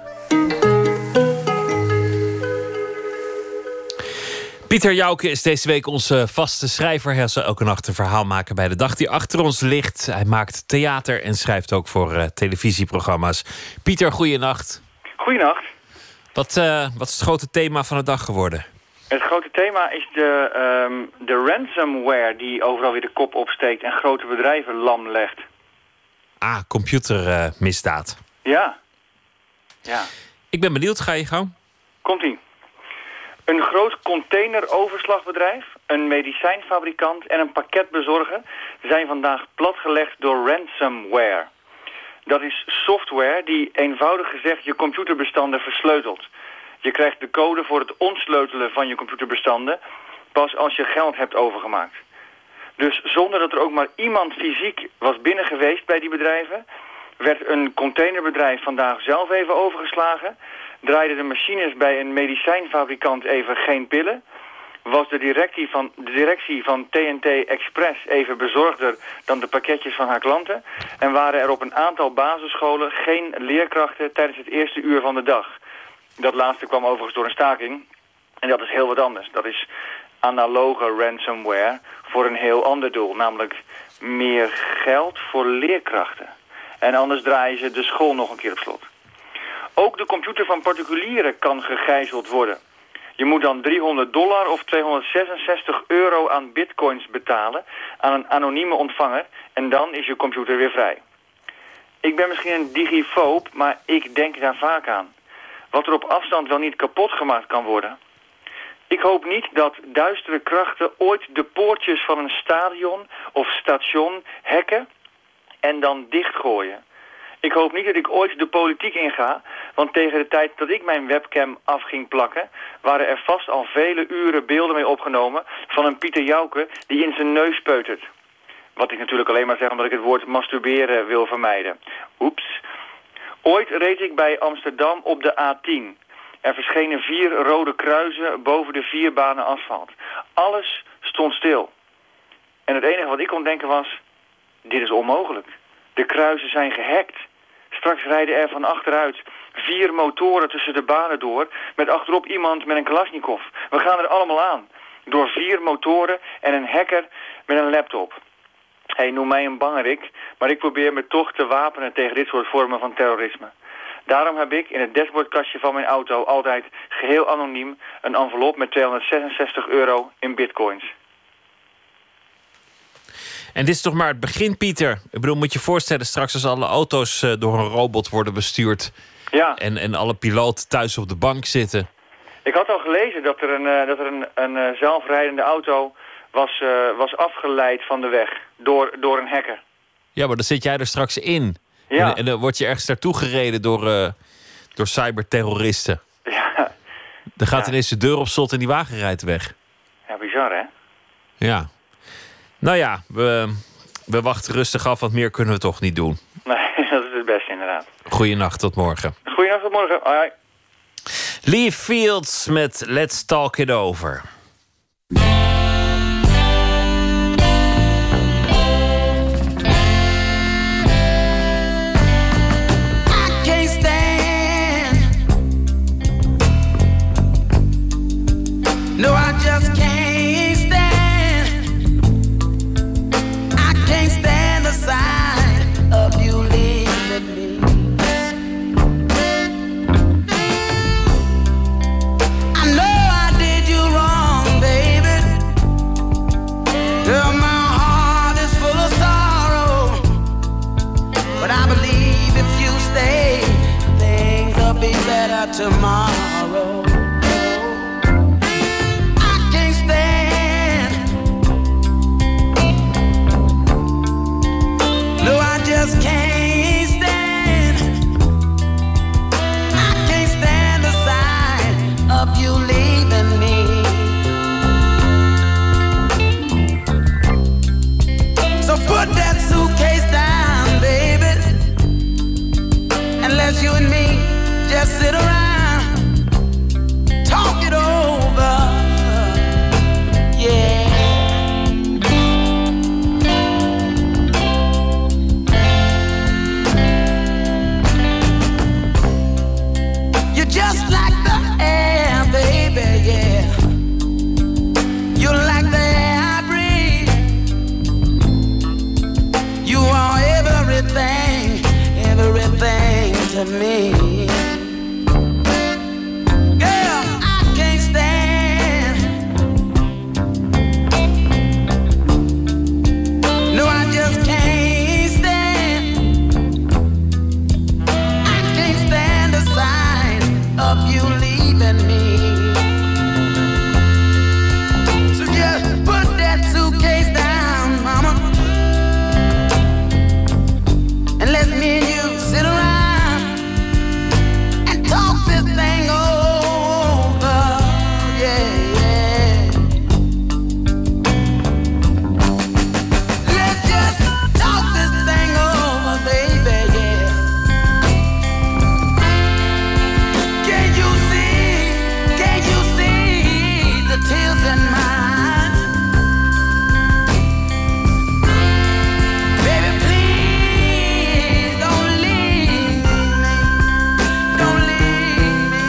Pieter Jouke is deze week onze vaste schrijver. Hij zal elke nacht een verhaal maken bij de dag die achter ons ligt. Hij maakt theater en schrijft ook voor uh, televisieprogramma's. Pieter, goeienacht. Goeienacht. Wat, uh, wat is het grote thema van de dag geworden? Het grote thema is de, um, de ransomware die overal weer de kop opsteekt en grote bedrijven lam legt. Ah, computermisdaad. Uh, ja. ja. Ik ben benieuwd, ga je gang? Komt-ie. Een groot containeroverslagbedrijf, een medicijnfabrikant en een pakketbezorger zijn vandaag platgelegd door ransomware. Dat is software die eenvoudig gezegd je computerbestanden versleutelt. Je krijgt de code voor het ontsleutelen van je computerbestanden pas als je geld hebt overgemaakt. Dus zonder dat er ook maar iemand fysiek was binnen geweest bij die bedrijven, werd een containerbedrijf vandaag zelf even overgeslagen, draaiden de machines bij een medicijnfabrikant even geen pillen, was de directie van, de directie van T N T Express even bezorgder dan de pakketjes van haar klanten en waren er op een aantal basisscholen geen leerkrachten tijdens het eerste uur van de dag. Dat laatste kwam overigens door een staking en dat is heel wat anders. Dat is analoge ransomware voor een heel ander doel, namelijk meer geld voor leerkrachten. En anders draaien ze de school nog een keer op slot. Ook de computer van particulieren kan gegijzeld worden. Je moet dan driehonderd dollar of tweehonderdzesenzestig euro aan bitcoins betalen aan een anonieme ontvanger en dan is je computer weer vrij. Ik ben misschien een digifoob, maar ik denk daar vaak aan. Wat er op afstand wel niet kapot gemaakt kan worden. Ik hoop niet dat duistere krachten ooit de poortjes van een stadion of station hacken en dan dichtgooien. Ik hoop niet dat ik ooit de politiek inga, want tegen de tijd dat ik mijn webcam af ging plakken, waren er vast al vele uren beelden mee opgenomen van een Pieter Jouke die in zijn neus peutert. Wat ik natuurlijk alleen maar zeg omdat ik het woord masturberen wil vermijden. Oeps. Ooit reed ik bij Amsterdam op de A tien. Er verschenen vier rode kruisen boven de vier banen asfalt. Alles stond stil. En het enige wat ik kon denken was, dit is onmogelijk. De kruisen zijn gehackt. Straks rijden er van achteruit vier motoren tussen de banen door met achterop iemand met een Kalashnikov. We gaan er allemaal aan. Door vier motoren en een hacker met een laptop. Hey, noem mij een bangerik, maar ik probeer me toch te wapenen tegen dit soort vormen van terrorisme. Daarom heb ik in het dashboardkastje van mijn auto altijd geheel anoniem een envelop met tweehonderdzesenzestig euro in bitcoins. En dit is toch maar het begin, Pieter. Ik bedoel, moet je je voorstellen straks als alle auto's uh, door een robot worden bestuurd. Ja. En, en alle piloten thuis op de bank zitten. Ik had al gelezen dat er een, uh, dat er een, een uh, zelfrijdende auto was, uh, was afgeleid van de weg door, door een hacker. Ja, maar dan zit jij er straks in. Ja. En, en dan word je ergens naartoe gereden door, uh, door cyberterroristen. Ja. Dan gaat ja. ineens de deur op slot en die wagen rijdt weg. Ja, bizar hè? Ja. Nou ja, we, we wachten rustig af, want meer kunnen we toch niet doen. Nee, dat is het beste inderdaad. Goeienacht, tot morgen. Goeienacht, tot morgen. Hoi. Lee Fields met Let's Talk It Over. just can't stand, I can't stand the sight of you leaving me. I know I did you wrong, baby. Girl, my heart is full of sorrow, but I believe if you stay, things will be better tomorrow. I can't stand, no, I just can't stand, I can't stand the sight of you leaving me. So put that suitcase down, baby, and let you and me just sit around, talk it over, yeah. You're just like the air, baby, yeah. You're like the air I breathe. You are everything, everything to me. Girl, I can't stand, no, I just can't stand, I can't stand the sight of you leaving me. So just put that suitcase down, mama, and let me and you sit around and talk this thing over, yeah, yeah. Let's just talk this thing over, baby, yeah. Can you see, can you see the tears in my eyes? Baby, please don't leave me, don't leave me.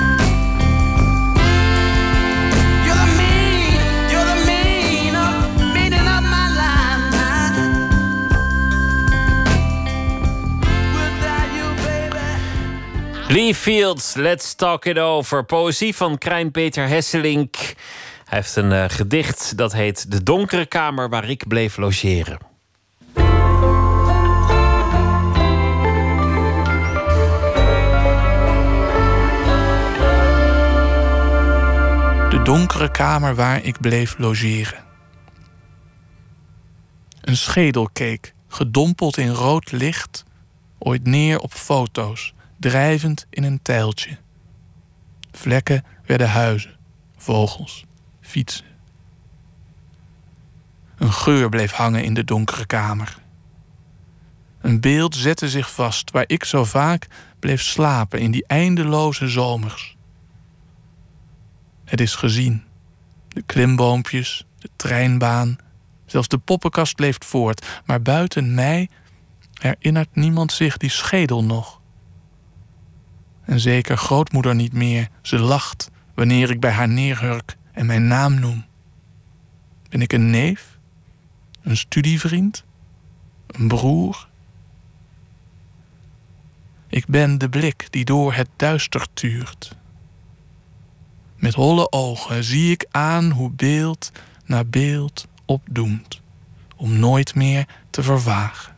You're the mean, you're the mean of, meaning of my life now. Without you, baby. Lee Fields, Let's Talk It Over. Poëzie van Krijn Peter Hesselink. Hij heeft een uh, gedicht dat heet De donkere kamer waar ik bleef logeren. De donkere kamer waar ik bleef logeren. Een schedel keek, gedompeld in rood licht, ooit neer op foto's, drijvend in een tijltje. Vlekken werden huizen, vogels, fietsen. Een geur bleef hangen in de donkere kamer. Een beeld zette zich vast waar ik zo vaak bleef slapen in die eindeloze zomers. Het is gezien. De klimboompjes, de treinbaan, zelfs de poppenkast leeft voort. Maar buiten mij herinnert niemand zich die schedel nog. En zeker grootmoeder niet meer. Ze lacht wanneer ik bij haar neerhurk en mijn naam noem. Ben ik een neef? Een studievriend? Een broer? Ik ben de blik die door het duister tuurt. Met holle ogen zie ik aan hoe beeld na beeld opdoemt, om nooit meer te vervagen.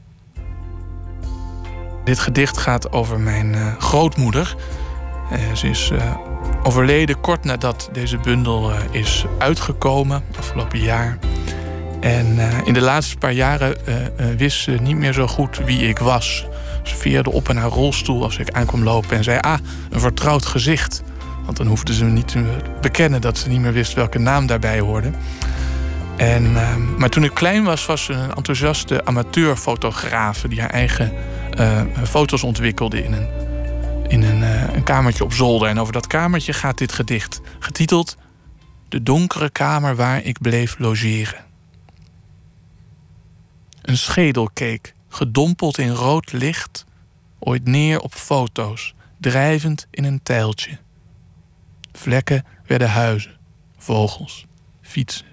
Dit gedicht gaat over mijn uh, grootmoeder. Uh, ze is uh, overleden kort nadat deze bundel uh, is uitgekomen, afgelopen jaar. En uh, in de laatste paar jaren uh, uh, wist ze niet meer zo goed wie ik was. Ze veerde op in haar rolstoel als ik aankwam lopen en zei: ah, een vertrouwd gezicht. Want dan hoefde ze me niet te bekennen dat ze niet meer wist welke naam daarbij hoorde. En, uh, maar toen ik klein was, was ze een enthousiaste amateurfotografe die haar eigen uh, foto's ontwikkelde in een, in een, uh, een kamertje op zolder. En over dat kamertje gaat dit gedicht, getiteld De donkere kamer waar ik bleef logeren. Een schedel keek, gedompeld in rood licht, ooit neer op foto's, drijvend in een tijltje. Vlekken werden huizen, vogels, fietsen.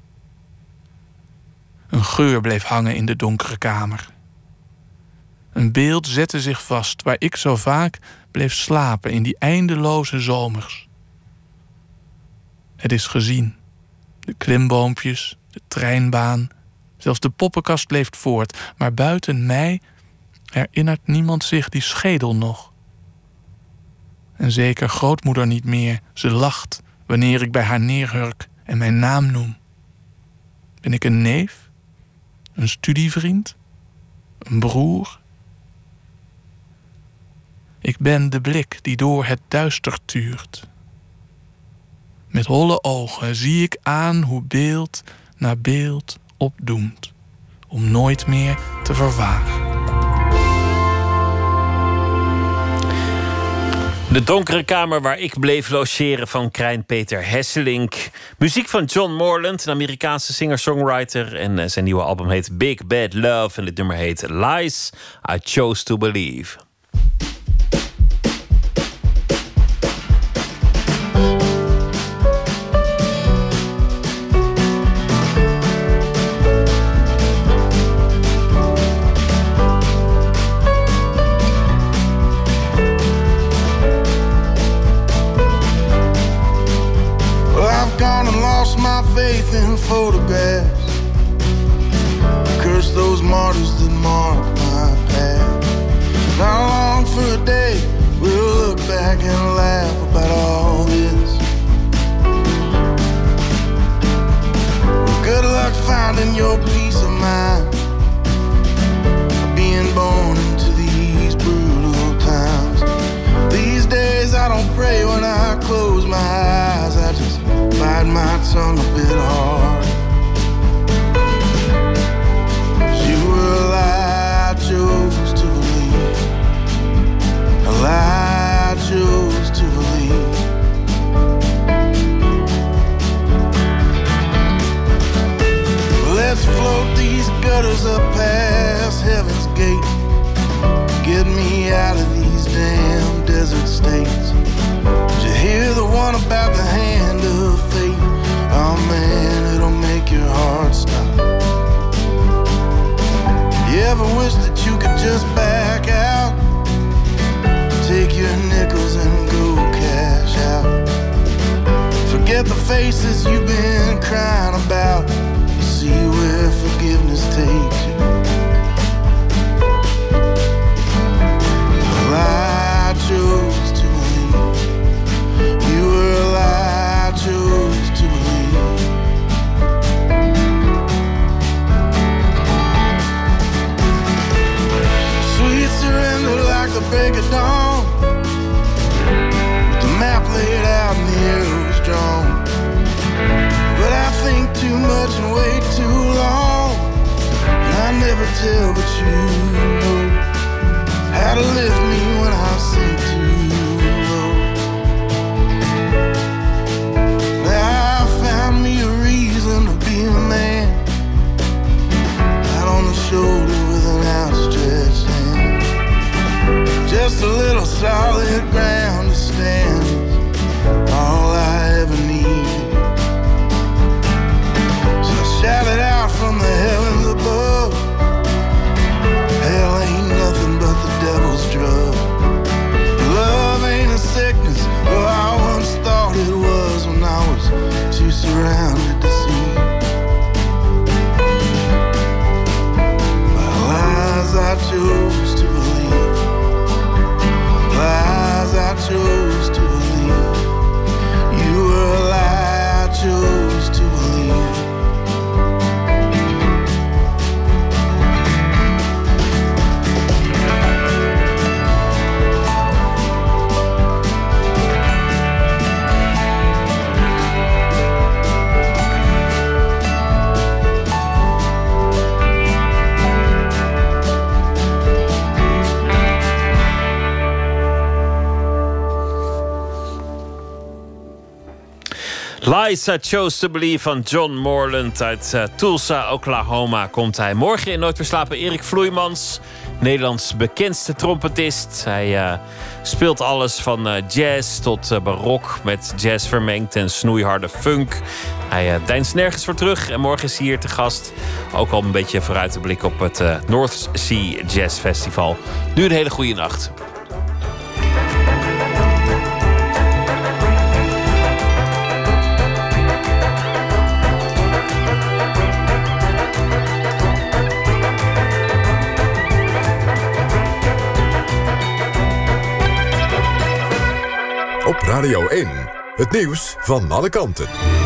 Een geur bleef hangen in de donkere kamer. Een beeld zette zich vast waar ik zo vaak bleef slapen in die eindeloze zomers. Het is gezien. De klimboompjes, de treinbaan, zelfs de poppenkast leeft voort. Maar buiten mij herinnert niemand zich die schedel nog. En zeker grootmoeder niet meer. Ze lacht wanneer ik bij haar neerhurk en mijn naam noem. Ben ik een neef? Een studievriend? Een broer? Ik ben de blik die door het duister tuurt. Met holle ogen zie ik aan hoe beeld na beeld opdoemt, om nooit meer te vervagen. De donkere kamer waar ik bleef logeren van Krijn Peter Hesselink. Muziek van John Moreland, een Amerikaanse singer-songwriter. En zijn nieuwe album heet Big Bad Love. En dit nummer heet Lies I Chose to Believe. Faith in photographs, curse those martyrs that mark my path. Not long for a day we'll look back and laugh about all this. Good luck finding your peace of mind, being born into these brutal times. These days I don't pray when I close my eyes, I just bite my tongue a bit hard. You were a lie I chose to believe, a lie I chose to believe. Let's float these gutters up past Heaven's Gate. Get me out of these damn desert states. Did you hear the one about the hand of fate? Oh man, it'll make your heart stop. You ever wish that you could just back out, take your nickels and go cash out? Forget the faces you've been crying about, see where forgiveness takes you. I chose to believe, you were a lie I chose to believe. Sweet surrender like the break of dawn, with the map laid out and the arrows drawn. But I think too much and wait too long, and I never tell but you know how to lift me when I sink too low. Now I found me a reason to be a man, out on the shoulder with an outstretched hand. Just a little solid ground to stand, all I ever needed. So I shout it out from the heavens above, hell ain't nothing but the devil's drug. Lies I Chose to Believe van John Moreland uit uh, Tulsa, Oklahoma komt hij. Morgen in Nooit meer slapen Erik Vloeimans, Nederlands bekendste trompetist. Hij uh, speelt alles van uh, jazz tot uh, barok met jazz vermengd en snoeiharde funk. Hij uh, deinst nergens voor terug en morgen is hij hier te gast. Ook al een beetje vooruit te blikken op het uh, North Sea Jazz Festival. Nu een hele goede nacht. Op Radio één, het nieuws van alle kanten.